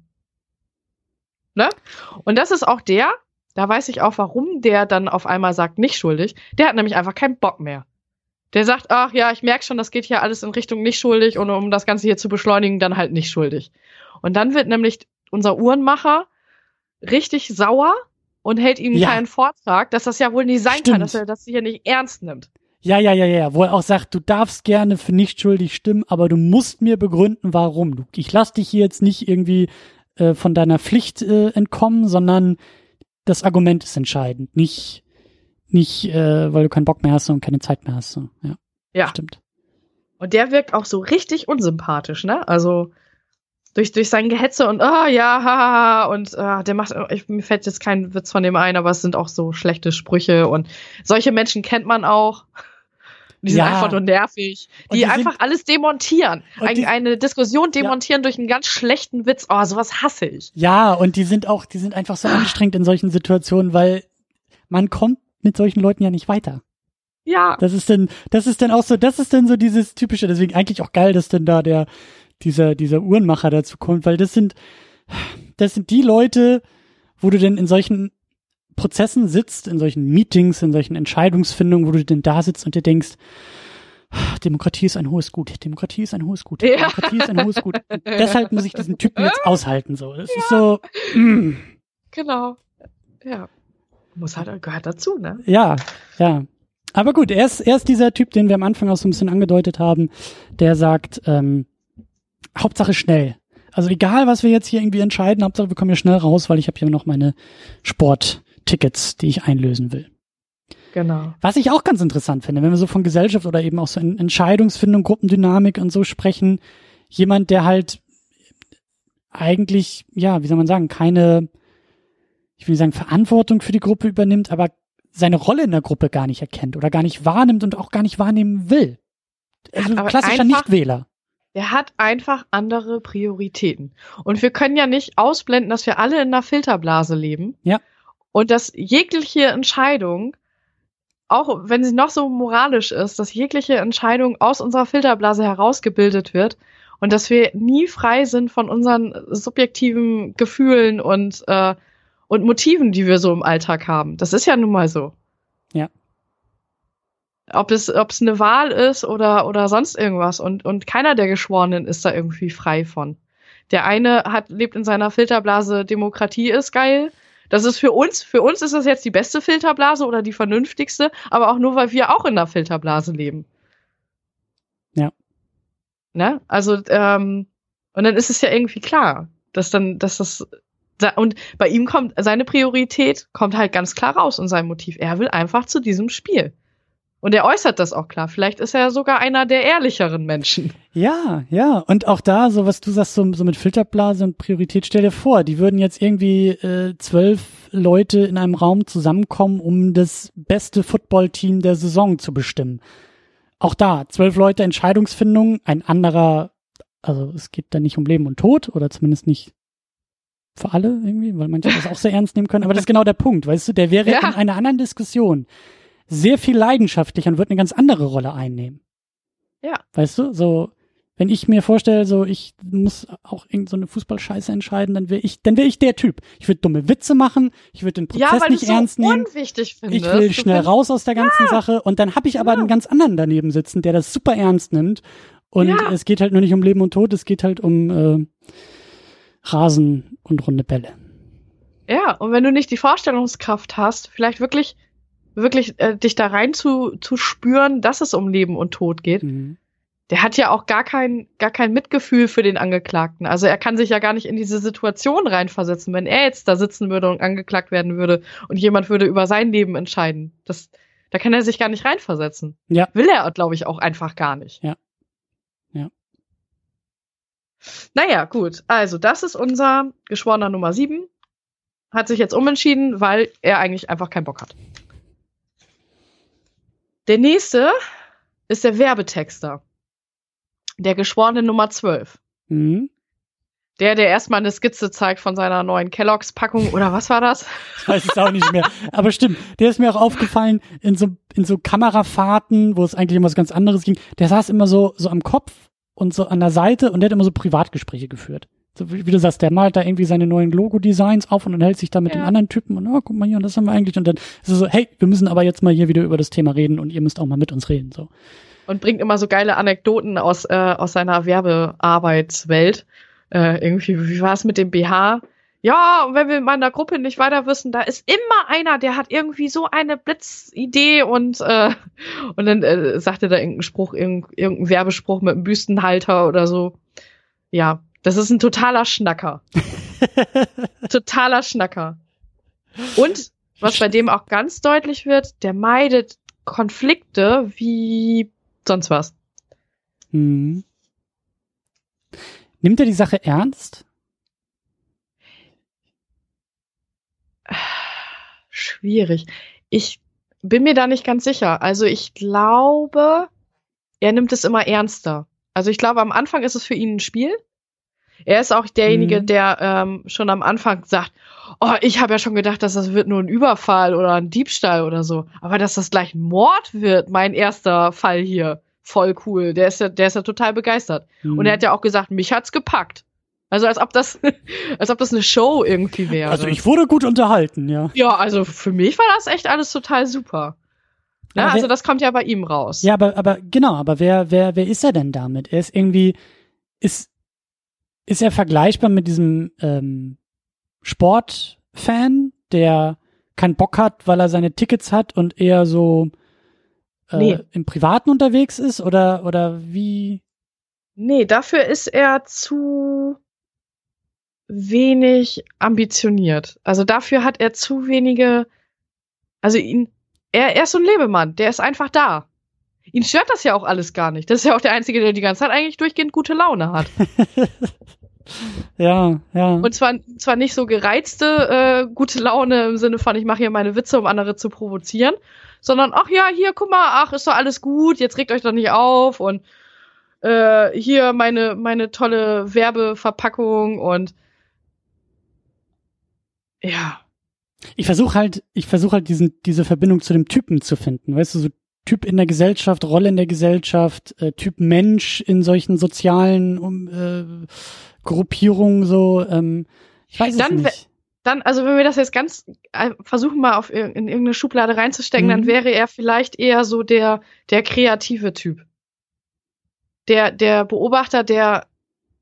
Ne? Und das ist auch der, da weiß ich auch, warum der dann auf einmal sagt, nicht schuldig. Der hat nämlich einfach keinen Bock mehr. Der sagt, ach ja, ich merke schon, das geht hier alles in Richtung nicht schuldig und um das Ganze hier zu beschleunigen, dann halt nicht schuldig. Und dann wird nämlich unser Uhrenmacher richtig sauer und hält ihm Ja. keinen Vortrag, dass das ja wohl nicht sein Stimmt. kann, dass er das hier nicht ernst nimmt. Ja, ja, ja, ja. Wo er auch sagt, du darfst gerne für nicht schuldig stimmen, aber du musst mir begründen, warum. Du, ich lass dich hier jetzt nicht irgendwie äh, von deiner Pflicht äh, entkommen, sondern das Argument ist entscheidend. Nicht, nicht äh, weil du keinen Bock mehr hast und keine Zeit mehr hast. So. Ja, Ja. stimmt. Und der wirkt auch so richtig unsympathisch, ne? Also durch, durch sein Gehetze und ah ja, haha, und ah, der macht, ich, mir fällt jetzt kein Witz von dem ein, aber es sind auch so schlechte Sprüche und solche Menschen kennt man auch. Die sind Ja. einfach nur nervig. Und Die, die einfach sind- alles demontieren. Und Ein, die- eine Diskussion demontieren durch einen ganz schlechten Witz. Oh, sowas hasse ich. Ja, und die sind auch, die sind einfach so anstrengend in solchen Situationen, weil man kommt mit solchen Leuten ja nicht weiter. Ja. Das ist denn, das ist dann auch so, das ist dann so dieses typische, deswegen eigentlich auch geil, dass denn da der, dieser, dieser Uhrenmacher dazu kommt, weil das sind, das sind die Leute, wo du denn in solchen Prozessen sitzt, in solchen Meetings, in solchen Entscheidungsfindungen, wo du denn da sitzt und dir denkst, Demokratie ist ein hohes Gut, Demokratie ist ein hohes Gut, Ja. Demokratie ist ein hohes Gut. Und deshalb muss ich diesen Typen jetzt aushalten, so. Das ist so, mm, Genau. Ja. Muss halt, gehört dazu, ne? ja, ja. Aber gut, er ist, er ist dieser Typ, den wir am Anfang auch so ein bisschen angedeutet haben, der sagt, ähm, Hauptsache schnell. Also egal, was wir jetzt hier irgendwie entscheiden, Hauptsache wir kommen hier schnell raus, weil ich habe hier noch meine Sporttickets, die ich einlösen will. Genau. Was ich auch ganz interessant finde, wenn wir so von Gesellschaft oder eben auch so in Entscheidungsfindung, Gruppendynamik und so sprechen, jemand, der halt eigentlich, ja, wie soll man sagen, keine, ich will nicht sagen Verantwortung für die Gruppe übernimmt, aber seine Rolle in der Gruppe gar nicht erkennt oder gar nicht wahrnimmt und auch gar nicht wahrnehmen will. Also Aber klassischer einfach- Nichtwähler. Der hat einfach andere Prioritäten. Und wir können ja nicht ausblenden, dass wir alle in einer Filterblase leben. Ja. Und dass jegliche Entscheidung, auch wenn sie noch so moralisch ist, dass jegliche Entscheidung aus unserer Filterblase herausgebildet wird und dass wir nie frei sind von unseren subjektiven Gefühlen und, äh, und Motiven, die wir so im Alltag haben. Das ist ja nun mal so. Ja. Ob es, ob es eine Wahl ist oder, oder sonst irgendwas. Und, und keiner der Geschworenen ist da irgendwie frei von. Der eine hat, lebt in seiner Filterblase, Demokratie ist geil. Das ist für uns, für uns ist das jetzt die beste Filterblase oder die vernünftigste, aber auch nur, weil wir auch in einer Filterblase leben. Ja. Ne? Also, ähm, und dann ist es ja irgendwie klar, dass dann, dass das, und bei ihm kommt, seine Priorität kommt halt ganz klar raus und sein Motiv. Er will einfach zu diesem Spiel. Und er äußert das auch klar. Vielleicht ist er sogar einer der ehrlicheren Menschen. Ja, ja. Und auch da, so was du sagst, so, so mit Filterblase und Priorität, stell dir vor, die würden jetzt irgendwie äh, zwölf Leute in einem Raum zusammenkommen, um das beste Footballteam der Saison zu bestimmen. Auch da, zwölf Leute Entscheidungsfindung, ein anderer, also es geht da nicht um Leben und Tod, oder zumindest nicht für alle irgendwie, weil manche das auch sehr ernst nehmen können. Aber das ist genau der Punkt, weißt du, der wäre ja. in einer anderen Diskussion sehr viel leidenschaftlicher und wird eine ganz andere Rolle einnehmen. Ja. Weißt du, so, wenn ich mir vorstelle, so, ich muss auch irgend so eine Fußballscheiße entscheiden, dann wäre ich, dann wäre ich der Typ. Ich würde dumme Witze machen, ich würde den Prozess ja, nicht so ernst nehmen. Unwichtig ich will schnell findest. raus aus der ganzen ja. Sache und dann habe ich aber ja. einen ganz anderen daneben sitzen, der das super ernst nimmt. Und ja. es geht halt nur nicht um Leben und Tod, es geht halt um äh, Rasen und runde Bälle. Ja, und wenn du nicht die Vorstellungskraft hast, vielleicht wirklich wirklich äh, dich da rein zu, zu spüren, dass es um Leben und Tod geht. Mhm. Der hat ja auch gar kein, gar kein Mitgefühl für den Angeklagten. Also er kann sich ja gar nicht in diese Situation reinversetzen, wenn er jetzt da sitzen würde und angeklagt werden würde und jemand würde über sein Leben entscheiden. Das, da kann er sich gar nicht reinversetzen. Ja. Will er, glaube ich, auch einfach gar nicht. Ja. Ja. Naja, gut. Also das ist unser Geschworener Nummer sieben. Hat sich jetzt umentschieden, weil er eigentlich einfach keinen Bock hat. Der nächste ist der Werbetexter. Der Geschworene Nummer zwölf. Mhm. Der, der erstmal eine Skizze zeigt von seiner neuen Kellogg's-Packung, oder was war das? Ich weiß es auch nicht mehr. Aber stimmt, der ist mir auch aufgefallen in so, in so Kamerafahrten, wo es eigentlich um was ganz anderes ging. Der saß immer so, so am Kopf und so an der Seite und der hat immer so Privatgespräche geführt. So, wie, wie du sagst, der malt da irgendwie seine neuen Logo-Designs auf und dann hält sich da mit ja. dem anderen Typen und oh, guck mal hier, und das haben wir eigentlich. Und dann ist es so, hey, wir müssen aber jetzt mal hier wieder über das Thema reden und ihr müsst auch mal mit uns reden. So. Und bringt immer so geile Anekdoten aus, äh, aus seiner Werbearbeitswelt. Äh, irgendwie, wie war es mit dem B H? Ja, und wenn wir in meiner Gruppe nicht weiter wissen, da ist immer einer, der hat irgendwie so eine Blitzidee und äh, und dann äh, sagt er da irgendeinen Spruch, irgendein, irgendein Werbespruch mit einem Büstenhalter oder so. Ja, das ist ein totaler Schnacker. totaler Schnacker. Und was bei dem auch ganz deutlich wird, der meidet Konflikte wie sonst was. Hm. Nimmt er die Sache ernst? Schwierig. Ich bin mir da nicht ganz sicher. Also ich glaube, er nimmt es immer ernster. Also ich glaube, am Anfang ist es für ihn ein Spiel. Er ist auch derjenige, mhm. der ähm, schon am Anfang sagt, oh, ich habe ja schon gedacht, dass das wird nur ein Überfall oder ein Diebstahl oder so. Aber dass das gleich ein Mord wird, mein erster Fall hier, voll cool. Der ist ja, der ist ja total begeistert. Mhm. Und er hat ja auch gesagt, mich hat's gepackt. Also als ob das, als ob das eine Show irgendwie wäre. Also ich wurde gut unterhalten, ja. Ja, also für mich war das echt alles total super. Ja, wer, also das kommt ja bei ihm raus. Ja, aber, aber genau, aber wer, wer, wer ist er denn damit? Er ist irgendwie, ist, ist er vergleichbar mit diesem ähm, Sportfan, der keinen Bock hat, weil er seine Tickets hat und eher so äh, nee. im Privaten unterwegs ist? Oder, oder wie? Nee, dafür ist er zu wenig ambitioniert. Also dafür hat er zu wenige, also ihn, er, er ist so ein Lebemann, der ist einfach da. Ihn stört das ja auch alles gar nicht. Das ist ja auch der Einzige, der die ganze Zeit eigentlich durchgehend gute Laune hat. Ja, ja. Und zwar, zwar nicht so gereizte äh, gute Laune im Sinne von, ich mache hier meine Witze, um andere zu provozieren, sondern, ach ja, hier, guck mal, ach, ist doch alles gut, jetzt regt euch doch nicht auf und äh, hier meine, meine tolle Werbeverpackung und ja. Ich versuche halt, ich versuche halt diesen, diese Verbindung zu dem Typen zu finden, weißt du, so Typ in der Gesellschaft, Rolle in der Gesellschaft, äh, Typ Mensch in solchen sozialen um, äh, Gruppierungen so, ähm, ich weiß dann, es nicht. Dann, also wenn wir das jetzt ganz äh, versuchen mal auf in, in irgendeine Schublade reinzustecken, mhm. dann wäre er vielleicht eher so der der kreative Typ. Der der Beobachter, der der alles irgendwie so nimmt, wie es kommt.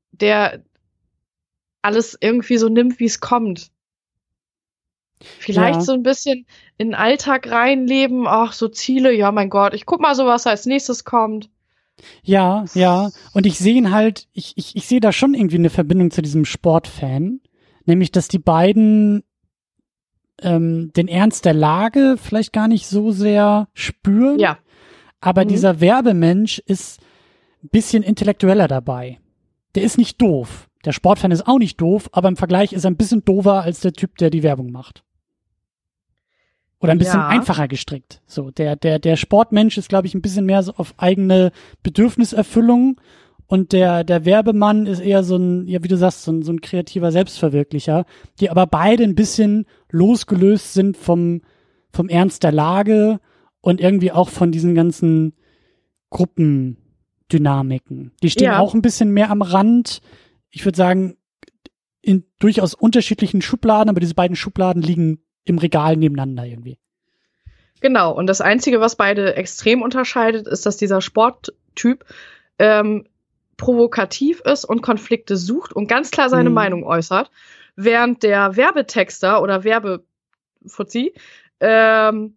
Vielleicht Ja. so ein bisschen in den Alltag reinleben. Ach, so Ziele. Ja, mein Gott. Ich guck mal so, was als nächstes kommt. Ja, ja. Und ich sehe ihn halt, ich, ich, ich sehe da schon irgendwie eine Verbindung zu diesem Sportfan. Nämlich, dass die beiden ähm, den Ernst der Lage vielleicht gar nicht so sehr spüren. Ja. Aber Mhm. dieser Werbemensch ist ein bisschen intellektueller dabei. Der ist nicht doof. Der Sportfan ist auch nicht doof, aber im Vergleich ist er ein bisschen doofer als der Typ, der die Werbung macht. Oder ein bisschen Ja. einfacher gestrickt. So, der, der, der Sportmensch ist, glaube ich, ein bisschen mehr so auf eigene Bedürfniserfüllung und der, der Werbemann ist eher so ein, ja, wie du sagst, so ein, so ein kreativer Selbstverwirklicher, die aber beide ein bisschen losgelöst sind vom, vom Ernst der Lage und irgendwie auch von diesen ganzen Gruppendynamiken. Die stehen Ja. auch ein bisschen mehr am Rand. Ich würde sagen, in durchaus unterschiedlichen Schubladen, aber diese beiden Schubladen liegen im Regal nebeneinander irgendwie. Genau. Und das Einzige, was beide extrem unterscheidet, ist, dass dieser Sporttyp ähm, provokativ ist und Konflikte sucht und ganz klar seine Mhm. Meinung äußert, während der Werbetexter oder Werbefuzzi ähm,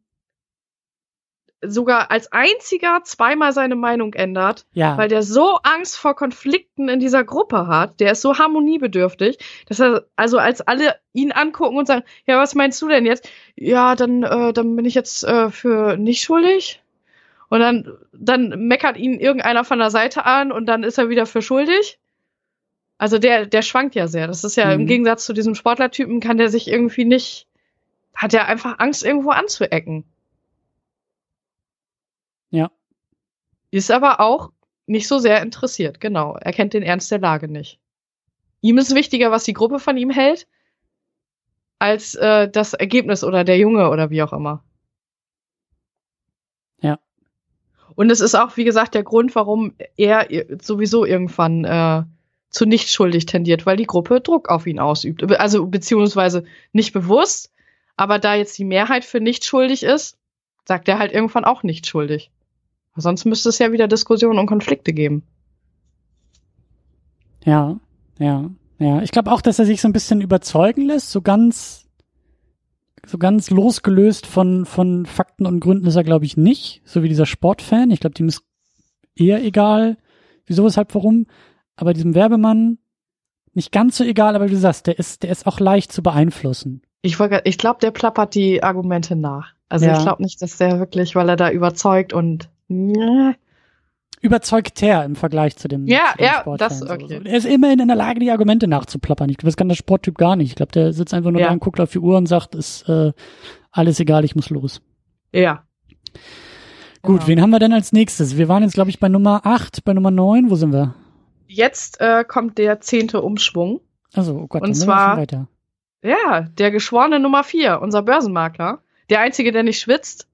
sogar als einziger zweimal seine Meinung ändert, Ja, weil der so Angst vor Konflikten in dieser Gruppe hat, der ist so harmoniebedürftig, dass er, also als alle ihn angucken und sagen, ja, was meinst du denn jetzt? Ja, dann, äh, dann bin ich jetzt äh, für nicht schuldig. Und dann, dann meckert ihn irgendeiner von der Seite an und dann ist er wieder für schuldig. Also der, der schwankt ja sehr. Das ist ja Mhm. im Gegensatz zu diesem Sportlertypen, kann der sich irgendwie nicht, hat er einfach Angst, irgendwo anzuecken. ja. Ist aber auch nicht so sehr interessiert, genau. Er kennt den Ernst der Lage nicht. Ihm ist wichtiger, was die Gruppe von ihm hält, als äh, das Ergebnis oder der Junge oder wie auch immer. Ja. Und es ist auch, wie gesagt, der Grund, warum er sowieso irgendwann äh, zu nicht schuldig tendiert, weil die Gruppe Druck auf ihn ausübt. Also beziehungsweise nicht bewusst, aber da jetzt die Mehrheit für nicht schuldig ist, sagt er halt irgendwann auch nicht schuldig. Sonst müsste es ja wieder Diskussionen und Konflikte geben. Ja, ja, ja. Ich glaube auch, dass er sich so ein bisschen überzeugen lässt, so ganz, so ganz losgelöst von, von Fakten und Gründen ist er, glaube ich, nicht. So wie dieser Sportfan. Ich glaube, dem ist eher egal, wieso, weshalb, warum. Aber diesem Werbemann nicht ganz so egal, aber wie du sagst, der ist, der ist auch leicht zu beeinflussen. Ich, wollt grad- ich glaube, der plappert die Argumente nach. Also Ja. ich glaube nicht, dass der wirklich, weil er da überzeugt und ja, Überzeugter im Vergleich zu dem, Ja, zu dem ja, Sportfan. das- So, okay. so. Er ist immerhin in der Lage, die Argumente nachzuplappern. Ich glaube, das kann der Sporttyp gar nicht. Ich glaube, der sitzt einfach nur Ja. da und guckt auf die Uhr und sagt, ist äh, alles egal, ich muss los. ja. Gut, Genau. wen haben wir denn als nächstes? Wir waren jetzt, glaube ich, bei Nummer acht, bei Nummer neun. Wo sind wir? Jetzt äh, kommt der zehnte Umschwung. Also, oh Gott, Und dann sind zwar- wir schon weiter. Ja, der geschworene Nummer vier, unser Börsenmakler. Der einzige, der nicht schwitzt.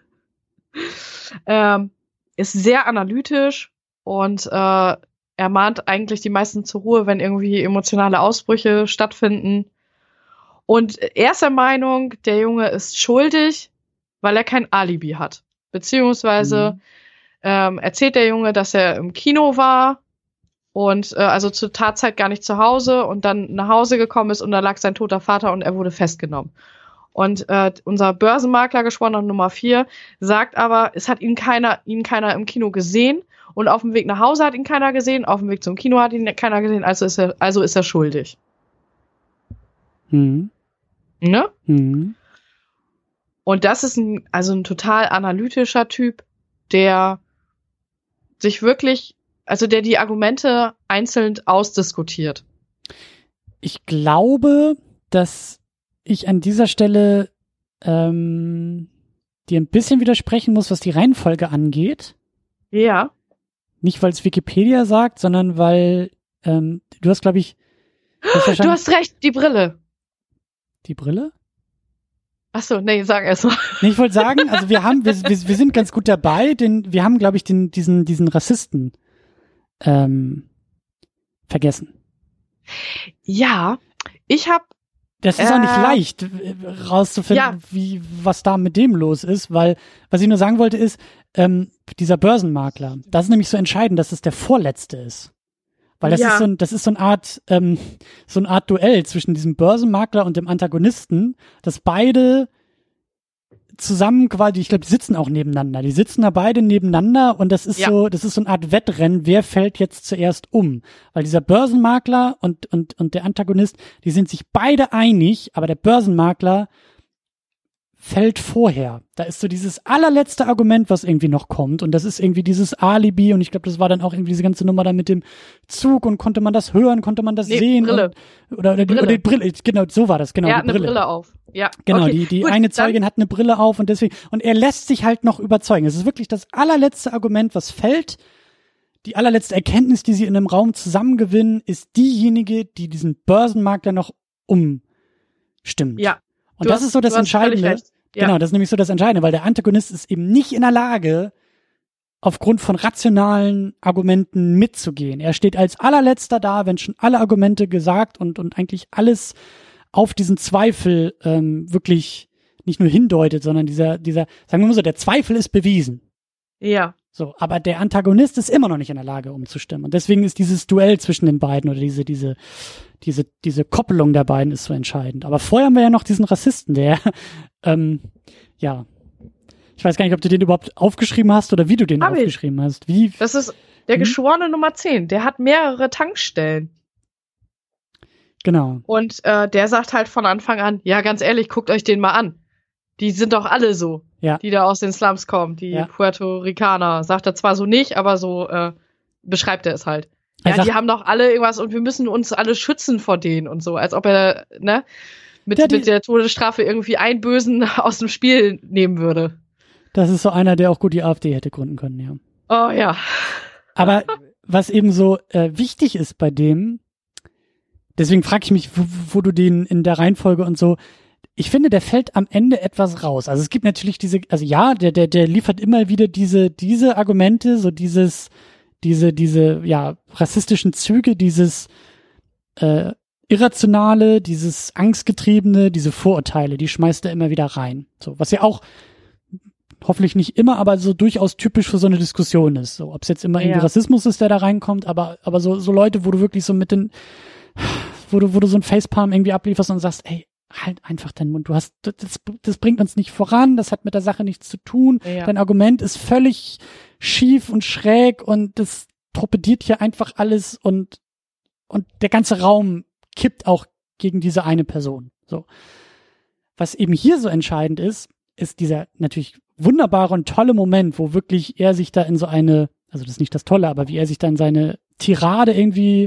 ähm, ist sehr analytisch und äh, er mahnt eigentlich die meisten zur Ruhe, wenn irgendwie emotionale Ausbrüche stattfinden. Und er ist der Meinung, der Junge ist schuldig, weil er kein Alibi hat. Beziehungsweise Mhm. ähm, erzählt der Junge, dass er im Kino war und äh, also zur Tatzeit gar nicht zu Hause und dann nach Hause gekommen ist und da lag sein toter Vater und er wurde festgenommen. Und äh, unser Börsenmakler, geschworener Nummer vier, sagt aber, es hat ihn keiner, ihn keiner im Kino gesehen und auf dem Weg nach Hause hat ihn keiner gesehen, auf dem Weg zum Kino hat ihn keiner gesehen, also ist er, also ist er schuldig. Mhm. Ne? Mhm. Und das ist ein, also ein total analytischer Typ, der sich wirklich, also der die Argumente einzeln ausdiskutiert. Ich glaube, dass ich an dieser Stelle ähm, dir ein bisschen widersprechen muss, was die Reihenfolge angeht. Ja. Nicht, weil es Wikipedia sagt, sondern weil ähm, du hast, glaube ich, du hast Du wahrscheinlich hast recht, die Brille. die Brille? Achso, nee, sag erst mal. Nee, ich wollte sagen, also wir haben, wir, wir, wir sind ganz gut dabei, denn wir haben, glaube ich, den, diesen, diesen Rassisten ähm, vergessen. Ja, ich hab, Das ist auch nicht Äh, leicht, äh, rauszufinden, ja. wie, was da mit dem los ist, weil, was ich nur sagen wollte, ist, ähm, dieser Börsenmakler, das ist nämlich so entscheidend, dass es der vorletzte ist. Weil das Ja. ist so ein, das ist so eine Art, ähm, so eine Art Duell zwischen diesem Börsenmakler und dem Antagonisten, dass beide zusammen quasi, ich glaube, die sitzen auch nebeneinander. Die sitzen da beide nebeneinander und das ist Ja. so, das ist so eine Art Wettrennen, wer fällt jetzt zuerst um? Weil dieser Börsenmakler und, und, und der Antagonist, die sind sich beide einig, aber der Börsenmakler fällt vorher. Da ist so dieses allerletzte Argument, was irgendwie noch kommt und das ist irgendwie dieses Alibi und ich glaube, das war dann auch irgendwie diese ganze Nummer da mit dem Zug und konnte man das hören, konnte man das Nee, sehen? Brille. Und, oder, oder, die, Brille. oder die Brille, genau, so war das, genau, er die hat eine Brille. Brille auf. Ja. Genau, okay. die, die Gut, eine dann- Zeugin hat eine Brille auf und deswegen, und er lässt sich halt noch überzeugen. Es ist wirklich das allerletzte Argument, was fällt. Die allerletzte Erkenntnis, die sie in einem Raum zusammengewinnen, ist diejenige, die diesen Börsenmakler noch umstimmt. Ja. Und Du das hast- ist so das du hast völlig Entscheidende. recht. Ja. Genau, das ist nämlich so das Entscheidende, weil der Antagonist ist eben nicht in der Lage, aufgrund von rationalen Argumenten mitzugehen. Er steht als allerletzter da, wenn schon alle Argumente gesagt und, und eigentlich alles auf diesen Zweifel ähm, wirklich nicht nur hindeutet, sondern dieser, dieser, sagen wir mal so, der Zweifel ist bewiesen. Ja. So, aber der Antagonist ist immer noch nicht in der Lage, umzustimmen. Und deswegen ist dieses Duell zwischen den beiden oder diese, diese, diese, diese Koppelung der beiden ist so entscheidend. Aber vorher haben wir ja noch diesen Rassisten, der, ähm, ja, ich weiß gar nicht, ob du den überhaupt aufgeschrieben hast oder wie du den Hab ich. aufgeschrieben hast. Wie? Das ist der Hm? Geschworene Nummer zehn. Der hat mehrere Tankstellen. Genau. Und äh, der sagt halt von Anfang an, ja, ganz ehrlich, guckt euch den mal an. Die sind doch alle so, Ja. die da aus den Slums kommen, die Ja. Puerto Ricaner. Sagt er zwar so nicht, aber so äh, beschreibt er es halt. Er Ja, sagt- die haben doch alle irgendwas und wir müssen uns alle schützen vor denen und so, als ob er, ne, mit, Ja, die- mit der Todesstrafe irgendwie einen Bösen aus dem Spiel nehmen würde. Das ist so einer, der auch gut die AfD hätte gründen können, ja. Oh ja. Aber was eben so äh, wichtig ist bei dem, deswegen frage ich mich, wo, wo du den in der Reihenfolge und so, ich finde, der fällt am Ende etwas raus. Also es gibt natürlich diese, also ja, der, der, der liefert immer wieder diese, diese Argumente, so dieses, diese, diese, ja, rassistischen Züge, dieses äh, Irrationale, dieses Angstgetriebene, diese Vorurteile, die schmeißt er immer wieder rein. So, was ja auch hoffentlich nicht immer, aber so durchaus typisch für so eine Diskussion ist. So, ob es jetzt immer irgendwie Ja. Rassismus ist, der da reinkommt, aber, aber so, so Leute, wo du wirklich so mit den, wo du, wo du so ein Facepalm irgendwie ablieferst und sagst, ey, halt einfach deinen Mund. Du hast, das, das bringt uns nicht voran, das hat mit der Sache nichts zu tun. Ja. Dein Argument ist völlig schief und schräg und das torpediert hier einfach alles und, und der ganze Raum kippt auch gegen diese eine Person. So. Was eben hier so entscheidend ist, ist dieser natürlich wunderbare und tolle Moment, wo wirklich er sich da in so eine, also das ist nicht das Tolle, aber wie er sich da in seine Tirade irgendwie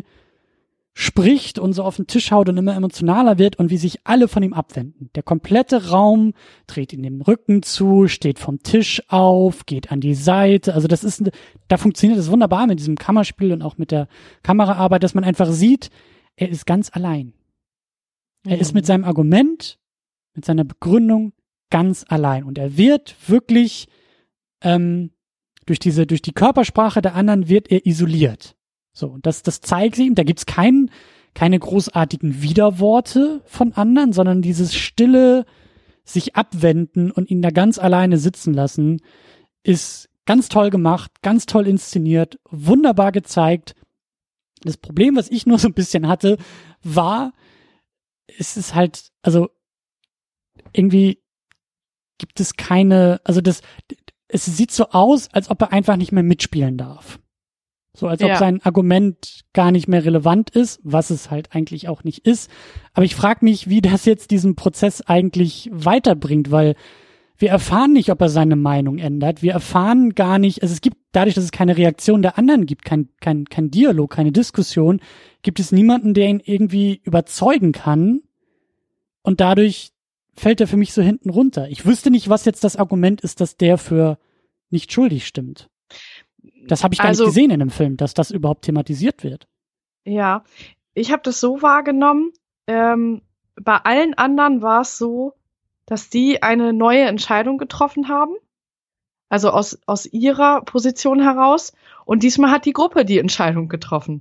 spricht und so auf den Tisch haut und immer emotionaler wird und wie sich alle von ihm abwenden. Der komplette Raum dreht ihm den Rücken zu, steht vom Tisch auf, geht an die Seite. Also das ist, da funktioniert das wunderbar mit diesem Kammerspiel und auch mit der Kameraarbeit, dass man einfach sieht, er ist ganz allein. Er ist mit seinem Argument, mit seiner Begründung ganz allein. Und er wird wirklich ähm, durch diese, durch die Körpersprache der anderen wird er isoliert. So, und das, das zeigt sie ihm, da gibt's kein, keine großartigen Widerworte von anderen, sondern dieses stille sich abwenden und ihn da ganz alleine sitzen lassen, ist ganz toll gemacht, ganz toll inszeniert, wunderbar gezeigt. Das Problem, was ich nur so ein bisschen hatte, war, es ist halt, also irgendwie gibt es keine, also das, es sieht so aus, als ob er einfach nicht mehr mitspielen darf. So als ob Ja. sein Argument gar nicht mehr relevant ist, was es halt eigentlich auch nicht ist. Aber ich frage mich, wie das jetzt diesen Prozess eigentlich weiterbringt, weil wir erfahren nicht, ob er seine Meinung ändert. Wir erfahren gar nicht, also es gibt dadurch, dass es keine Reaktion der anderen gibt, kein, kein, kein Dialog, keine Diskussion, gibt es niemanden, der ihn irgendwie überzeugen kann. Und dadurch fällt er für mich so hinten runter. Ich wüsste nicht, was jetzt das Argument ist, dass der für nicht schuldig stimmt. Das habe ich gar Also- nicht gesehen in dem Film, dass das überhaupt thematisiert wird. Ja, ich habe das so wahrgenommen. Ähm, bei allen anderen war es so, dass die eine neue Entscheidung getroffen haben. Also aus, aus ihrer Position heraus. Und diesmal hat die Gruppe die Entscheidung getroffen.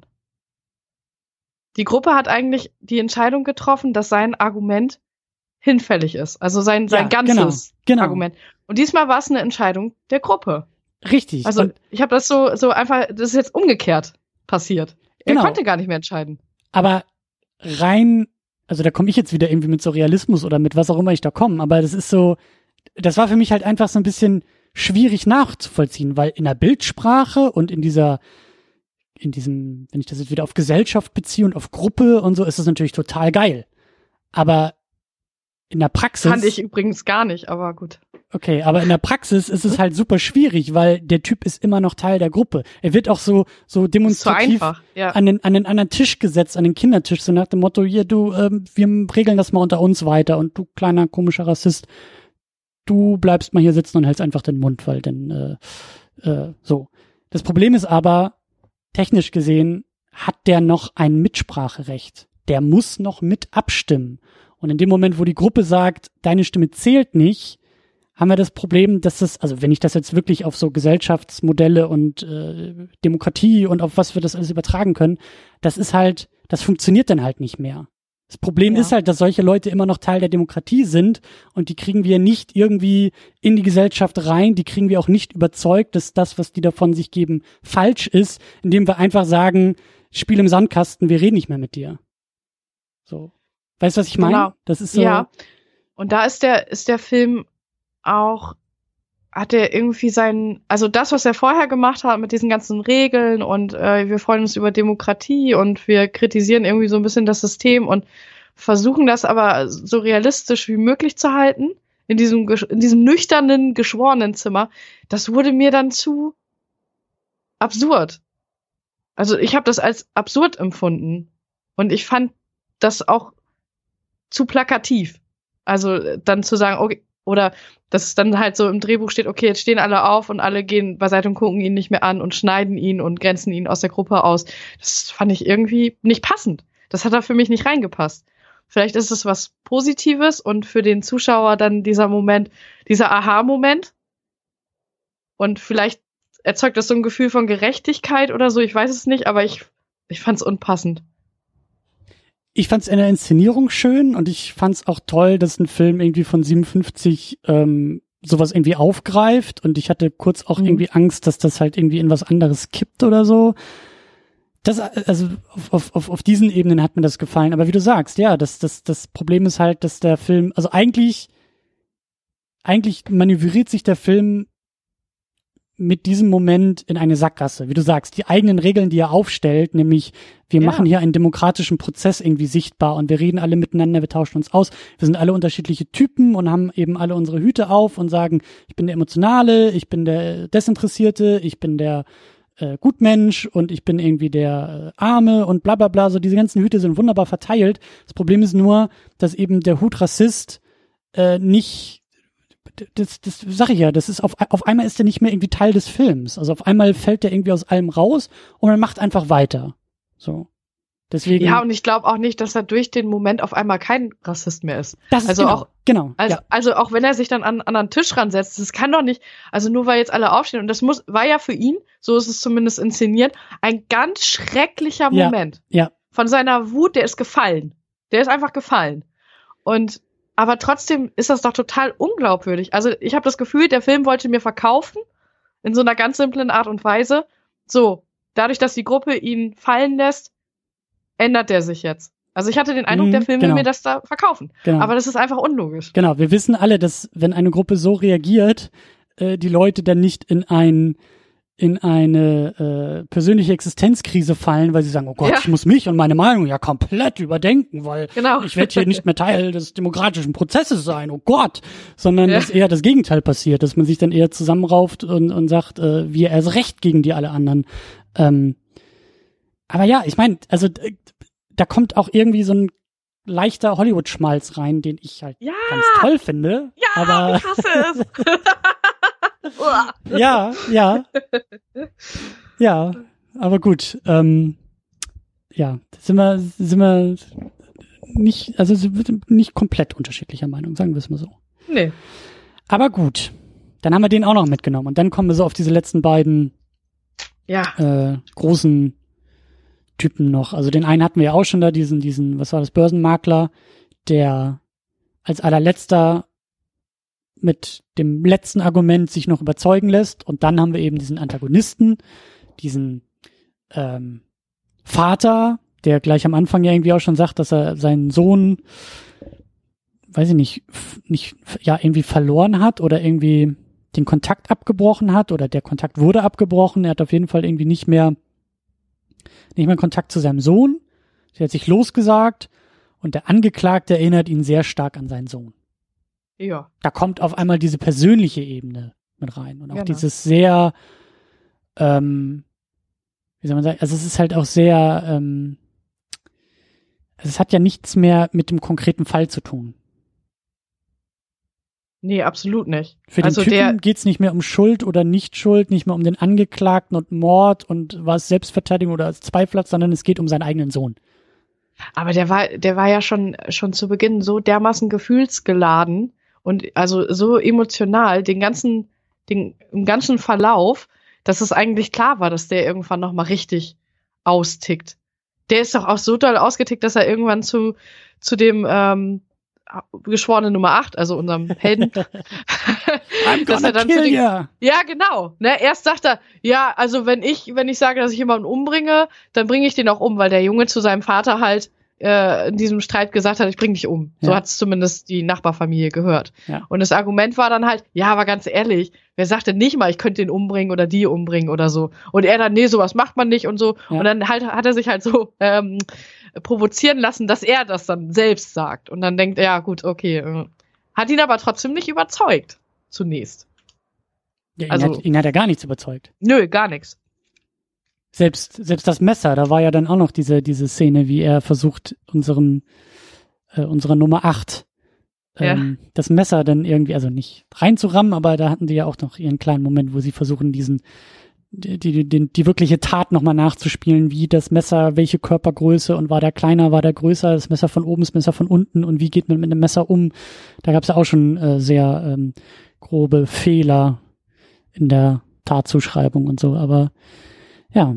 Die Gruppe hat eigentlich die Entscheidung getroffen, dass sein Argument hinfällig ist. Also sein, sein Ja, ganzes genau, genau. Argument. Und diesmal war es eine Entscheidung der Gruppe. Richtig. Also Und ich habe das so, so einfach, das ist jetzt umgekehrt passiert. Er genau. konnte gar nicht mehr entscheiden. Aber rein, also da komme ich jetzt wieder irgendwie mit so Realismus oder mit was auch immer ich da komme, aber das ist so, das war für mich halt einfach so ein bisschen schwierig nachzuvollziehen, weil in der Bildsprache und in dieser, in diesem, wenn ich das jetzt wieder auf Gesellschaft beziehe und auf Gruppe und so, ist das natürlich total geil. Aber in der Praxis. Fand ich übrigens gar nicht, aber gut. Okay, aber in der Praxis ist es halt super schwierig, weil der Typ ist immer noch Teil der Gruppe. Er wird auch so so demonstrativ so einfach, ja. an den an den anderen Tisch gesetzt, an den Kindertisch, so nach dem Motto, hier du, ähm, wir regeln das mal unter uns weiter und du kleiner komischer Rassist, du bleibst mal hier sitzen und hältst einfach den Mund, weil denn äh, äh, so. Das Problem ist aber, technisch gesehen hat der noch ein Mitspracherecht. Der muss noch mit abstimmen. Und in dem Moment, wo die Gruppe sagt, deine Stimme zählt nicht, haben wir das Problem, dass das, also wenn ich das jetzt wirklich auf so Gesellschaftsmodelle und äh, Demokratie und auf was wir das alles übertragen können, das ist halt, das funktioniert dann halt nicht mehr. Das Problem ja. ist halt, dass solche Leute immer noch Teil der Demokratie sind und die kriegen wir nicht irgendwie in die Gesellschaft rein, die kriegen wir auch nicht überzeugt, dass das, was die davon sich geben, falsch ist, indem wir einfach sagen, Spiel im Sandkasten, wir reden nicht mehr mit dir. So. Weißt du, was ich meine? Genau. Das ist so. Ja. Und da ist der, ist der Film auch, hat er irgendwie seinen, also das, was er vorher gemacht hat mit diesen ganzen Regeln und äh, wir freuen uns über Demokratie und wir kritisieren irgendwie so ein bisschen das System und versuchen das aber so realistisch wie möglich zu halten, in diesem, in diesem nüchternen, geschworenen Zimmer, das wurde mir dann zu absurd. Also ich habe das als absurd empfunden und ich fand das auch zu plakativ. Also dann zu sagen, okay, oder dass es dann halt so im Drehbuch steht, okay, jetzt stehen alle auf und alle gehen beiseite und gucken ihn nicht mehr an und schneiden ihn und grenzen ihn aus der Gruppe aus. Das fand ich irgendwie nicht passend. Das hat da für mich nicht reingepasst. Vielleicht ist es was Positives und für den Zuschauer dann dieser Moment, dieser Aha-Moment. Und vielleicht erzeugt das so ein Gefühl von Gerechtigkeit oder so, ich weiß es nicht, aber ich, ich fand es unpassend. Ich fand es in der Inszenierung schön und ich fand es auch toll, dass ein Film irgendwie von siebenundfünfzig ähm, sowas irgendwie aufgreift und ich hatte kurz auch mhm. irgendwie Angst, dass das halt irgendwie in was anderes kippt oder so. Das, also auf, auf, auf diesen Ebenen hat mir das gefallen. Aber wie du sagst, ja, das, das, das Problem ist halt, dass der Film, also eigentlich, eigentlich manövriert sich der Film mit diesem Moment in eine Sackgasse. Wie du sagst, die eigenen Regeln, die er aufstellt, nämlich wir ja. machen hier einen demokratischen Prozess irgendwie sichtbar und wir reden alle miteinander, wir tauschen uns aus. Wir sind alle unterschiedliche Typen und haben eben alle unsere Hüte auf und sagen, ich bin der Emotionale, ich bin der Desinteressierte, ich bin der äh, Gutmensch und ich bin irgendwie der äh, Arme und bla bla bla. So diese ganzen Hüte sind wunderbar verteilt. Das Problem ist nur, dass eben der Hut Rassist äh, nicht Das, das sag ich ja, das ist auf, auf einmal ist er nicht mehr irgendwie Teil des Films. Also auf einmal fällt der irgendwie aus allem raus und man macht einfach weiter. So. Deswegen. Ja, und ich glaube auch nicht, dass er durch den Moment auf einmal kein Rassist mehr ist. Das ist also genau, auch, genau. Also, ja. also auch wenn er sich dann an, an einen Tisch ransetzt, das kann doch nicht, also nur weil jetzt alle aufstehen und das muss, war ja für ihn, so ist es zumindest inszeniert, ein ganz schrecklicher Moment. Ja. ja. Von seiner Wut, der ist gefallen. Der ist einfach gefallen. Und aber trotzdem ist das doch total unglaubwürdig. Also ich habe das Gefühl, der Film wollte mir verkaufen, in so einer ganz simplen Art und Weise. So, dadurch, dass die Gruppe ihn fallen lässt, ändert der sich jetzt. Also ich hatte den Eindruck, mhm, der Film genau. will mir das da verkaufen. Genau. Aber das ist einfach unlogisch. Genau, wir wissen alle, dass wenn eine Gruppe so reagiert, äh, die Leute dann nicht in ein in eine äh, persönliche Existenzkrise fallen, weil sie sagen, oh Gott, ja. ich muss mich und meine Meinung ja komplett überdenken, weil genau. ich werde hier nicht mehr Teil des demokratischen Prozesses sein, oh Gott, sondern ja. dass eher das Gegenteil passiert, dass man sich dann eher zusammenrauft und, und sagt, äh, wir erst recht gegen die alle anderen. Ähm, aber ja, ich meine, also äh, da kommt auch irgendwie so ein leichter Hollywood-Schmalz rein, den ich halt ja. ganz toll finde. Ja, aber ich hasse es. ja, ja. Ja, aber gut. Ähm, ja, sind wir, sind wir nicht, also nicht komplett unterschiedlicher Meinung, sagen wir es mal so. Nee. Aber gut, dann haben wir den auch noch mitgenommen. Und dann kommen wir so auf diese letzten beiden ja. äh, großen Typen noch. Also den einen hatten wir ja auch schon da, diesen, diesen, was war das, Börsenmakler, der als allerletzter mit dem letzten Argument sich noch überzeugen lässt. Und dann haben wir eben diesen Antagonisten, diesen ähm, Vater, der gleich am Anfang ja irgendwie auch schon sagt, dass er seinen Sohn, weiß ich nicht, nicht ja irgendwie verloren hat oder irgendwie den Kontakt abgebrochen hat oder der Kontakt wurde abgebrochen. Er hat auf jeden Fall irgendwie nicht mehr nicht mehr Kontakt zu seinem Sohn. Er hat sich losgesagt und der Angeklagte erinnert ihn sehr stark an seinen Sohn. Ja. Da kommt auf einmal diese persönliche Ebene mit rein und auch Genau. dieses sehr, ähm, wie soll man sagen, also es ist halt auch sehr, ähm, also es hat ja nichts mehr mit dem konkreten Fall zu tun. Nee, absolut nicht. Für den also Typen der, geht's nicht mehr um Schuld oder Nicht-Schuld, nicht mehr um den Angeklagten und Mord und was Selbstverteidigung oder Zweifel hat, sondern es geht um seinen eigenen Sohn. aber der war, der war ja schon, schon zu Beginn so dermaßen gefühlsgeladen und also so emotional, den ganzen, den, im ganzen Verlauf, dass es eigentlich klar war, dass der irgendwann nochmal richtig austickt. Der ist doch auch so doll ausgetickt, dass er irgendwann zu, zu dem, ähm, Geschworene Nummer acht, also unserem Helden. I'm dass gonna er dann kill zu den, ya. Ja, genau. Ne, erst sagt er, ja, also wenn ich, wenn ich sage, dass ich jemanden umbringe, dann bringe ich den auch um, weil der Junge zu seinem Vater halt äh, in diesem Streit gesagt hat, ich bringe dich um. Ja. So hat es zumindest die Nachbarfamilie gehört. Ja. Und das Argument war dann halt, ja, aber ganz ehrlich, wer sagt denn nicht mal, ich könnte den umbringen oder die umbringen oder so. Und er dann, nee, sowas macht man nicht und so. Ja. Und dann halt hat er sich halt so ähm, provozieren lassen, dass er das dann selbst sagt. Und dann denkt er, ja gut, okay. Äh, hat ihn aber trotzdem nicht überzeugt, zunächst. Ja, ihn, Also- hat, ihn hat er gar nichts überzeugt. Nö, gar nichts. Selbst, selbst das Messer, da war ja dann auch noch diese, diese Szene, wie er versucht, unserem, äh, unserer Nummer acht, ähm, ja. das Messer dann irgendwie, also nicht reinzurammen, aber da hatten die ja auch noch ihren kleinen Moment, wo sie versuchen, diesen, die, die, die, die wirkliche Tat nochmal nachzuspielen, wie das Messer, welche Körpergröße und war der kleiner, war der größer, das Messer von oben, das Messer von unten und wie geht man mit einem Messer um. Da gab es ja auch schon äh, sehr ähm, grobe Fehler in der Tatzuschreibung und so, aber ja.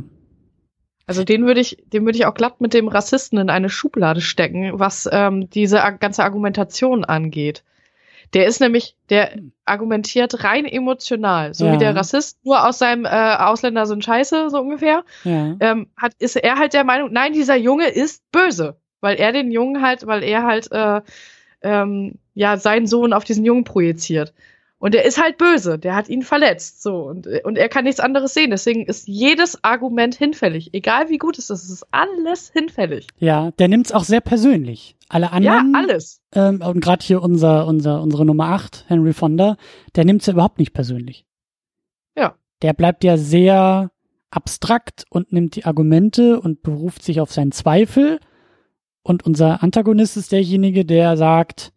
Also den würde ich, den würde ich auch glatt mit dem Rassisten in eine Schublade stecken, was ähm, diese ag- ganze Argumentation angeht. Der ist nämlich, der argumentiert rein emotional, so Ja. wie der Rassist, nur aus seinem äh, Ausländer sind scheiße, so ungefähr. Ja. Ähm, hat, ist er halt der Meinung, nein, dieser Junge ist böse, weil er den Jungen halt, weil er halt äh, ähm, ja seinen Sohn auf diesen Jungen projiziert. Und der ist halt böse, der hat ihn verletzt, so, und, und er kann nichts anderes sehen. Deswegen ist jedes Argument hinfällig. Egal wie gut es ist, es ist alles hinfällig. Ja, der nimmt's auch sehr persönlich. Alle anderen. Ja, alles. Ähm, und gerade hier unser, unser, unsere Nummer acht, Henry Fonda, der nimmt's ja überhaupt nicht persönlich. Ja. Der bleibt ja sehr abstrakt und nimmt die Argumente und beruft sich auf seinen Zweifel. Und unser Antagonist ist derjenige, der sagt,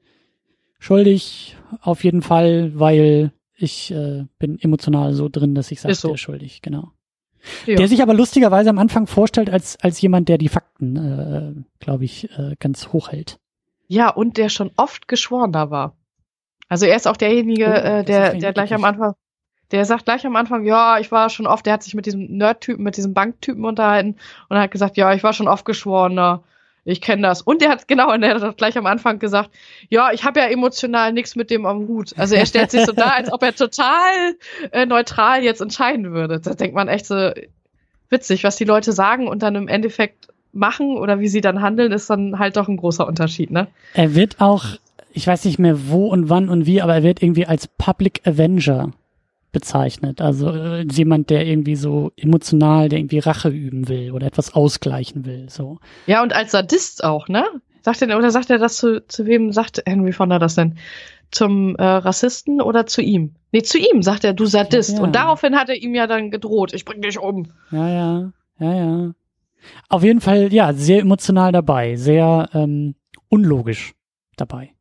schuldig auf jeden Fall, weil ich äh, bin emotional so drin, dass ich sage, Ist so. der ist schuldig, genau. Ja. Der sich aber lustigerweise am Anfang vorstellt als als jemand, der die Fakten, äh, glaube ich, äh, ganz hoch hält. Ja, und der schon oft Geschworener war. Also er ist auch derjenige, Oh, äh, das ist der, nicht der gleich am wirklich. Anfang, der sagt gleich am Anfang, ja, ich war schon oft, der hat sich mit diesem Nerd-Typen, mit diesem Banktypen unterhalten und hat gesagt, ja, ich war schon oft Geschworener. Ich kenne das. Und der hat, genau, und der hat gleich am Anfang gesagt, ja, ich habe ja emotional nichts mit dem am Hut. Also er stellt sich so dar, als ob er total äh, neutral jetzt entscheiden würde. Da denkt man echt so, witzig, was die Leute sagen und dann im Endeffekt machen oder wie sie dann handeln, ist dann halt doch ein großer Unterschied, ne? Er wird auch, ich weiß nicht mehr wo und wann und wie, aber er wird irgendwie als Public Avenger bezeichnet. Also äh, jemand, der irgendwie so emotional, der irgendwie Rache üben will oder etwas ausgleichen will. So. Ja, und als Sadist auch, ne? Sagt er, oder sagt er das zu, zu wem sagt Henry Fonda das denn? Zum äh, Rassisten oder zu ihm? Nee, zu ihm sagt er, du Sadist. Ja, ja. Und daraufhin hat er ihm ja dann gedroht, ich bring dich um. Ja, ja, ja, ja. Auf jeden Fall, ja, sehr emotional dabei, sehr ähm, unlogisch dabei.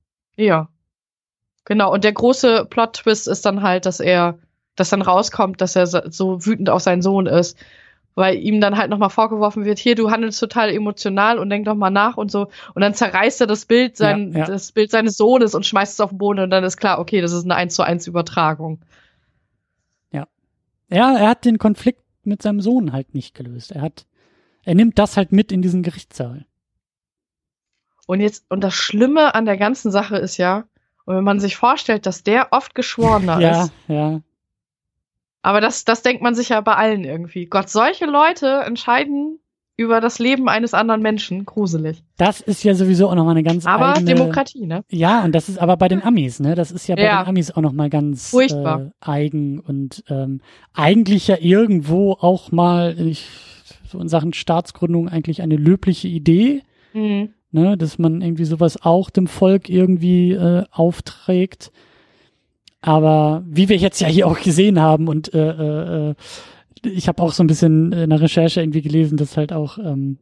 Ja. Genau, und der große Plot-Twist ist dann halt, dass er, dass dann rauskommt, dass er so- so wütend auf seinen Sohn ist, weil ihm dann halt nochmal vorgeworfen wird, hier, du handelst total emotional und denk doch mal nach und so. Und dann zerreißt er das Bild, sein, Ja, ja. das Bild seines Sohnes und schmeißt es auf den Boden und dann ist klar, okay, das ist eine eins zu eins Übertragung. Ja, er hat den Konflikt mit seinem Sohn halt nicht gelöst. Er hat, er nimmt das halt mit in diesen Gerichtssaal. Und jetzt, und das Schlimme an der ganzen Sache ist ja, und wenn man sich vorstellt, dass der oft Geschworener Ja, ist, ja. aber das, das denkt man sich ja bei allen irgendwie. Gott, solche Leute entscheiden über das Leben eines anderen Menschen. Gruselig. Das ist ja sowieso auch nochmal eine ganz aber eigene... Demokratie, ne? Ja, und das ist aber bei den Amis, ne? Das ist ja bei ja. den Amis auch nochmal ganz Furchtbar. Äh, eigen und ähm, eigentlich ja irgendwo auch mal ich, so in Sachen Staatsgründung eigentlich eine löbliche Idee, Mhm. ne? Dass man irgendwie sowas auch dem Volk irgendwie äh, aufträgt. Aber wie wir jetzt ja hier auch gesehen haben und äh, äh, ich habe auch so ein bisschen in der Recherche irgendwie gelesen, dass halt auch ähm,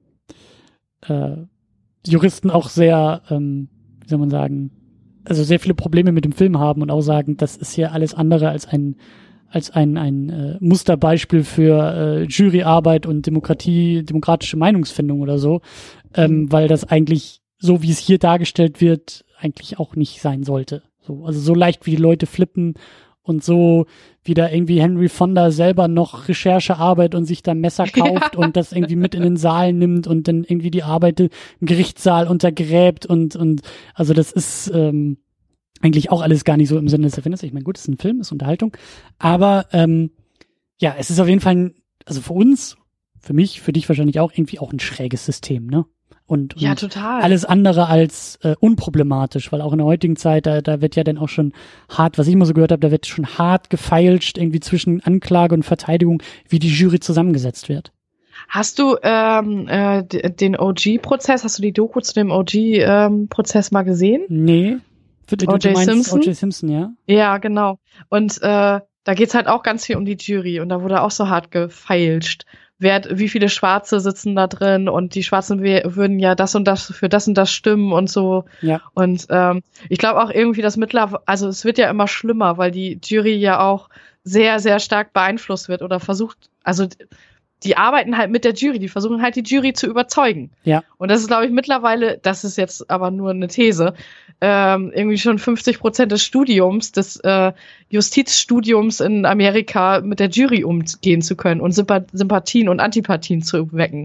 äh, Juristen auch sehr, ähm, wie soll man sagen, also sehr viele Probleme mit dem Film haben und auch sagen, das ist hier alles andere als ein als ein ein äh, Musterbeispiel für äh, Juryarbeit und Demokratie, demokratische Meinungsfindung oder so, ähm, weil das eigentlich so wie es hier dargestellt wird eigentlich auch nicht sein sollte. So, also so leicht wie die Leute flippen und so wie da irgendwie Henry Fonda selber noch Recherchearbeit und sich da Messer kauft Ja. und das irgendwie mit in den Saal nimmt und dann irgendwie die Arbeit im Gerichtssaal untergräbt und und also das ist ähm, eigentlich auch alles gar nicht so im Sinne des Erfinders. Ich meine, gut, es ist ein Film, ist Unterhaltung, aber ähm, ja, es ist auf jeden Fall ein, also für uns, für mich, für dich wahrscheinlich auch irgendwie auch ein schräges System, ne? Und, und Ja, total. alles andere als äh, unproblematisch, weil auch in der heutigen Zeit, da, da wird ja dann auch schon hart, was ich mal so gehört habe, da wird schon hart gefeilscht irgendwie zwischen Anklage und Verteidigung, wie die Jury zusammengesetzt wird. Hast du ähm, äh, d- den O G-Prozess, hast du die Doku zu dem O G-Prozess mal gesehen? Nee. Du, du O J meinst Simpson? O J Simpson, ja? Ja, genau. Und äh, da geht's halt auch ganz viel um die Jury und da wurde auch so hart gefeilscht. Wer, wie viele Schwarze sitzen da drin und die Schwarzen we- würden ja das und das für das und das stimmen und so. Ja. Und ähm, ich glaube auch irgendwie, dass mittlerweile, also es wird ja immer schlimmer, weil die Jury ja auch sehr, sehr stark beeinflusst wird oder versucht, also die arbeiten halt mit der Jury, die versuchen halt die Jury zu überzeugen. Ja. Und das ist, glaube ich, mittlerweile, das ist jetzt aber nur eine These, ähm, irgendwie schon fünfzig Prozent des Studiums, des äh, Justizstudiums in Amerika mit der Jury umgehen zu können und Sympa- Sympathien und Antipathien zu wecken.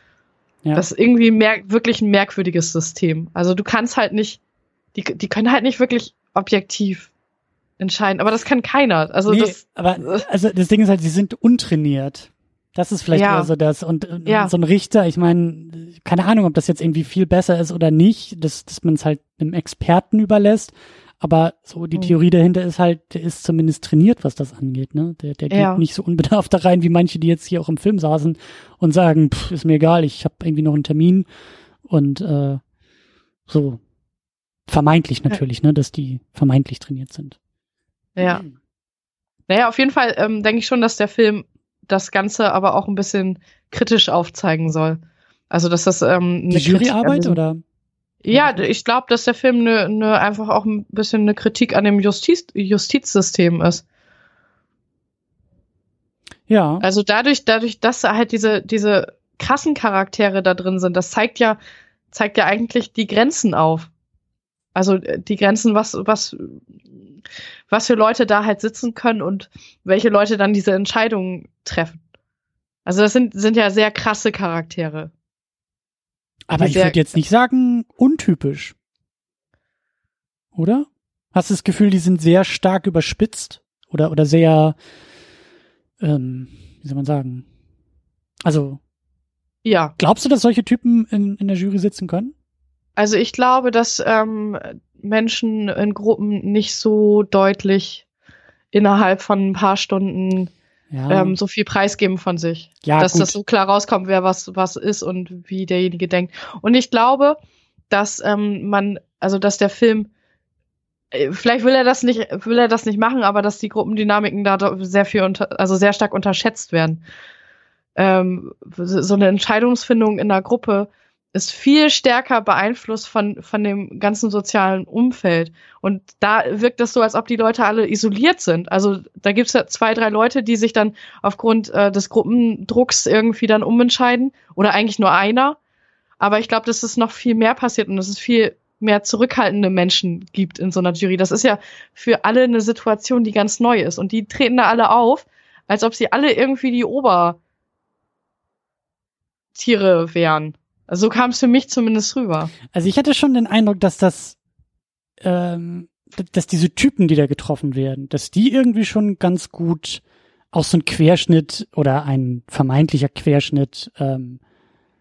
Ja. Das ist irgendwie mer- wirklich ein merkwürdiges System. Also du kannst halt nicht, die, die können halt nicht wirklich objektiv entscheiden, aber das kann keiner. Also nee, das, aber also das Ding ist halt, sie sind untrainiert. Das ist vielleicht Ja. eher so das. Und äh, Ja. so ein Richter, ich meine, keine Ahnung, ob das jetzt irgendwie viel besser ist oder nicht, dass, dass man es halt einem Experten überlässt. Aber so die Mhm. Theorie dahinter ist halt, der ist zumindest trainiert, was das angeht. Ne? Der, der geht Ja. nicht so unbedarft da rein, wie manche, die jetzt hier auch im Film saßen und sagen, pff, ist mir egal, ich habe irgendwie noch einen Termin. Und äh, so vermeintlich natürlich, ne, dass die vermeintlich trainiert sind. ja. Naja, auf jeden Fall ähm, denke ich schon, dass der Film das Ganze aber auch ein bisschen kritisch aufzeigen soll. Also, dass das ähm, Die eine Juryarbeit Kritik an oder? dem, Ja, ich glaube, dass der Film ne, ne, einfach auch ein bisschen eine Kritik an dem Justiz, Justizsystem ist. Ja. Also dadurch, dadurch, dass halt diese, diese krassen Charaktere da drin sind, das zeigt ja, zeigt ja eigentlich die Grenzen auf. Also äh, die Grenzen, was, was, was für Leute da halt sitzen können und welche Leute dann diese Entscheidungen treffen. Also das sind, sind ja sehr krasse Charaktere. Aber die ich sehr- würde jetzt nicht sagen untypisch. Oder? Hast du das Gefühl, die sind sehr stark überspitzt? Oder, oder sehr, ähm, wie soll man sagen? Also, Ja, glaubst du, dass solche Typen in, in der Jury sitzen können? also ich glaube, dass ähm, Menschen in Gruppen nicht so deutlich innerhalb von ein paar Stunden Ja. ähm, so viel preisgeben von sich. Ja, dass gut. das so klar rauskommt, wer was, was ist und wie derjenige denkt. Und ich glaube, dass ähm, man, also dass der Film, äh, vielleicht will er das nicht, will er das nicht machen, aber dass die Gruppendynamiken da do- sehr viel unter, also sehr stark unterschätzt werden. Ähm, so eine Entscheidungsfindung in einer Gruppe ist viel stärker beeinflusst von, von dem ganzen sozialen Umfeld. Und da wirkt es so, als ob die Leute alle isoliert sind. Also da gibt es ja zwei, drei Leute, die sich dann aufgrund äh, des Gruppendrucks irgendwie dann umentscheiden. Oder eigentlich nur einer. Aber ich glaube, dass es noch viel mehr passiert und dass es viel mehr zurückhaltende Menschen gibt in so einer Jury. Das ist ja für alle eine Situation, die ganz neu ist. Und die treten da alle auf, als ob sie alle irgendwie die Obertiere wären. Also so kam es für mich zumindest rüber. Also ich hatte schon den Eindruck, dass das, ähm, d- dass diese Typen, die da getroffen werden, dass die irgendwie schon ganz gut auch so ein Querschnitt oder ein vermeintlicher Querschnitt ähm,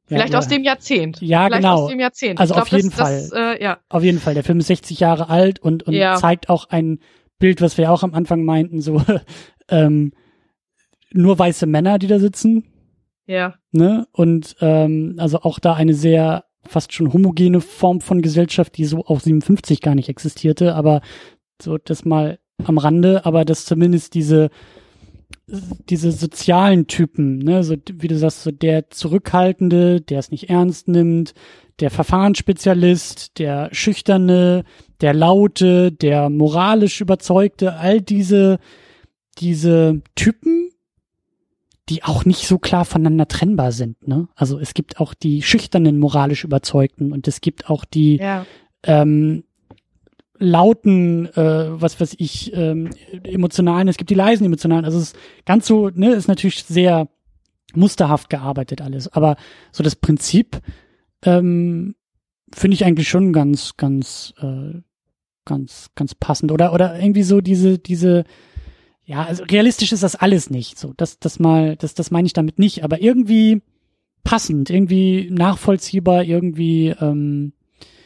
Vielleicht ja, aus dem Jahrzehnt. Ja, Vielleicht genau. aus dem Jahrzehnt. Also glaub, auf jeden das, Fall. Das, äh, ja. Auf jeden Fall. Der Film ist sechzig Jahre alt und, und ja. zeigt auch ein Bild, was wir auch am Anfang meinten, so ähm, nur weiße Männer, die da sitzen. Ja. Ne? Und ähm, also auch da eine sehr fast schon homogene Form von Gesellschaft, die so auch siebenundfünfzig gar nicht existierte, aber so das mal am Rande, aber dass zumindest diese diese sozialen Typen, ne, so wie du sagst, so der Zurückhaltende, der es nicht ernst nimmt, der Verfahrensspezialist, der Schüchterne, der Laute, der moralisch Überzeugte, all diese diese Typen, die auch nicht so klar voneinander trennbar sind, ne? Also es gibt auch die schüchternen moralisch Überzeugten und es gibt auch die ja. ähm, lauten, äh, was weiß ich, ähm, emotionalen, es gibt die leisen emotionalen, also es ist ganz so, ne, ist natürlich sehr musterhaft gearbeitet alles, aber so das Prinzip ähm, finde ich eigentlich schon ganz, ganz, äh, ganz, ganz passend oder oder irgendwie so diese, diese, ja, also realistisch ist das alles nicht, so, das, das mal, das, das meine ich damit nicht, aber irgendwie passend, irgendwie nachvollziehbar, irgendwie ähm,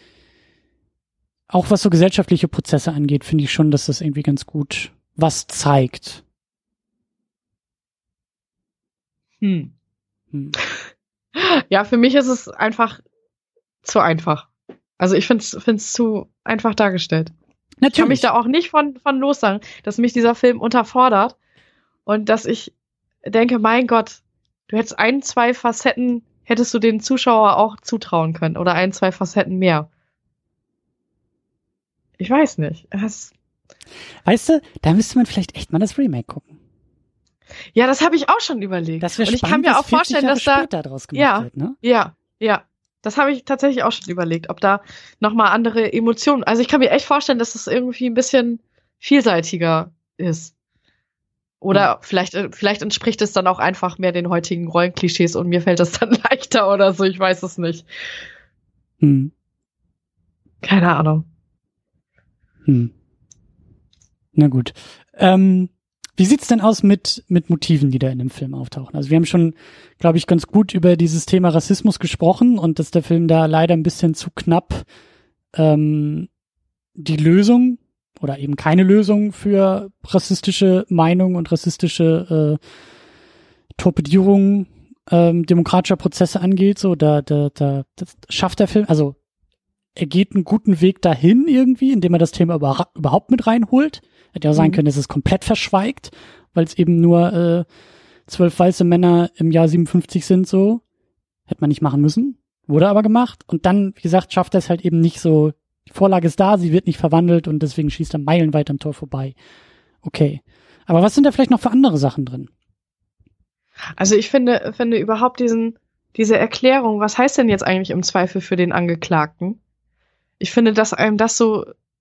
auch was so gesellschaftliche Prozesse angeht, finde ich schon, dass das irgendwie ganz gut was zeigt. Hm. Hm. Ja, für mich ist es einfach zu einfach. Also ich finde es zu einfach dargestellt. Natürlich. Ich kann mich da auch nicht von, von los sagen, dass mich dieser Film unterfordert und dass ich denke, mein Gott, du hättest ein, zwei Facetten, hättest du den Zuschauer auch zutrauen können oder ein, zwei Facetten mehr. Ich weiß nicht. Das weißt du, da müsste man vielleicht echt mal das Remake gucken. Ja, das habe ich auch schon überlegt. Das wäre spannend, ich kann mir auch vorstellen, Jahre dass da später draus gemacht ja, wird, ne? Ja, ja. Das habe ich tatsächlich auch schon überlegt, ob da nochmal andere Emotionen. Also ich kann mir echt vorstellen, dass das irgendwie ein bisschen vielseitiger ist. Oder ja. vielleicht, vielleicht entspricht es dann auch einfach mehr den heutigen Rollenklischees und mir fällt das dann leichter oder so. Ich weiß es nicht. Hm. Keine Ahnung. Hm. Na gut. Ähm, wie sieht's denn aus mit mit Motiven, die da in dem Film auftauchen? Also wir haben schon, glaube ich, ganz gut über dieses Thema Rassismus gesprochen und dass der Film da leider ein bisschen zu knapp ähm, die Lösung oder eben keine Lösung für rassistische Meinungen und rassistische äh, Torpedierung ähm, demokratischer Prozesse angeht. So, da, da, da das schafft der Film, also er geht einen guten Weg dahin irgendwie, indem er das Thema über, überhaupt mit reinholt. Hätte ja auch sein können, dass es komplett verschweigt, weil es eben nur äh, zwölf weiße Männer im Jahr siebenundfünfzig sind, so. Hätte man nicht machen müssen. Wurde aber gemacht. Und dann, wie gesagt, schafft er es halt eben nicht so. Die Vorlage ist da, sie wird nicht verwandelt und deswegen schießt er meilenweit am Tor vorbei. Okay. Aber was sind da vielleicht noch für andere Sachen drin? Also ich finde, finde überhaupt diesen, diese Erklärung, was heißt denn jetzt eigentlich im Zweifel für den Angeklagten? Ich finde, dass einem das so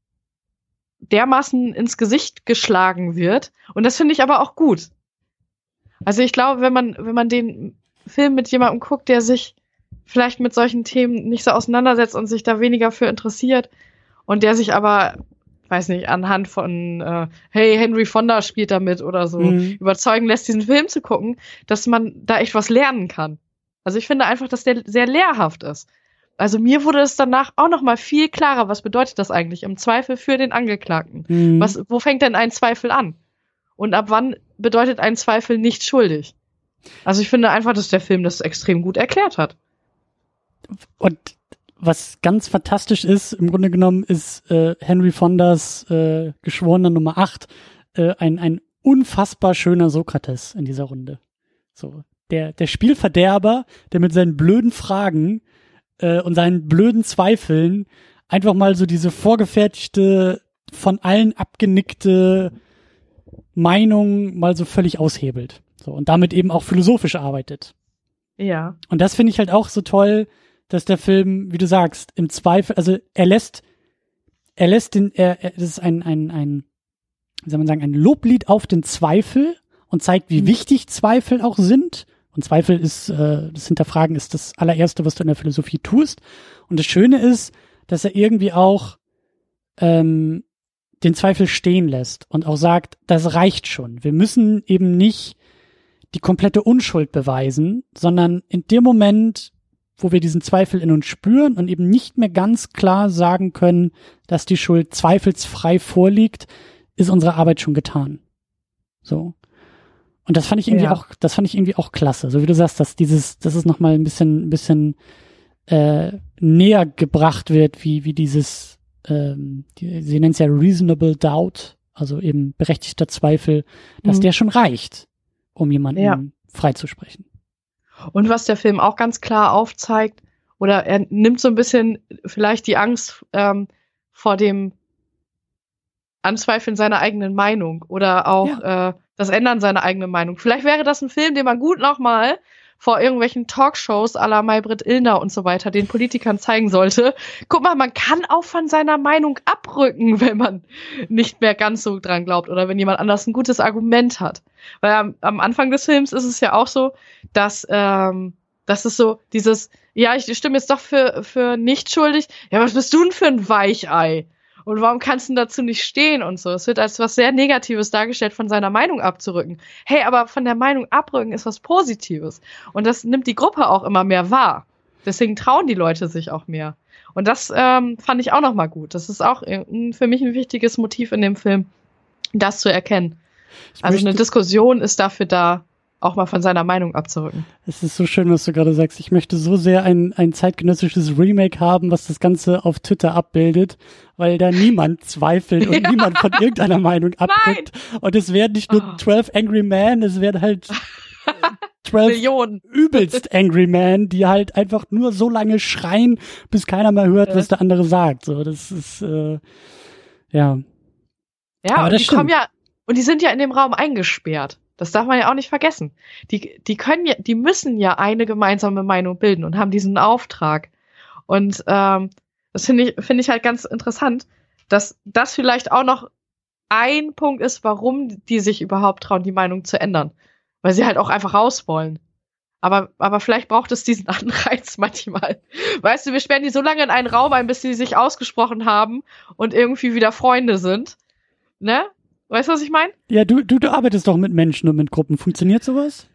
dermaßen ins Gesicht geschlagen wird. Und das finde ich aber auch gut. Also ich glaube, wenn man, wenn man den Film mit jemandem guckt, der sich vielleicht mit solchen Themen nicht so auseinandersetzt und sich da weniger für interessiert und der sich aber, weiß nicht, anhand von äh, hey, Henry Fonda spielt da mit oder so, mhm. überzeugen lässt, diesen Film zu gucken, dass man da echt was lernen kann. Also ich finde einfach, dass der sehr lehrhaft ist. Also mir wurde es danach auch noch mal viel klarer, was bedeutet das eigentlich im Zweifel für den Angeklagten? Mhm. Was, wo fängt denn ein Zweifel an? Und ab wann bedeutet ein Zweifel nicht schuldig? Also ich finde einfach, dass der Film das extrem gut erklärt hat. Und was ganz fantastisch ist, im Grunde genommen, ist äh, Henry Fondas äh, Geschworener Nummer acht äh, ein, ein unfassbar schöner Sokrates in dieser Runde. So, der, der Spielverderber, der mit seinen blöden Fragen äh, und seinen blöden Zweifeln einfach mal so diese vorgefertigte, von allen abgenickte Meinung mal so völlig aushebelt. So, und damit eben auch philosophisch arbeitet. Ja. Und das finde ich halt auch so toll, dass der Film, wie du sagst, im Zweifel, also er lässt, er lässt den, er, er das ist ein, ein, ein, wie soll man sagen, ein Loblied auf den Zweifel und zeigt, wie mhm. wichtig Zweifel auch sind. Und Zweifel ist, äh, das Hinterfragen ist das allererste, was du in der Philosophie tust. Und das Schöne ist, dass er irgendwie auch ähm, den Zweifel stehen lässt und auch sagt, das reicht schon. Wir müssen eben nicht die komplette Unschuld beweisen, sondern in dem Moment wo wir diesen Zweifel in uns spüren und eben nicht mehr ganz klar sagen können, dass die Schuld zweifelsfrei vorliegt, ist unsere Arbeit schon getan. So. Und das fand ich irgendwie Ja. auch, das fand ich irgendwie auch klasse. So wie du sagst, dass dieses, dass es nochmal ein bisschen, ein bisschen äh, näher gebracht wird, wie, wie dieses, ähm, die, sie nennt es ja reasonable doubt, also eben berechtigter Zweifel, dass Mhm. der schon reicht, um jemanden Ja. freizusprechen. Und was der Film auch ganz klar aufzeigt, oder er nimmt so ein bisschen vielleicht die Angst ähm, vor dem Anzweifeln seiner eigenen Meinung oder auch äh, das Ändern seiner eigenen Meinung. Vielleicht wäre das ein Film, den man gut nochmal vor irgendwelchen Talkshows à la Maybrit Illner und so weiter den Politikern zeigen sollte. Guck mal, man kann auch von seiner Meinung abrücken, wenn man nicht mehr ganz so dran glaubt oder wenn jemand anders ein gutes Argument hat. Weil am, am Anfang des Films ist es ja auch so, dass ähm, das ist so dieses, ja, ich stimme jetzt doch für, für nicht schuldig. Ja, was bist du denn für ein Weichei? Und warum kannst du denn dazu nicht stehen und so? Es wird als was sehr Negatives dargestellt, von seiner Meinung abzurücken. Hey, aber von der Meinung abrücken ist was Positives. Und das nimmt die Gruppe auch immer mehr wahr. Deswegen trauen die Leute sich auch mehr. Und das ähm, fand ich auch nochmal gut. Das ist auch äh, für mich ein wichtiges Motiv in dem Film, das zu erkennen. Ich Also möchte- eine Diskussion ist dafür da, auch mal von seiner Meinung abzurücken. Es ist so schön, was du gerade sagst. Ich möchte so sehr ein, ein zeitgenössisches Remake haben, was das Ganze auf Twitter abbildet, weil da niemand zweifelt und Ja. niemand von irgendeiner Meinung abrückt. Und es werden nicht nur Oh. zwölf Angry Men, es werden halt zwölf Millionen. übelst Angry Men, die halt einfach nur so lange schreien, bis keiner mehr hört, Ja. was der andere sagt. So, das ist, äh, ja. Ja, Aber und das die stimmt. kommen ja, und die sind ja in dem Raum eingesperrt. Das darf man ja auch nicht vergessen. Die, die können ja, die müssen ja eine gemeinsame Meinung bilden und haben diesen Auftrag. Und ähm, das finde ich, finde ich halt ganz interessant, dass das vielleicht auch noch ein Punkt ist, warum die sich überhaupt trauen, die Meinung zu ändern. Weil sie halt auch einfach raus wollen. Aber, aber vielleicht braucht es diesen Anreiz manchmal. Weißt du, wir sperren die so lange in einen Raum ein, bis sie sich ausgesprochen haben und irgendwie wieder Freunde sind. Ne? Weißt du, was ich meine? Ja, du, du, du arbeitest doch mit Menschen und mit Gruppen. Funktioniert sowas?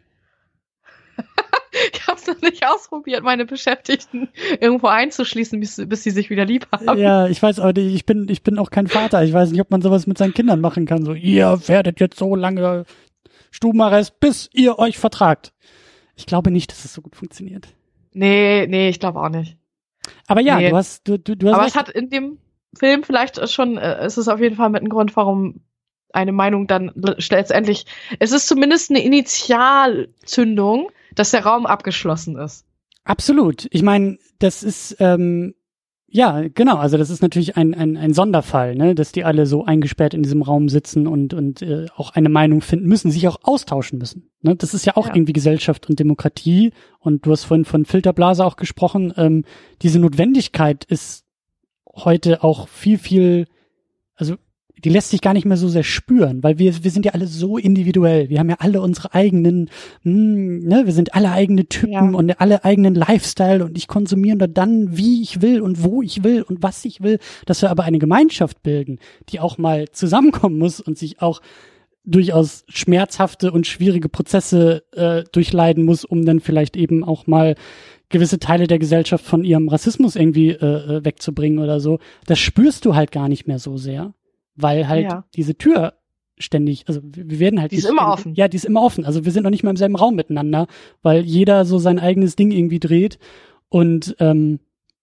Ich habe es noch nicht ausprobiert, meine Beschäftigten irgendwo einzuschließen, bis, bis sie sich wieder lieb haben. Ja, ich weiß, aber ich bin, ich bin auch kein Vater. Ich weiß nicht, ob man sowas mit seinen Kindern machen kann. So, ihr werdet jetzt so lange Stubenarrest, bis ihr euch vertragt. Ich glaube nicht, dass es so gut funktioniert. Nee, nee, ich glaube auch nicht. Aber ja, Nee. du hast, du, du, du hast Aber recht. es hat in dem Film vielleicht schon, äh, es ist auf jeden Fall mit einem Grund, warum eine Meinung dann l- letztendlich, es ist zumindest eine Initialzündung, dass der Raum abgeschlossen ist. Absolut. Ich meine, das ist, ähm, ja, genau, also das ist natürlich ein, ein, ein Sonderfall, ne, dass die alle so eingesperrt in diesem Raum sitzen und, und äh, auch eine Meinung finden müssen, sich auch austauschen müssen. Ne? Das ist ja auch Ja. irgendwie Gesellschaft und Demokratie. Und du hast vorhin von Filterblase auch gesprochen. Ähm, diese Notwendigkeit ist heute auch viel, viel, also die lässt sich gar nicht mehr so sehr spüren, weil wir wir sind ja alle so individuell. Wir haben ja alle unsere eigenen, mh, ne, wir sind alle eigene Typen Ja. und alle eigenen Lifestyle und ich konsumiere nur dann, wie ich will und wo ich will und was ich will, dass wir aber eine Gemeinschaft bilden, die auch mal zusammenkommen muss und sich auch durchaus schmerzhafte und schwierige Prozesse äh, durchleiden muss, um dann vielleicht eben auch mal gewisse Teile der Gesellschaft von ihrem Rassismus irgendwie äh, wegzubringen oder so. Das spürst du halt gar nicht mehr so sehr. Weil halt Ja. diese Tür ständig, also wir wir werden halt Die ist nicht immer ständig- offen. Ja, die ist immer offen. Also wir sind noch nicht mal im selben Raum miteinander, weil jeder so sein eigenes Ding irgendwie dreht. Und ähm,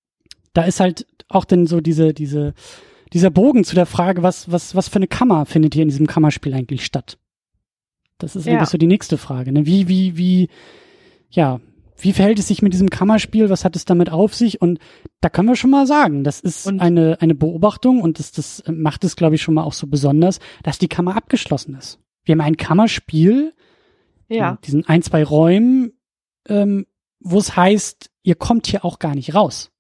da ist halt auch dann so diese, diese, dieser Bogen zu der Frage, was, was, was für eine Kammer findet hier in diesem Kammerspiel eigentlich statt? Das ist Ja. eigentlich so die nächste Frage. Ne? Wie, wie, wie, ja, wie verhält es sich mit diesem Kammerspiel? Was hat es damit auf sich? Und da können wir schon mal sagen, das ist Und- eine, eine Beobachtung und das, das macht es, glaube ich, schon mal auch so besonders, dass die Kammer abgeschlossen ist. Wir haben ein Kammerspiel, Ja. in diesen ein, zwei Räumen, ähm, wo es heißt, ihr kommt hier auch gar nicht raus.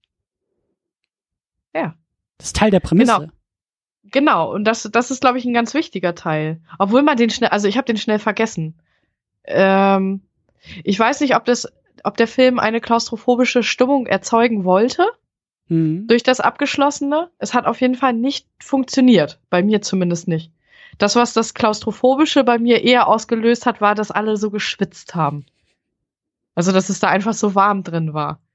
Ja. Das ist Teil der Prämisse. Genau. Genau, und das, das ist, glaube ich, ein ganz wichtiger Teil. Obwohl man den schnell, also ich habe den schnell vergessen. Ähm, ich weiß nicht, ob das, ob der Film eine klaustrophobische Stimmung erzeugen wollte Mhm. durch das Abgeschlossene. Es hat auf jeden Fall nicht funktioniert, bei mir zumindest nicht. Das, was das Klaustrophobische bei mir eher ausgelöst hat, war, dass alle so geschwitzt haben. Also, dass es da einfach so warm drin war.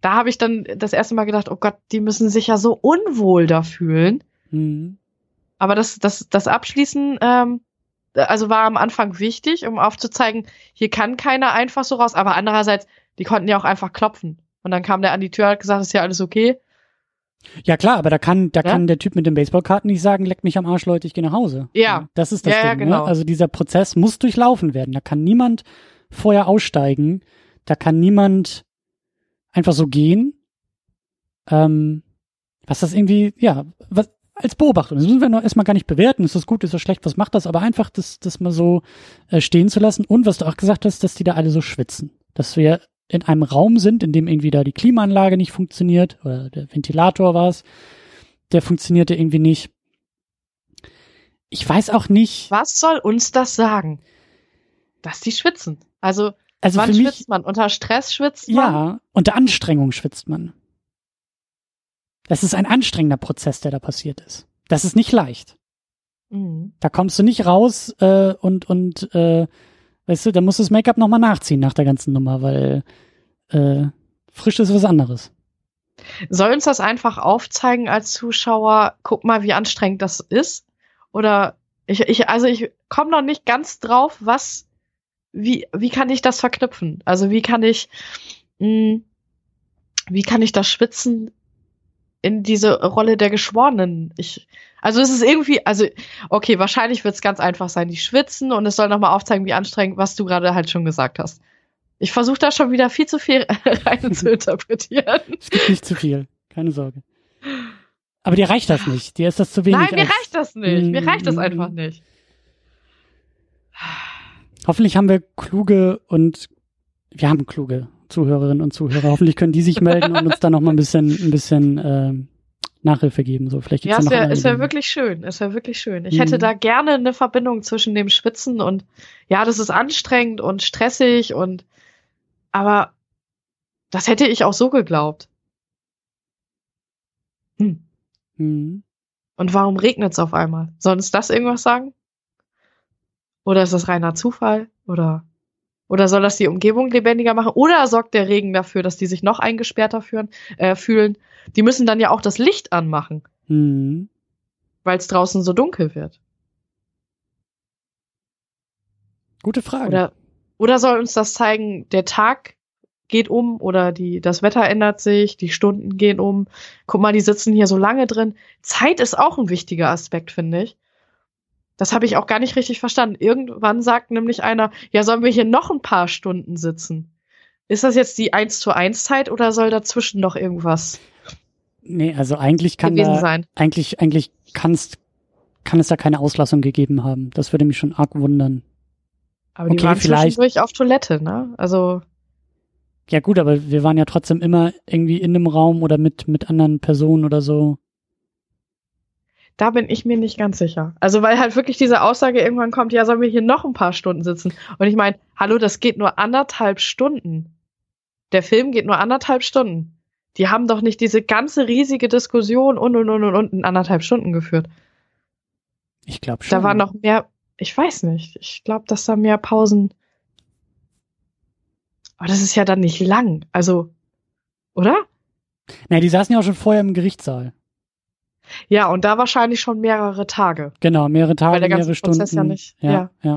da habe ich dann das erste Mal gedacht, oh Gott, die müssen sich ja so unwohl da fühlen. Mhm. Aber das, das, das Abschließen, ähm, also war am Anfang wichtig, um aufzuzeigen, hier kann keiner einfach so raus. Aber andererseits, die konnten ja auch einfach klopfen. Und dann kam der an die Tür, hat gesagt, ist ja alles okay. Ja klar, aber da kann, da Ja? kann der Typ mit den Baseballkarten nicht sagen, leck mich am Arsch, Leute, ich gehe nach Hause. Ja. Das ist das Ja, Ding. ja, genau. Ne? Also dieser Prozess muss durchlaufen werden. Da kann niemand vorher aussteigen. Da kann niemand einfach so gehen. Ähm, was das irgendwie, ja, was als Beobachtung. Das müssen wir noch erstmal gar nicht bewerten. Ist das gut, ist das schlecht, was macht das? Aber einfach das, das mal so äh, stehen zu lassen. Und was du auch gesagt hast, dass die da alle so schwitzen. Dass wir in einem Raum sind, in dem irgendwie da die Klimaanlage nicht funktioniert. Oder der Ventilator war es. Der funktionierte irgendwie nicht. Ich weiß auch nicht. Was soll uns das sagen? Dass die schwitzen. Also, Also wann für mich, schwitzt man? Unter Stress schwitzt man? ja, unter Anstrengung schwitzt man. Das ist ein anstrengender Prozess, der da passiert ist. Das ist nicht leicht. Mhm. Da kommst du nicht raus äh, und, und äh, weißt du, da musst du das Make-up nochmal nachziehen nach der ganzen Nummer, weil äh, frisch ist was anderes. Soll uns das einfach aufzeigen als Zuschauer, guck mal, wie anstrengend das ist? Oder ich, ich also ich komme noch nicht ganz drauf, was, wie, wie kann ich das verknüpfen? Also wie kann ich, mh, wie kann ich das Schwitzen in diese Rolle der Geschworenen? Ich, also es ist irgendwie, also okay, wahrscheinlich wird es ganz einfach sein, die schwitzen und es soll nochmal aufzeigen, wie anstrengend, was du gerade halt schon gesagt hast. Ich versuche da schon wieder viel zu viel rein zu interpretieren. Es gibt nicht zu viel, keine Sorge. Aber dir reicht das nicht, dir ist das zu wenig. Nein, mir als, reicht das nicht, mir reicht das Mm. einfach nicht. Hoffentlich haben wir kluge und wir haben kluge Zuhörerinnen und Zuhörer. Hoffentlich können die sich melden und uns da noch mal ein bisschen, ein bisschen äh, Nachhilfe geben. So, vielleicht gibt's Ja, ja es noch wäre andere es wär Ideen. wirklich schön, es wäre wirklich schön. Ich Mhm. hätte da gerne eine Verbindung zwischen dem Schwitzen und, ja, das ist anstrengend und stressig und, aber das hätte ich auch so geglaubt. Hm. Mhm. Und warum regnet es auf einmal? Soll uns das irgendwas sagen? Oder ist das reiner Zufall? Oder, oder soll das die Umgebung lebendiger machen? Oder sorgt der Regen dafür, dass die sich noch eingesperrter fühlen, äh, fühlen? Die müssen dann ja auch das Licht anmachen, Mhm. weil es draußen so dunkel wird. Gute Frage. Oder, oder soll uns das zeigen, der Tag geht um oder die, das Wetter ändert sich, die Stunden gehen um. Guck mal, die sitzen hier so lange drin. Zeit ist auch ein wichtiger Aspekt, finde ich. Das habe ich auch gar nicht richtig verstanden. Irgendwann sagt nämlich einer, ja, sollen wir hier noch ein paar Stunden sitzen? Ist das jetzt die eins zu eins Zeit oder soll dazwischen noch irgendwas Nee, also eigentlich kann gewesen da, sein? eigentlich, eigentlich kannst, kann es da keine Auslassung gegeben haben. Das würde mich schon arg wundern. Aber die Okay, waren vielleicht- zwischendurch auf Toilette, ne? Also, Ja gut, aber wir waren ja trotzdem immer irgendwie in einem Raum oder mit, mit anderen Personen oder so. da bin ich mir nicht ganz sicher. Also, weil halt wirklich diese Aussage irgendwann kommt, ja, sollen wir hier noch ein paar Stunden sitzen? Und ich meine, hallo, das geht nur anderthalb Stunden. Der Film geht nur anderthalb Stunden. Die haben doch nicht diese ganze riesige Diskussion und, und, und, und, und in anderthalb Stunden geführt. Ich glaube schon. Da waren noch mehr, ich weiß nicht. Ich glaube, dass da mehr Pausen. Aber das ist ja dann nicht lang. Also, oder? Nee, die saßen ja auch schon vorher im Gerichtssaal. Ja, und da wahrscheinlich schon mehrere Tage. Genau, mehrere Tage, Weil der ganze mehrere Stunden. Prozess ja nicht- Ja, ja. ja.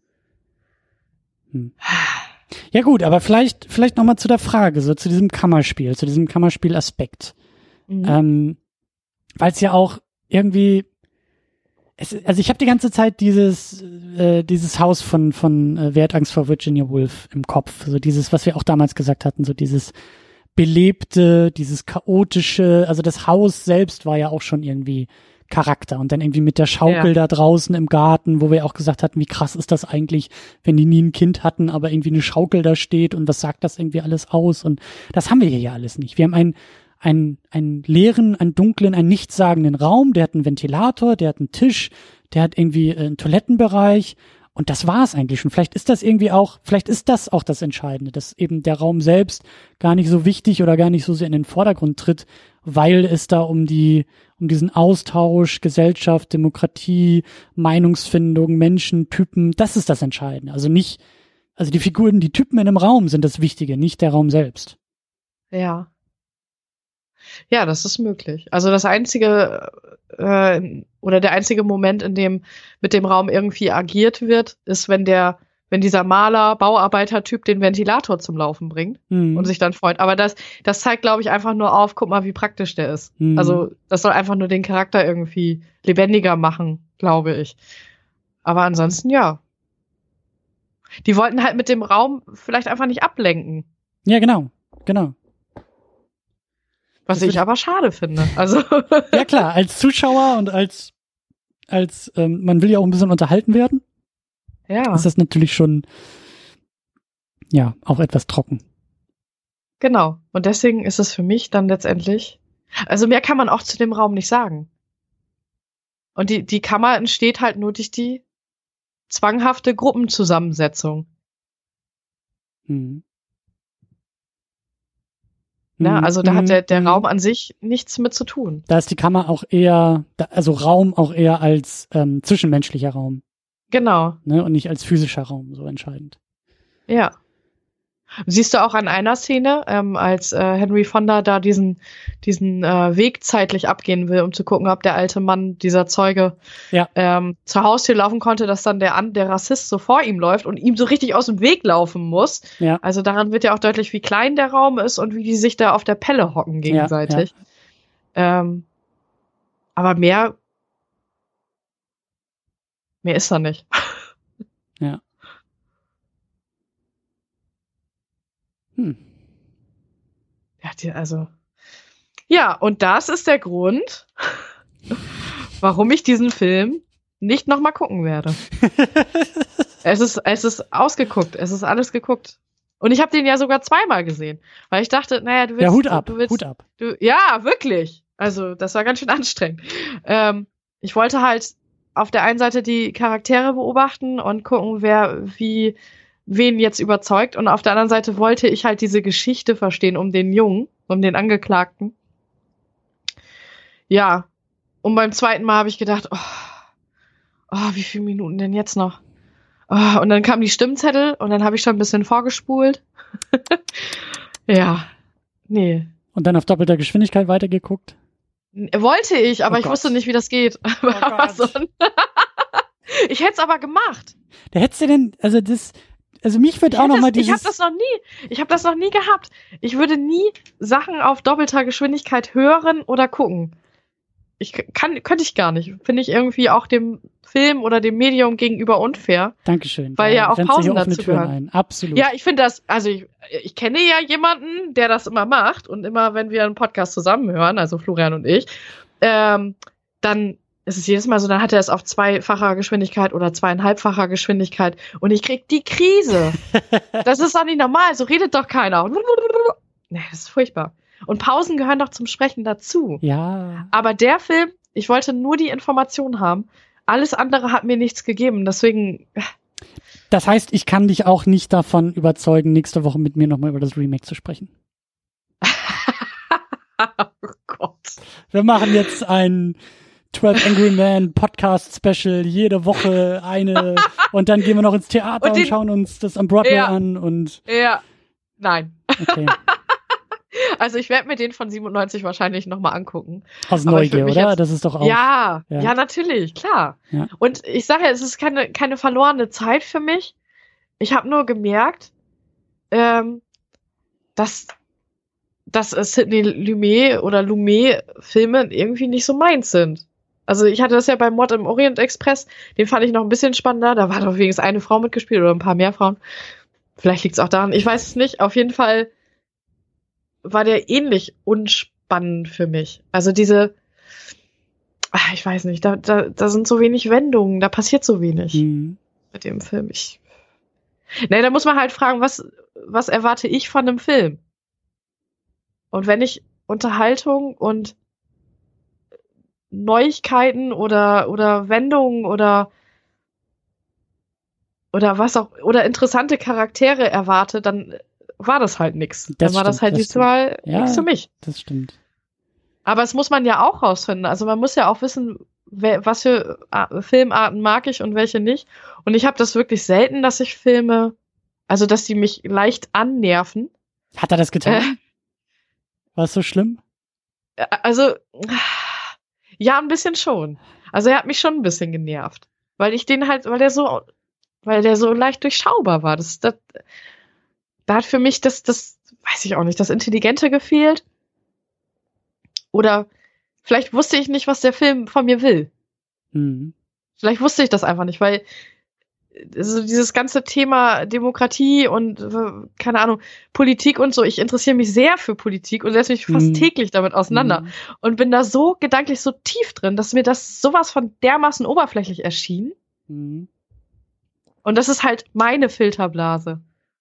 Hm. Ja gut, aber vielleicht, vielleicht noch mal zu der Frage, so zu diesem Kammerspiel, zu diesem Kammerspiel-Aspekt. Mhm. Ähm, weil es ja auch irgendwie, es, also ich habe die ganze Zeit dieses, äh, dieses Haus von von äh, Wer hat Angst vor Virginia Woolf im Kopf, so dieses, was wir auch damals gesagt hatten, so dieses belebte, dieses chaotische, also das Haus selbst war ja auch schon irgendwie Charakter und dann irgendwie mit der Schaukel Ja. da draußen im Garten, wo wir auch gesagt hatten, wie krass ist das eigentlich, wenn die nie ein Kind hatten, aber irgendwie eine Schaukel da steht und was sagt das irgendwie alles aus und das haben wir hier ja alles nicht. Wir haben einen einen einen leeren, einen dunklen, einen nichtssagenden Raum, der hat einen Ventilator, der hat einen Tisch, der hat irgendwie äh, einen Toilettenbereich und das war es eigentlich schon. Vielleicht ist das irgendwie auch, vielleicht ist das auch das Entscheidende, dass eben der Raum selbst gar nicht so wichtig oder gar nicht so sehr in den Vordergrund tritt, weil es da um die, um diesen Austausch, Gesellschaft, Demokratie, Meinungsfindung, Menschen, Typen, das ist das Entscheidende. Also nicht, also die Figuren, die Typen in einem Raum sind das Wichtige, nicht der Raum selbst. Ja. Ja, das ist möglich. Also das einzige äh, oder der einzige Moment, in dem mit dem Raum irgendwie agiert wird, ist, wenn der, wenn dieser Maler, Bauarbeiter-Typ den Ventilator zum Laufen bringt Mhm. und sich dann freut. Aber das, das zeigt, glaube ich, einfach nur auf, guck mal, wie praktisch der ist. Mhm. Also das soll einfach nur den Charakter irgendwie lebendiger machen, glaube ich. Aber ansonsten ja. Die wollten halt mit dem Raum vielleicht einfach nicht ablenken. Ja, genau, genau. Was Das ich würd- aber schade finde. Also Ja klar, als Zuschauer und als, als ähm, man will ja auch ein bisschen unterhalten werden, ja, ist das natürlich schon, ja, auch etwas trocken. genau. Und deswegen ist es für mich dann letztendlich, also mehr kann man auch zu dem Raum nicht sagen. Und die, die Kammer entsteht halt nur durch die zwanghafte Gruppenzusammensetzung. Mhm. Ne? Mhm. Also da hat der, der Mhm. Raum an sich nichts mit zu tun. Da ist die Kammer auch eher, da, also Raum auch eher als ähm, zwischenmenschlicher Raum, Genau, ne, und nicht als physischer Raum so entscheidend. ja. Siehst du auch an einer Szene, ähm, als äh, Henry Fonda da diesen, diesen äh, Weg zeitlich abgehen will, um zu gucken, ob der alte Mann, dieser Zeuge, Ja. ähm, zur Haustür laufen konnte, dass dann der, An- der Rassist so vor ihm läuft und ihm so richtig aus dem Weg laufen muss. Ja. Also daran wird ja auch deutlich, wie klein der Raum ist und wie die sich da auf der Pelle hocken gegenseitig. Ähm, aber mehr, mehr ist da nicht. Ja. Hm. Ja, die, also. Ja, und das ist der Grund, warum ich diesen Film nicht nochmal gucken werde. Es ist, es ist ausgeguckt, es ist alles geguckt. Und ich habe den ja sogar zweimal gesehen, weil ich dachte, naja, du willst, Ja, Hut ab, du willst, Hut ab. Du, ja, wirklich. Also, das war ganz schön anstrengend. Ähm, ich wollte halt auf der einen Seite die Charaktere beobachten und gucken, wer wie wen jetzt überzeugt. Und auf der anderen Seite wollte ich halt diese Geschichte verstehen um den Jungen, um den Angeklagten. Ja. Und beim zweiten Mal habe ich gedacht, oh, oh, wie viele Minuten denn jetzt noch? Oh, und dann kamen die Stimmzettel und dann habe ich schon ein bisschen vorgespult. Ja. Nee. Und dann auf doppelter Geschwindigkeit weitergeguckt. Wollte ich, aber Oh ich Gott. wusste nicht, wie das geht. Oh Gott. Ich hätte es aber gemacht. Da hättest du denn, also das, also mich wird Ich, auch hätte noch mal das, ich dieses, habe das noch nie. Ich habe das noch nie gehabt. Ich würde nie Sachen auf doppelter Geschwindigkeit hören oder gucken. Ich kann, könnte ich gar nicht. Finde ich irgendwie auch dem Film oder dem Medium gegenüber unfair. Dankeschön. Weil ja auch rennst du Pausen hier offene dazu Türen gehören. ein. Absolut. Ja, ich finde das, also ich, ich kenne ja jemanden, der das immer macht und immer, wenn wir einen Podcast zusammenhören, also Florian und ich, ähm, dann ist es jedes Mal so, dann hat er es auf zweifacher Geschwindigkeit oder zweieinhalbfacher Geschwindigkeit und ich krieg die Krise. Das ist doch nicht normal, so redet doch keiner. Nee, das ist furchtbar. Und Pausen gehören doch zum Sprechen dazu. Ja. Aber der Film, ich wollte nur die Information haben. Alles andere hat mir nichts gegeben. Deswegen. Das heißt, ich kann dich auch nicht davon überzeugen, nächste Woche mit mir nochmal über das Remake zu sprechen. Oh Gott. Wir machen jetzt ein zwölf Angry Men Podcast Special, jede Woche eine und dann gehen wir noch ins Theater und, Und den- und schauen uns das am Broadway Ja. an und Ja. Nein. okay. Also ich werde mir den von siebenundneunzig wahrscheinlich nochmal angucken. Aus Aber ich Neugier, würd mich oder? jetzt- Das ist doch auch. Ja, Ja. ja, natürlich, klar. Ja. Und ich sage ja, es ist keine, keine verlorene Zeit für mich. Ich habe nur gemerkt, ähm, dass, dass äh, Sidney Lumet oder Lumet-Filme irgendwie nicht so meins sind. Also ich hatte das ja bei Mord im Orient Express, den fand ich noch ein bisschen spannender. Da war doch wenigstens eine Frau mitgespielt oder ein paar mehr Frauen. Vielleicht liegt es auch daran, ich weiß es nicht. Auf jeden Fall war der ähnlich unspannend für mich. Also diese, ach, ich weiß nicht, da, da, da sind so wenig Wendungen, da passiert so wenig Mhm. mit dem Film. Ich, nee, da muss man halt fragen, was, was erwarte ich von einem Film? Und wenn ich Unterhaltung und Neuigkeiten oder, oder Wendungen oder, oder was auch, oder interessante Charaktere erwarte, dann war das halt nix. Das Dann war das stimmt, halt das diesmal Ja. nichts für mich. Das stimmt. Aber es muss man ja auch rausfinden. Also man muss ja auch wissen, wer, was für Ar- Filmarten mag ich und welche nicht. Und ich habe das wirklich selten, dass ich Filme, also dass die mich leicht annerven. Hat er das getan? Äh. War es so schlimm? Also, ja, ein bisschen schon. Also er hat mich schon ein bisschen genervt. Weil ich den halt, weil der so, weil der so leicht durchschaubar war. Das, das, da hat für mich das, das, weiß ich auch nicht, das Intelligente gefehlt. Oder vielleicht wusste ich nicht, was der Film von mir will. Mhm. Vielleicht wusste ich das einfach nicht, weil so dieses ganze Thema Demokratie und, äh, keine Ahnung, Politik und so, ich interessiere mich sehr für Politik und setze mich fast Mhm. täglich damit auseinander Mhm. und bin da so gedanklich so tief drin, dass mir das sowas von dermaßen oberflächlich erschien. Mhm. Und das ist halt meine Filterblase.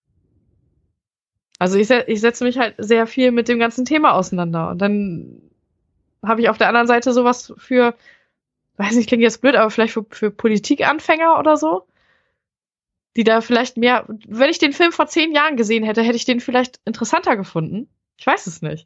Also ich, se- ich setze mich halt sehr viel mit dem ganzen Thema auseinander und dann habe ich auf der anderen Seite sowas für, weiß nicht, klingt jetzt blöd, aber vielleicht für, für Politikanfänger oder so, die da vielleicht mehr, wenn ich den Film vor zehn Jahren gesehen hätte, hätte ich den vielleicht interessanter gefunden. Ich weiß es nicht.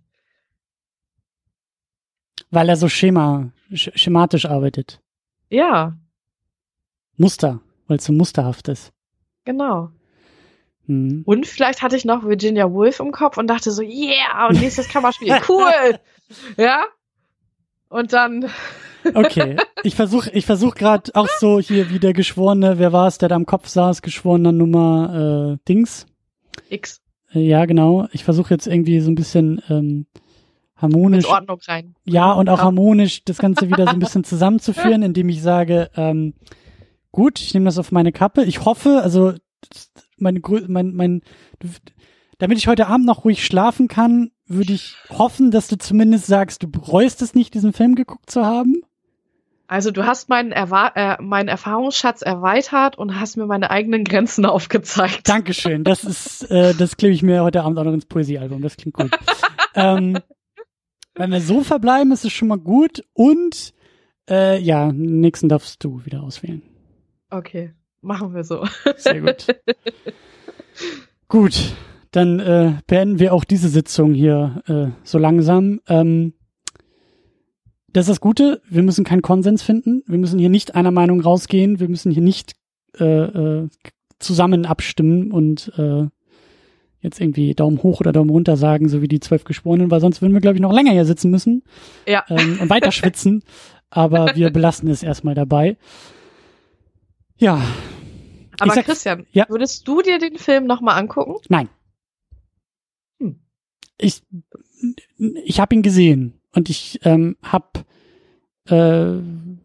Weil er so schema, sch- schematisch arbeitet. Ja, Muster, weil es so musterhaft ist. genau. Mhm. Und vielleicht hatte ich noch Virginia Woolf im Kopf und dachte so, yeah, und nächstes Kammerspiel, cool. Ja? Und dann, Okay, ich versuche ich versuch gerade auch so hier wie der Geschworene, wer war es, der da am Kopf saß, geschworener Nummer äh, Dings. X, Äh, ja, genau. Ich versuche jetzt irgendwie so ein bisschen ähm, mit harmonisch, Ordnung rein. ja, und auch Ja. harmonisch das Ganze wieder so ein bisschen zusammenzuführen, indem ich sage, ähm, gut, ich nehme das auf meine Kappe. Ich hoffe, also meine, Grö- mein, mein, damit ich heute Abend noch ruhig schlafen kann, würde ich hoffen, dass du zumindest sagst, du bereust es nicht, diesen Film geguckt zu haben. Also du hast meinen, Erwa- äh, meinen Erfahrungsschatz erweitert und hast mir meine eigenen Grenzen aufgezeigt. Dankeschön. Das ist, äh, das klebe ich mir heute Abend auch noch ins Poesiealbum. Das klingt gut. ähm, wenn wir so verbleiben, ist es schon mal gut. Und äh, ja, nächsten darfst du wieder auswählen. Okay, machen wir so. Sehr gut. Gut, dann äh, beenden wir auch diese Sitzung hier äh, so langsam. Ähm, das ist das Gute, wir müssen keinen Konsens finden. Wir müssen hier nicht einer Meinung rausgehen. Wir müssen hier nicht äh, äh, zusammen abstimmen und äh, jetzt irgendwie Daumen hoch oder Daumen runter sagen, so wie die zwölf Geschworenen, weil sonst würden wir, glaube ich, noch länger hier sitzen müssen Ja. ähm, und weiter schwitzen. Aber wir belassen es erstmal dabei. Ja. Aber sag- Christian, ja. würdest du dir den Film nochmal angucken? Nein. Hm. Ich, ich habe ihn gesehen und ich ähm, habe äh,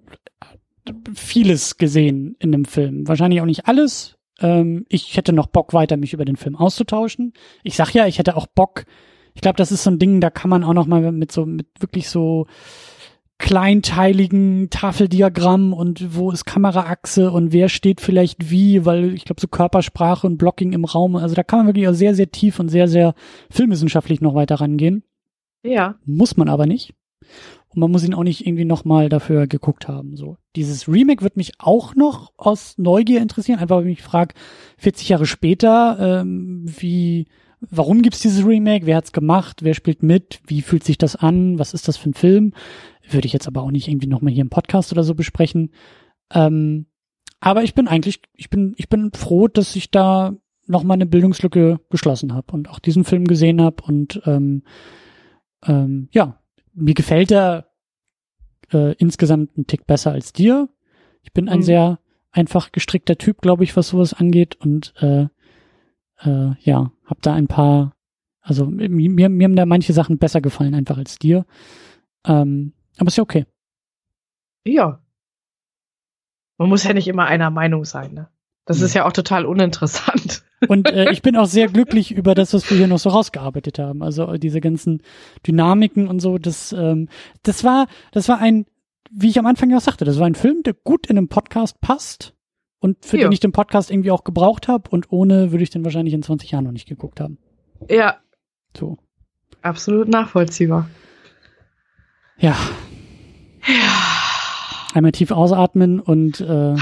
vieles gesehen in dem Film. Wahrscheinlich auch nicht alles. Ähm, ich hätte noch Bock, weiter mich über den Film auszutauschen. Ich sag ja, ich hätte auch Bock. Ich glaube, das ist so ein Ding, da kann man auch noch mal mit so mit wirklich so kleinteiligen Tafeldiagrammen und wo ist Kameraachse und wer steht vielleicht wie, weil ich glaube so Körpersprache und Blocking im Raum, also da kann man wirklich auch sehr, sehr tief und sehr, sehr filmwissenschaftlich noch weiter rangehen. Ja. Muss man aber nicht. Und man muss ihn auch nicht irgendwie nochmal dafür geguckt haben. So, dieses Remake wird mich auch noch aus Neugier interessieren, einfach weil ich mich frage, vierzig Jahre später, ähm, wie, warum gibt's dieses Remake? Wer hat's gemacht? Wer spielt mit? Wie fühlt sich das an? Was ist das für ein Film? Würde ich jetzt aber auch nicht irgendwie nochmal hier im Podcast oder so besprechen. Ähm, aber ich bin eigentlich, ich bin, ich bin froh, dass ich da nochmal eine Bildungslücke geschlossen habe und auch diesen Film gesehen habe und ähm, ähm, ja, mir gefällt er äh, insgesamt einen Tick besser als dir. Ich bin ein Mhm. sehr einfach gestrickter Typ, glaube ich, was sowas angeht und äh, äh, ja, hab da ein paar, also mir, mir haben da manche Sachen besser gefallen einfach als dir. Ähm, aber ist ja okay. Ja. Man muss ja nicht immer einer Meinung sein, ne? Das Ja. ist ja auch total uninteressant. Und äh, ich bin auch sehr glücklich über das, was wir hier noch so rausgearbeitet haben. Also diese ganzen Dynamiken und so. Das, ähm, das war, das war ein, wie ich am Anfang ja auch sagte, das war ein Film, der gut in einem Podcast passt und für Ja. den ich den Podcast irgendwie auch gebraucht habe. Und ohne würde ich den wahrscheinlich in zwanzig Jahren noch nicht geguckt haben. Ja, So, absolut nachvollziehbar. ja, Ja. einmal tief ausatmen und äh,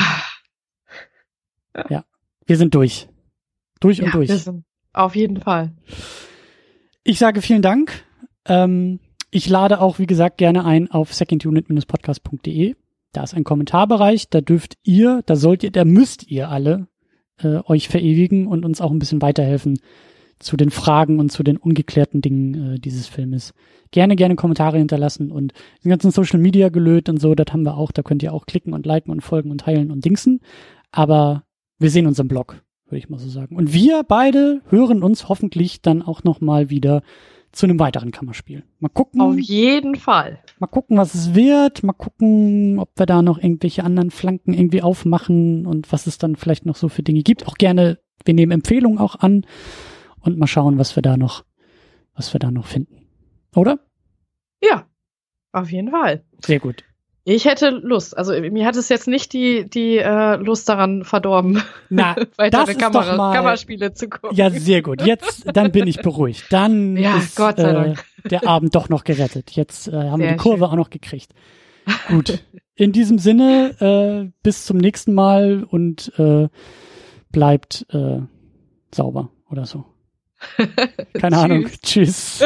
ja, wir sind durch, durch und Ja, durch. wir sind auf jeden Fall. Ich sage vielen Dank. Ähm, ich lade auch, wie gesagt, gerne ein auf second unit dash podcast punkt de. Da ist ein Kommentarbereich, da dürft ihr, da sollt ihr, da müsst ihr alle äh, euch verewigen und uns auch ein bisschen weiterhelfen, zu den Fragen und zu den ungeklärten Dingen äh, dieses Filmes. Gerne, gerne Kommentare hinterlassen und den ganzen Social Media gelöt und so, das haben wir auch, da könnt ihr auch klicken und liken und folgen und teilen und dingsen. Aber wir sehen uns im Blog, würde ich mal so sagen. Und wir beide hören uns hoffentlich dann auch nochmal wieder zu einem weiteren Kammerspiel. Mal gucken. Auf jeden Fall. Mal gucken, was es wird. Mal gucken, ob wir da noch irgendwelche anderen Flanken irgendwie aufmachen und was es dann vielleicht noch so für Dinge gibt. Auch gerne, wir nehmen Empfehlungen auch an und mal schauen, was wir da noch, was wir da noch finden. Oder? Ja, auf jeden Fall. Sehr gut. Ich hätte Lust. Also mir hat es jetzt nicht die, die äh, Lust daran verdorben, Na, weitere das ist Kamera, doch mal, Kammerspiele zu gucken. Ja, sehr gut. Jetzt, dann bin ich beruhigt. Dann Ja, ist Gott sei äh, Dank. der Abend doch noch gerettet. Jetzt äh, haben wir Sehr die Kurve schön. auch noch gekriegt. Gut. In diesem Sinne, äh, bis zum nächsten Mal und äh, bleibt äh, sauber oder so. Keine Ahnung. Tschüss.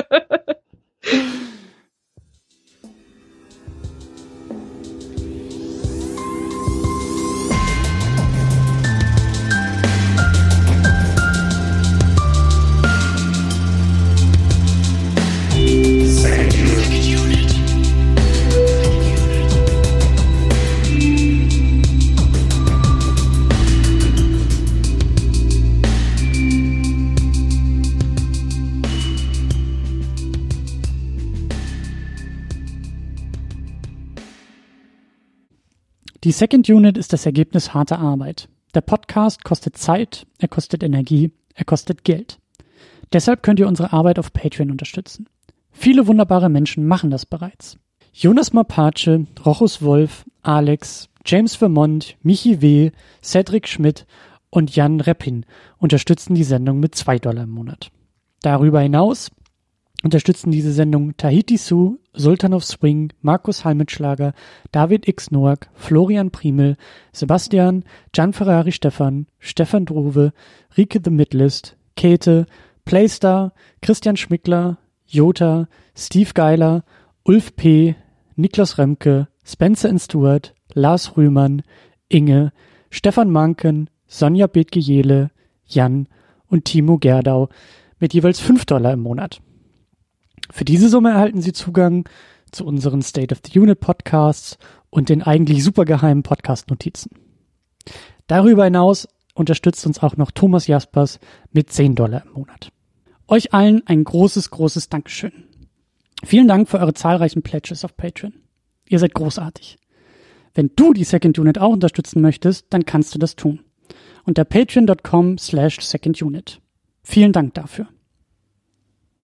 Die Second Unit ist das Ergebnis harter Arbeit. Der Podcast kostet Zeit, er kostet Energie, er kostet Geld. Deshalb könnt ihr unsere Arbeit auf Patreon unterstützen. Viele wunderbare Menschen machen das bereits. Jonas Mapace, Rochus Wolf, Alex, James Vermont, Michi W., Cedric Schmidt und Jan Reppin unterstützen die Sendung mit zwei Dollar im Monat. Darüber hinaus unterstützen diese Sendung Tahiti Su, Sultan of Swing, Markus Halmitschlager, David X. Noack, Florian Primel, Sebastian, Gianferrari Stefan, Stefan Drove, Rike The Midlist, Käthe, Playstar, Christian Schmickler, Jota, Steve Geiler, Ulf P., Niklas Remke, Spencer and Stewart, Lars Rühmann, Inge, Stefan Manken, Sonja Bethge-Jehle, Jan und Timo Gerdau mit jeweils fünf Dollar im Monat. Für diese Summe erhalten Sie Zugang zu unseren State of the Unit Podcasts und den eigentlich supergeheimen Podcast-Notizen. Darüber hinaus unterstützt uns auch noch Thomas Jaspers mit zehn Dollar im Monat. Euch allen ein großes, großes Dankeschön. Vielen Dank für eure zahlreichen Pledges auf Patreon. Ihr seid großartig. Wenn du die Second Unit auch unterstützen möchtest, dann kannst du das tun. Unter patreon dot com slash second unit. Vielen Dank dafür.